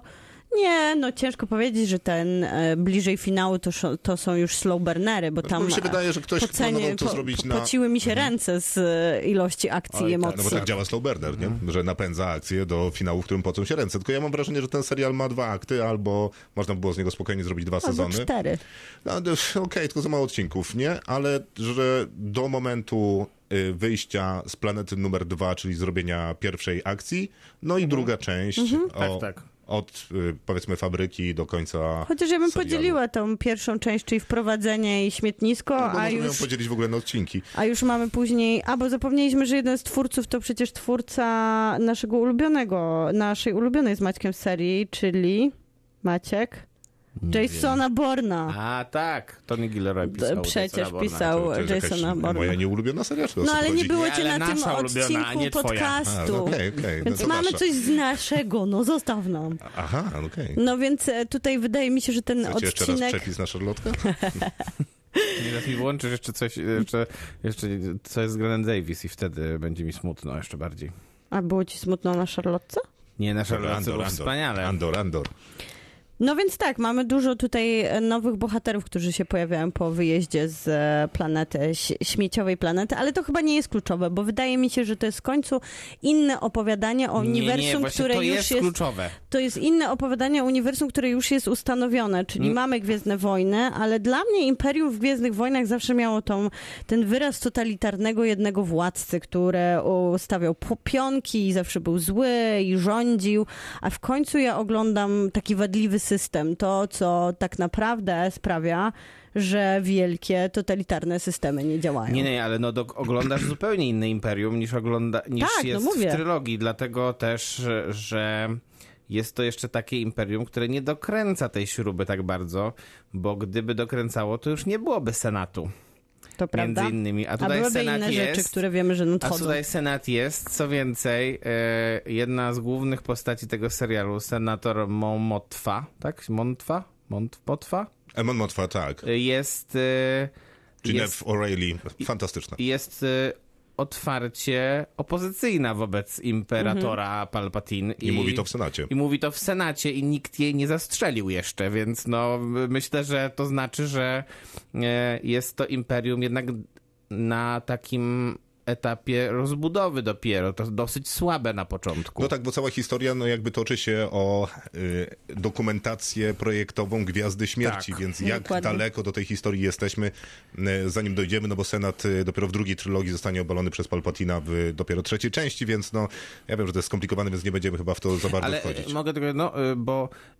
S3: Nie, no ciężko powiedzieć, że ten e, bliżej finału to, sz- to są już slow burnery, bo tam
S2: mi się wydaje, że ktoś
S3: po cenie,
S2: planował to
S3: po,
S2: zrobić
S3: po,
S2: na...
S3: pociły mi się ręce z e, ilości akcji
S4: Oj,
S3: i
S4: tak,
S3: emocji.
S2: No bo tak działa slow burner, nie? Że napędza akcję do finału, w którym pocą się ręce. Tylko ja mam wrażenie, że ten serial ma dwa akty, albo można było z niego spokojnie zrobić dwa
S3: Albo
S2: sezony.
S3: cztery.
S2: No, Okej, okay, tylko za mało odcinków, nie? Ale że do momentu y, wyjścia z planety numer dwa, czyli zrobienia pierwszej akcji, no i druga część o,
S4: Tak, tak.
S2: od y, powiedzmy fabryki do końca
S3: Chociaż ja bym
S2: serialu.
S3: podzieliła tą pierwszą część, czyli wprowadzenie i śmietnisko,
S2: No, bo
S3: a
S2: możemy ją
S3: już...
S2: podzielić w ogóle na odcinki.
S3: A już mamy później, a bo zapomnieliśmy, że jeden z twórców to przecież twórca naszego ulubionego, naszej ulubionej z Maćkiem serii, czyli Maciek? Jasona Bourna.
S4: A tak, Tony Gilroy pisał.
S3: To przecież
S4: Jasona Bourna.
S3: pisał
S2: To jest
S3: Jasona
S2: jakaś
S3: Bourna.
S2: moja nieulubiona seria, czy o
S3: No
S2: co
S3: ale
S2: chodzi?
S3: nie było
S4: Nie,
S3: cię
S4: ale
S3: na tym
S4: nasza ulubiona, a
S3: odcinku
S4: nie twoja.
S2: A,
S3: podcastu.
S2: no okej, okej. No
S3: Więc
S2: to
S3: mamy
S2: wasza.
S3: coś z naszego, no zostaw nam.
S2: Aha, no okej.
S3: No więc e, tutaj wydaje mi się, że ten
S2: Chcecie jeszcze raz
S3: odcinek...
S2: przepis na szarlotkę?
S4: Nie, teraz mi włączysz jeszcze coś, jeszcze, jeszcze coś z Glenn Davis i wtedy będzie mi smutno jeszcze bardziej.
S3: A było ci smutno na Charlotce?
S4: Nie, na Charlotte
S2: Andor,
S4: było
S2: Andor.
S4: wspaniale.
S2: Andor, Andor.
S3: No więc tak, mamy dużo tutaj nowych bohaterów, którzy się pojawiają po wyjeździe z e, planety, ś- śmieciowej planety, ale to chyba nie jest kluczowe, bo wydaje mi się, że to jest w końcu inne opowiadanie o uniwersum,
S4: nie, nie, właśnie
S3: które
S4: to
S3: już
S4: jest,
S3: jest...
S4: kluczowe.
S3: To jest inne opowiadanie o uniwersum, które już jest ustanowione, czyli
S4: Mm.
S3: mamy Gwiezdne Wojny, ale dla mnie Imperium w Gwiezdnych Wojnach zawsze miało tą, ten wyraz totalitarnego jednego władcy, który stawiał pionki i zawsze był zły i rządził, a w końcu ja oglądam taki wadliwy system, to co tak naprawdę sprawia, że wielkie totalitarne systemy nie działają.
S4: Nie, nie, ale no do, oglądasz zupełnie inne imperium niż, ogląda, niż
S3: Tak, no
S4: jest
S3: mówię.
S4: w trylogii, dlatego też, że- że jest to jeszcze takie imperium, które nie dokręca tej śruby tak bardzo, bo gdyby dokręcało, to już nie byłoby Senatu.
S3: To prawda?
S4: Między innymi. A
S3: A
S4: tutaj
S3: byłyby
S4: Senat
S3: inne
S4: jest.
S3: rzeczy, które wiemy, że
S4: A
S3: nadchodzą.
S4: tutaj Senat jest. Co więcej, e, jedna z głównych postaci tego serialu, senator Momotwa, tak? Montwa? Mont, Motwa?
S2: Emon Motwa, tak.
S4: Jest... E,
S2: Genevieve
S4: jest,
S2: O'Reilly, fantastyczna.
S4: jest e, otwarcie opozycyjna wobec imperatora
S3: Mhm.
S4: Palpatine.
S2: I mówi to w Senacie.
S4: I mówi to w Senacie i nikt jej nie zastrzelił jeszcze, więc no myślę, że to znaczy, że e, jest to imperium jednak na takim etapie rozbudowy dopiero. To dosyć słabe na początku.
S2: No tak, bo cała historia no jakby toczy się o y, dokumentację projektową Gwiazdy Śmierci,
S4: Tak.
S2: więc jak
S3: Dokładnie.
S2: daleko do tej historii jesteśmy, y, zanim dojdziemy, no bo Senat y, dopiero w drugiej trylogii zostanie obalony przez Palpatina w dopiero trzeciej części, więc no ja wiem, że to jest skomplikowane, więc nie będziemy chyba w to za bardzo
S4: Ale
S2: wchodzić.
S4: e, mogę tylko, no, e, bo e,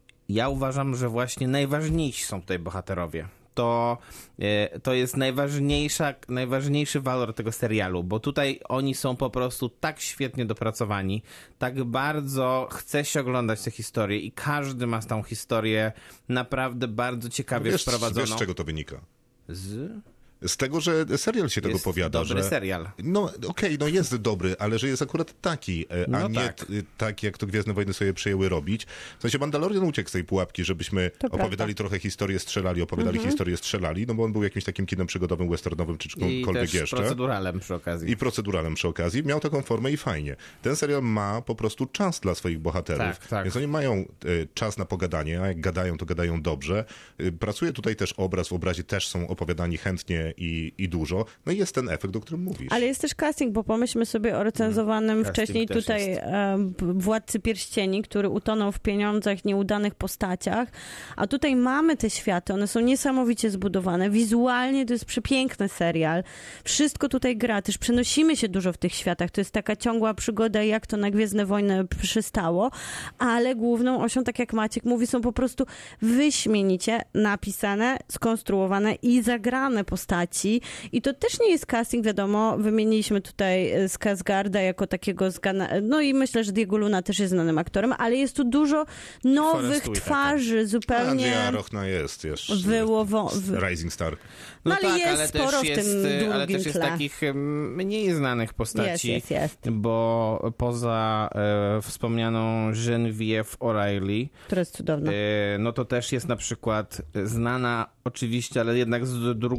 S4: ja uważam, że właśnie najważniejsi są tutaj bohaterowie. To, e, to jest najważniejsza, najważniejszy walor tego serialu, bo tutaj oni są po prostu tak świetnie dopracowani, tak bardzo chce się oglądać tę historię i każdy ma tą historię naprawdę bardzo ciekawie
S2: Wiesz,
S4: wprowadzoną.
S2: wiesz, z czego to wynika?
S4: Z...
S2: Z tego, że serial się tego
S4: Jest
S2: powiada,
S4: dobry
S2: że...
S4: serial.
S2: No okej, no jest dobry, ale że jest akurat taki, e, a
S4: No
S2: nie
S4: tak.
S2: t- tak, jak to Gwiezdne Wojny sobie przejęły robić. W sensie Mandalorian uciekł z tej pułapki, żebyśmy
S3: To
S2: opowiadali
S3: prawda.
S2: trochę historię, strzelali, opowiadali historię, strzelali, no bo on był jakimś takim kinem przygodowym, westernowym, czy
S4: I
S2: czymkolwiek
S4: też
S2: jeszcze.
S4: proceduralem przy okazji.
S2: I proceduralem przy okazji. Miał taką formę i fajnie. Ten serial ma po prostu czas dla swoich bohaterów.
S4: Tak, tak.
S2: Więc oni mają e, czas na pogadanie, a jak gadają, to gadają dobrze. E, pracuje tutaj też obraz, w obrazie też są opowiadani chętnie i, i dużo. No i jest ten efekt, o którym mówisz.
S3: Ale jest też casting, bo pomyślmy sobie o recenzowanym
S4: Casting
S3: wcześniej
S4: też
S3: tutaj
S4: jest.
S3: e, b- Władcy Pierścieni, który utonął w pieniądzach, nieudanych postaciach, a tutaj mamy te światy, one są niesamowicie zbudowane, wizualnie to jest przepiękny serial, wszystko tutaj gra, też przenosimy się dużo w tych światach, to jest taka ciągła przygoda, jak to na Gwiezdne Wojny przystało, ale główną osią, tak jak Maciek mówi, są po prostu wyśmienicie napisane, skonstruowane i zagrane postaci. I to też nie jest casting, wiadomo, wymieniliśmy tutaj Skarsgarda jako takiego zgana... No i myślę, że Diego Luna też jest znanym aktorem, ale jest tu dużo nowych
S4: Forest Whitaker.
S3: twarzy, zupełnie
S2: Andrea Rochna jest, jest
S3: wyłowo... w-
S2: Rising Star.
S3: No ale jest sporo w tym
S4: y, ale
S3: długim
S4: też jest
S3: tle.
S4: takich y, mniej znanych
S3: Jest,
S4: postaci,
S3: jest, jest.
S4: bo poza e, wspomnianą Genevieve O'Reilly,
S3: Która jest cudowna.
S4: e, no to też jest na przykład znana oczywiście, ale jednak z drugoplanowych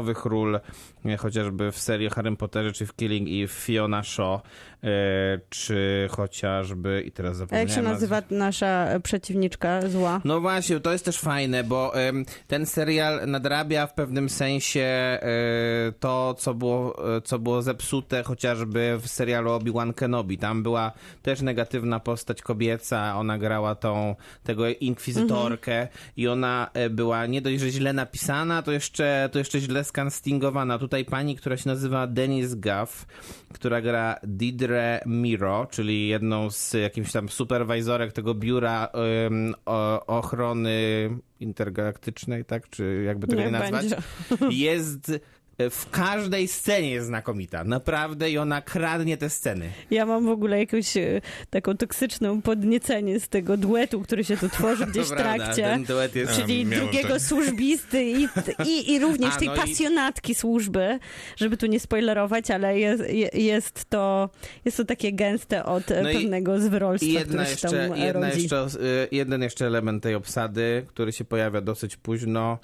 S4: czołowych ról, e, chociażby w serii o Harrym Potterze, czy w Killing Eve, Fiona Shaw, e, czy chociażby, i teraz
S3: A
S4: zapomniałem...
S3: jak się nazywa nasza przeciwniczka zła?
S4: No właśnie, to jest też fajne, bo em, ten serial nadrabia w pewnym sensie e, to, co było, e, co było zepsute chociażby w serialu Obi-Wan Kenobi. Tam była też negatywna postać kobieca, ona grała tą, tego inkwizytorkę mhm. i ona e, była nie dość, że źle napisana, to jeszcze, to jeszcze źle scastingowana. Tutaj pani, która się nazywa Denise Gough, która gra Deirdre Miro, czyli jedną z jakimś tam superwajzorek tego biura um, o, ochrony intergalaktycznej, tak? Czy jakby tego nie, nie nazwać? Będzie. Jest w każdej scenie jest znakomita. Naprawdę i ona kradnie te sceny.
S3: Ja mam w ogóle jakąś e, taką toksyczną podniecenie z tego duetu, który się tu tworzy gdzieś w trakcie.
S4: Ten duet jest...
S3: Czyli
S2: Miałem
S3: drugiego
S2: tak.
S3: służbisty i, i, i również
S4: A,
S3: tej
S4: no i-
S3: pasjonatki służby, żeby tu nie spoilerować, ale jest, je- jest, to, jest to takie gęste od e,
S4: No i-
S3: pewnego zwyrolstwa,
S4: I jedna
S3: które się tam
S4: jeszcze,
S3: e,
S4: jedna
S3: rodzi.
S4: jeszcze, y, jeden jeszcze element tej obsady, który się pojawia dosyć późno.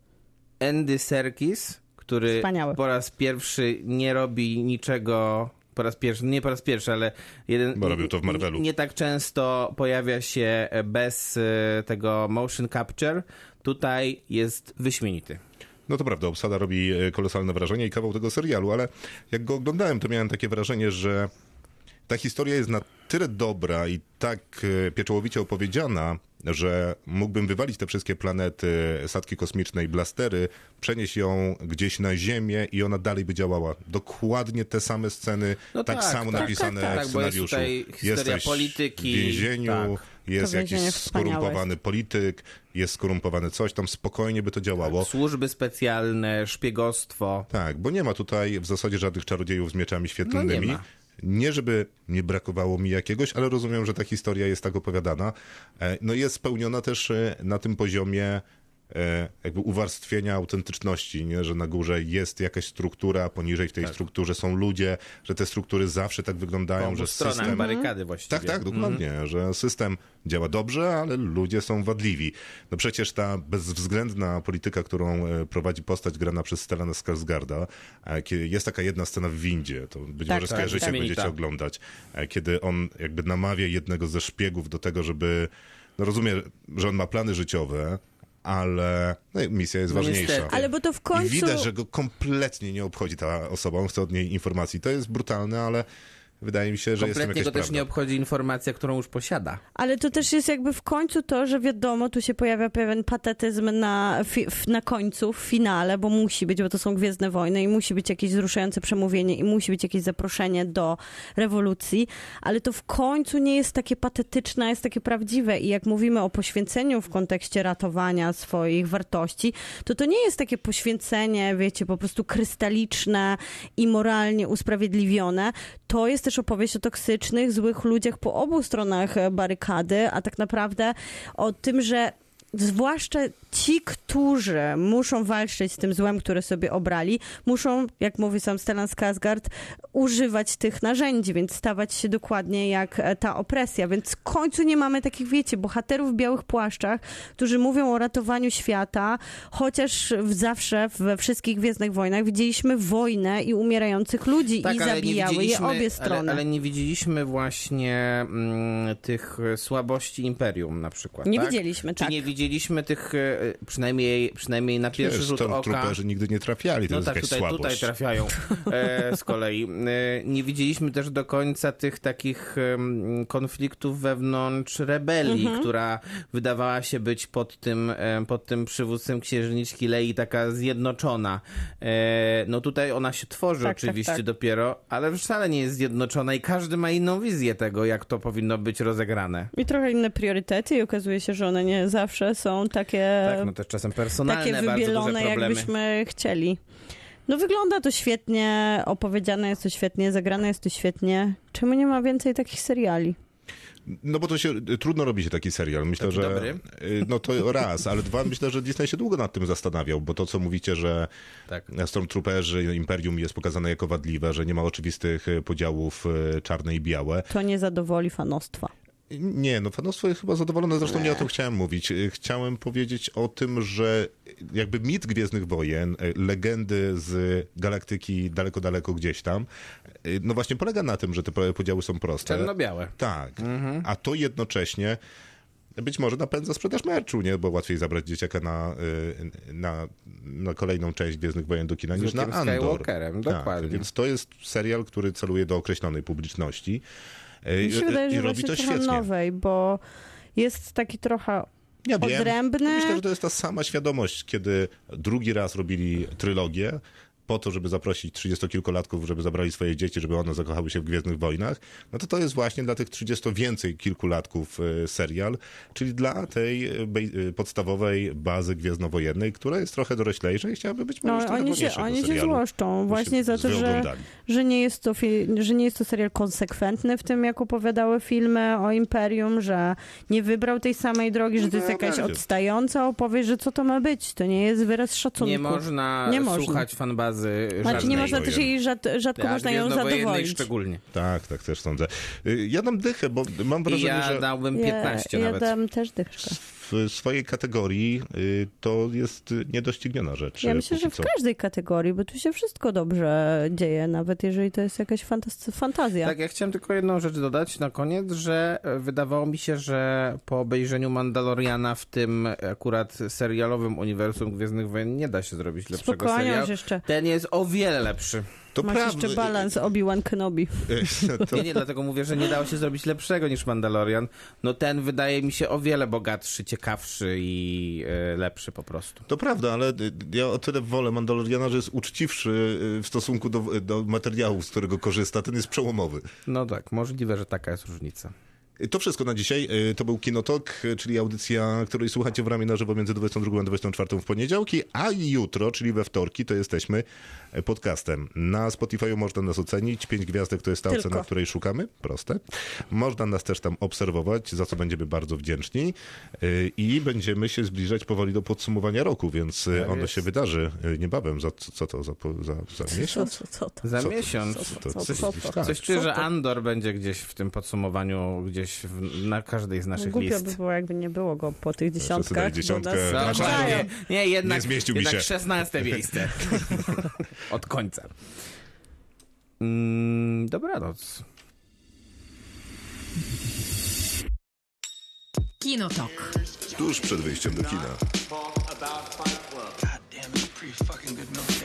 S4: Andy Serkis, który
S3: Wspaniały.
S4: po raz pierwszy nie robi niczego, po raz pierwszy, nie po raz pierwszy, ale jeden,
S2: Bo robił to w Marvelu.
S4: Nie, nie tak często pojawia się bez y, tego motion capture. Tutaj jest wyśmienity.
S2: No to prawda, obsada robi e, kolosalne wrażenie i kawał tego serialu, ale jak go oglądałem, to miałem takie wrażenie, że ta historia jest na tyle dobra i tak e, pieczołowicie opowiedziana, że mógłbym wywalić te wszystkie planety, statki kosmiczne i blastery, przenieść ją gdzieś na Ziemię i ona dalej by działała. Dokładnie te same sceny,
S4: No
S2: tak,
S4: tak,
S2: samo
S4: tak,
S2: napisane
S4: tak,
S2: w
S4: tak, bo jest
S2: scenariuszu.
S4: tutaj historia
S2: Jesteś
S4: polityki,
S2: w więzieniu,
S4: tak.
S2: jest
S3: To więzienie
S2: jakiś
S3: wspaniałe
S2: skorumpowany polityk, jest skorumpowany coś, tam spokojnie by to działało.
S4: Służby specjalne, szpiegostwo.
S2: Tak, bo nie ma tutaj w zasadzie żadnych czarodziejów z mieczami świetlnymi.
S4: No nie ma.
S2: Nie, żeby nie brakowało mi jakiegoś, ale rozumiem, że ta historia jest tak opowiadana. E, No i jest spełniona też e, na tym poziomie e, jakby uwarstwienia autentyczności, nie? Że na górze jest jakaś struktura, poniżej w tej
S4: Tak.
S2: strukturze są ludzie, że te struktury zawsze tak
S4: Po
S2: wyglądają,
S4: obu
S2: że
S4: stronach
S2: system...
S4: barykady właściwie.
S2: Tak, tak, dokładnie, że system działa dobrze, ale ludzie są wadliwi. No przecież ta bezwzględna polityka, którą e, prowadzi postać grana przez Stellana Skarsgarda, e, kie- jest taka jedna scena w windzie, to być
S3: Tak,
S2: może
S3: tak,
S2: skojarzycie, jak
S4: znamienita.
S2: będziecie oglądać, e, kiedy on jakby namawia jednego ze szpiegów do tego, żeby, no rozumie, że on ma plany życiowe, ale no, i misja jest
S4: No
S2: ważniejsza.
S4: niestety.
S3: Ale bo to w końcu...
S2: I widać, że go kompletnie nie obchodzi ta osoba, on chce od niej informacji. To jest brutalne, ale wydaje mi się, że jest tam
S4: Kompletnie
S2: jakaś
S4: go też
S2: prawda.
S4: nie obchodzi informacja, którą już posiada.
S3: Ale to też jest jakby w końcu to, że wiadomo, tu się pojawia pewien patetyzm na, fi, w- na końcu, w finale, bo musi być, bo to są Gwiezdne Wojny i musi być jakieś wzruszające przemówienie i musi być jakieś zaproszenie do rewolucji, ale to w końcu nie jest takie patetyczne, jest takie prawdziwe i jak mówimy o poświęceniu w kontekście ratowania swoich wartości, to to nie jest takie poświęcenie, wiecie, po prostu krystaliczne i moralnie usprawiedliwione. To jest też opowieść o toksycznych, złych ludziach po obu stronach e, barykady, a tak naprawdę o tym, że zwłaszcza ci, którzy muszą walczyć z tym złem, które sobie obrali, muszą, jak mówi sam Stellan Skarsgård, używać tych narzędzi, więc stawać się dokładnie jak e, ta opresja. Więc w końcu nie mamy takich, wiecie, bohaterów w białych płaszczach, którzy mówią o ratowaniu świata, chociaż w- zawsze we wszystkich Gwiezdnych Wojnach widzieliśmy wojnę i umierających ludzi i
S4: ale nie
S3: zabijały je
S4: widzieliśmy-
S3: obie strony.
S4: Ale, ale nie widzieliśmy właśnie mm, tych e, słabości Imperium na przykład.
S3: Nie
S4: tak?
S3: widzieliśmy,
S4: Czy
S3: tak.
S4: nie widzieliśmy tych, e, przynajmniej, przynajmniej na pierwszy
S2: Wiesz,
S4: rzut oka...
S2: Stormtrooperzy nigdy nie trafiali, to
S4: No
S2: jest
S4: tak,
S2: jakaś
S4: tutaj,
S2: słabość.
S4: tutaj trafiają e, z kolei. E, nie widzieliśmy też do końca tych takich em, konfliktów wewnątrz rebelii,
S3: Mhm.
S4: która wydawała się być pod tym, e, pod tym przywództwem księżniczki Lei taka zjednoczona. E, no tutaj ona się tworzy
S3: Tak,
S4: oczywiście
S3: tak, tak.
S4: dopiero, ale wcale nie jest zjednoczona i każdy ma inną wizję tego, jak to powinno być rozegrane.
S3: I trochę inne priorytety i okazuje się, że one nie zawsze są takie,
S4: Tak, no też czasem personalne,
S3: takie
S4: bardzo duże
S3: wybielone,
S4: problemy.
S3: jakbyśmy chcieli. No wygląda to świetnie, opowiedziane jest to świetnie, zagrane jest to świetnie. Czemu nie ma więcej takich seriali?
S2: No bo to się, trudno robi się taki serial. Myślę,
S4: Taki
S2: że...
S4: dobry?
S2: y, No to raz, ale dwa, myślę, że Disney się długo nad tym zastanawiał, bo to, co mówicie, że
S4: Tak.
S2: Stormtrooperzy, Imperium jest pokazane jako wadliwe, że nie ma oczywistych y, podziałów y, czarne i białe.
S3: To nie zadowoli fanostwa.
S2: Nie, no fanostwo jest chyba zadowolone, zresztą nie o tym chciałem mówić. Chciałem powiedzieć o tym, że jakby mit Gwiezdnych Wojen, legendy z galaktyki daleko, daleko gdzieś tam, no właśnie polega na tym, że te podziały są proste.
S4: Czarno-białe.
S2: Tak, mhm. A to jednocześnie być może napędza sprzedaż merchu, nie? Bo łatwiej zabrać dzieciaka na, na, na kolejną część Gwiezdnych Wojen do kina
S4: Z
S2: niż na
S4: Luke'em
S2: Andor.
S4: Skywalkerem, dokładnie.
S2: Tak, więc to jest serial, który celuje do określonej publiczności.
S3: Mi się wydaje,
S2: I
S3: że
S2: robi to
S3: właśnie trochę
S2: świetnie.
S3: nowej, bo jest taki trochę
S2: Ja wiem.
S3: odrębny.
S2: Myślę, że to jest ta sama świadomość, kiedy drugi raz robili trylogię po to, żeby zaprosić trzydziestokilkulatków, żeby zabrali swoje dzieci, żeby one zakochały się w Gwiezdnych Wojnach, no to to jest właśnie dla tych trzydziestu więcej kilkulatków serial, czyli dla tej podstawowej bazy gwiezdnowojennej, która jest trochę doroślejsza i chciałaby być może
S3: No,
S2: trochę
S3: oni się,
S2: wolniejszego
S3: oni się
S2: serialu,
S3: złoszczą
S2: by
S3: właśnie
S2: się
S3: za to, że,
S2: wyoglądali.
S3: że, nie jest to fi- że nie jest to serial konsekwentny w tym, jak opowiadały filmy o Imperium, że nie wybrał tej samej drogi, że to jest
S2: No,
S3: jakaś
S2: będzie.
S3: odstająca opowieść, że co to ma być? To nie jest wyraz szacunku.
S4: Nie można
S3: Nie można.
S4: słuchać fanbazy żadnej.
S3: Znaczy nie można też
S2: wojen.
S3: jej rzad, rzadko
S4: A
S3: można ją
S4: gwiezdnowojennej
S3: zadowolić.
S4: szczególnie.
S2: Tak, tak też sądzę. Ja dam dychę, bo mam
S4: I
S2: wrażenie,
S4: ja
S2: że
S4: dałbym piętnaście
S3: ja,
S4: nawet.
S3: Ja dam też dychkę.
S2: w swojej kategorii y, to jest niedościgniona rzecz.
S3: Ja myślę, że
S2: póki
S3: w
S2: co.
S3: każdej kategorii, bo tu się wszystko dobrze dzieje, nawet jeżeli to jest jakaś fantasy- fantazja.
S4: Tak, ja chciałem tylko jedną rzecz dodać na koniec, że wydawało mi się, że po obejrzeniu Mandaloriana w tym akurat serialowym uniwersum Gwiezdnych Wojen nie da się zrobić lepszego
S3: Spokojnie,
S4: serialu.
S3: masz jeszcze,
S4: Ten jest o wiele lepszy.
S2: To
S3: masz
S2: prawda.
S3: jeszcze balans Obi-Wan Kenobi.
S2: to,
S4: Nie, nie, dlatego mówię, że nie dało się zrobić lepszego niż Mandalorian. No ten wydaje mi się o wiele bogatszy, ciekawszy i e, lepszy po prostu.
S2: to prawda, ale ja o tyle wolę Mandaloriana, że jest uczciwszy w stosunku do, do materiału, z którego korzysta. Ten jest przełomowy.
S4: No tak, możliwe, że taka jest różnica.
S2: To wszystko na dzisiaj. To był Kinotok, czyli audycja, której słuchacie w ramie na żywo między dwudziestą drugą a dwudziestą czwartą w poniedziałki, a jutro, czyli we wtorki, to jesteśmy podcastem. Na Spotify'u można nas ocenić. Pięć gwiazdek to jest ta
S3: Tylko.
S2: ocena, której szukamy. Proste. Można nas też tam obserwować, za co będziemy bardzo wdzięczni. I będziemy się zbliżać powoli do podsumowania roku, więc
S4: Tak
S2: ono
S4: jest.
S2: się wydarzy niebawem. Za, co to? Za, za, za miesiąc?
S3: Co, co, co?
S4: Za
S2: Co-
S4: miesiąc.
S3: co-
S2: To
S3: co-
S2: coś,
S3: co- co-
S2: tak.
S4: Coś czuję,
S3: Co
S4: że
S3: to?
S4: Andor będzie gdzieś w tym podsumowaniu, gdzieś w, na każdej z naszych
S3: Głupio
S4: list.
S3: by było, jakby nie było go po tych
S2: sobie
S3: dziesiątkach.
S2: daj dziesiątkę.
S3: bo nas
S2: Dobra,
S3: wkurzają.
S4: nie, nie, jednak,
S2: Nie zmieścił mi
S4: jednak
S2: się.
S4: szesnaste miejsce. Od końca. Mm, dobranoc.
S8: Kinotok.
S6: Tuż przed wyjściem do kina.
S1: God damn, it's pretty fucking good news.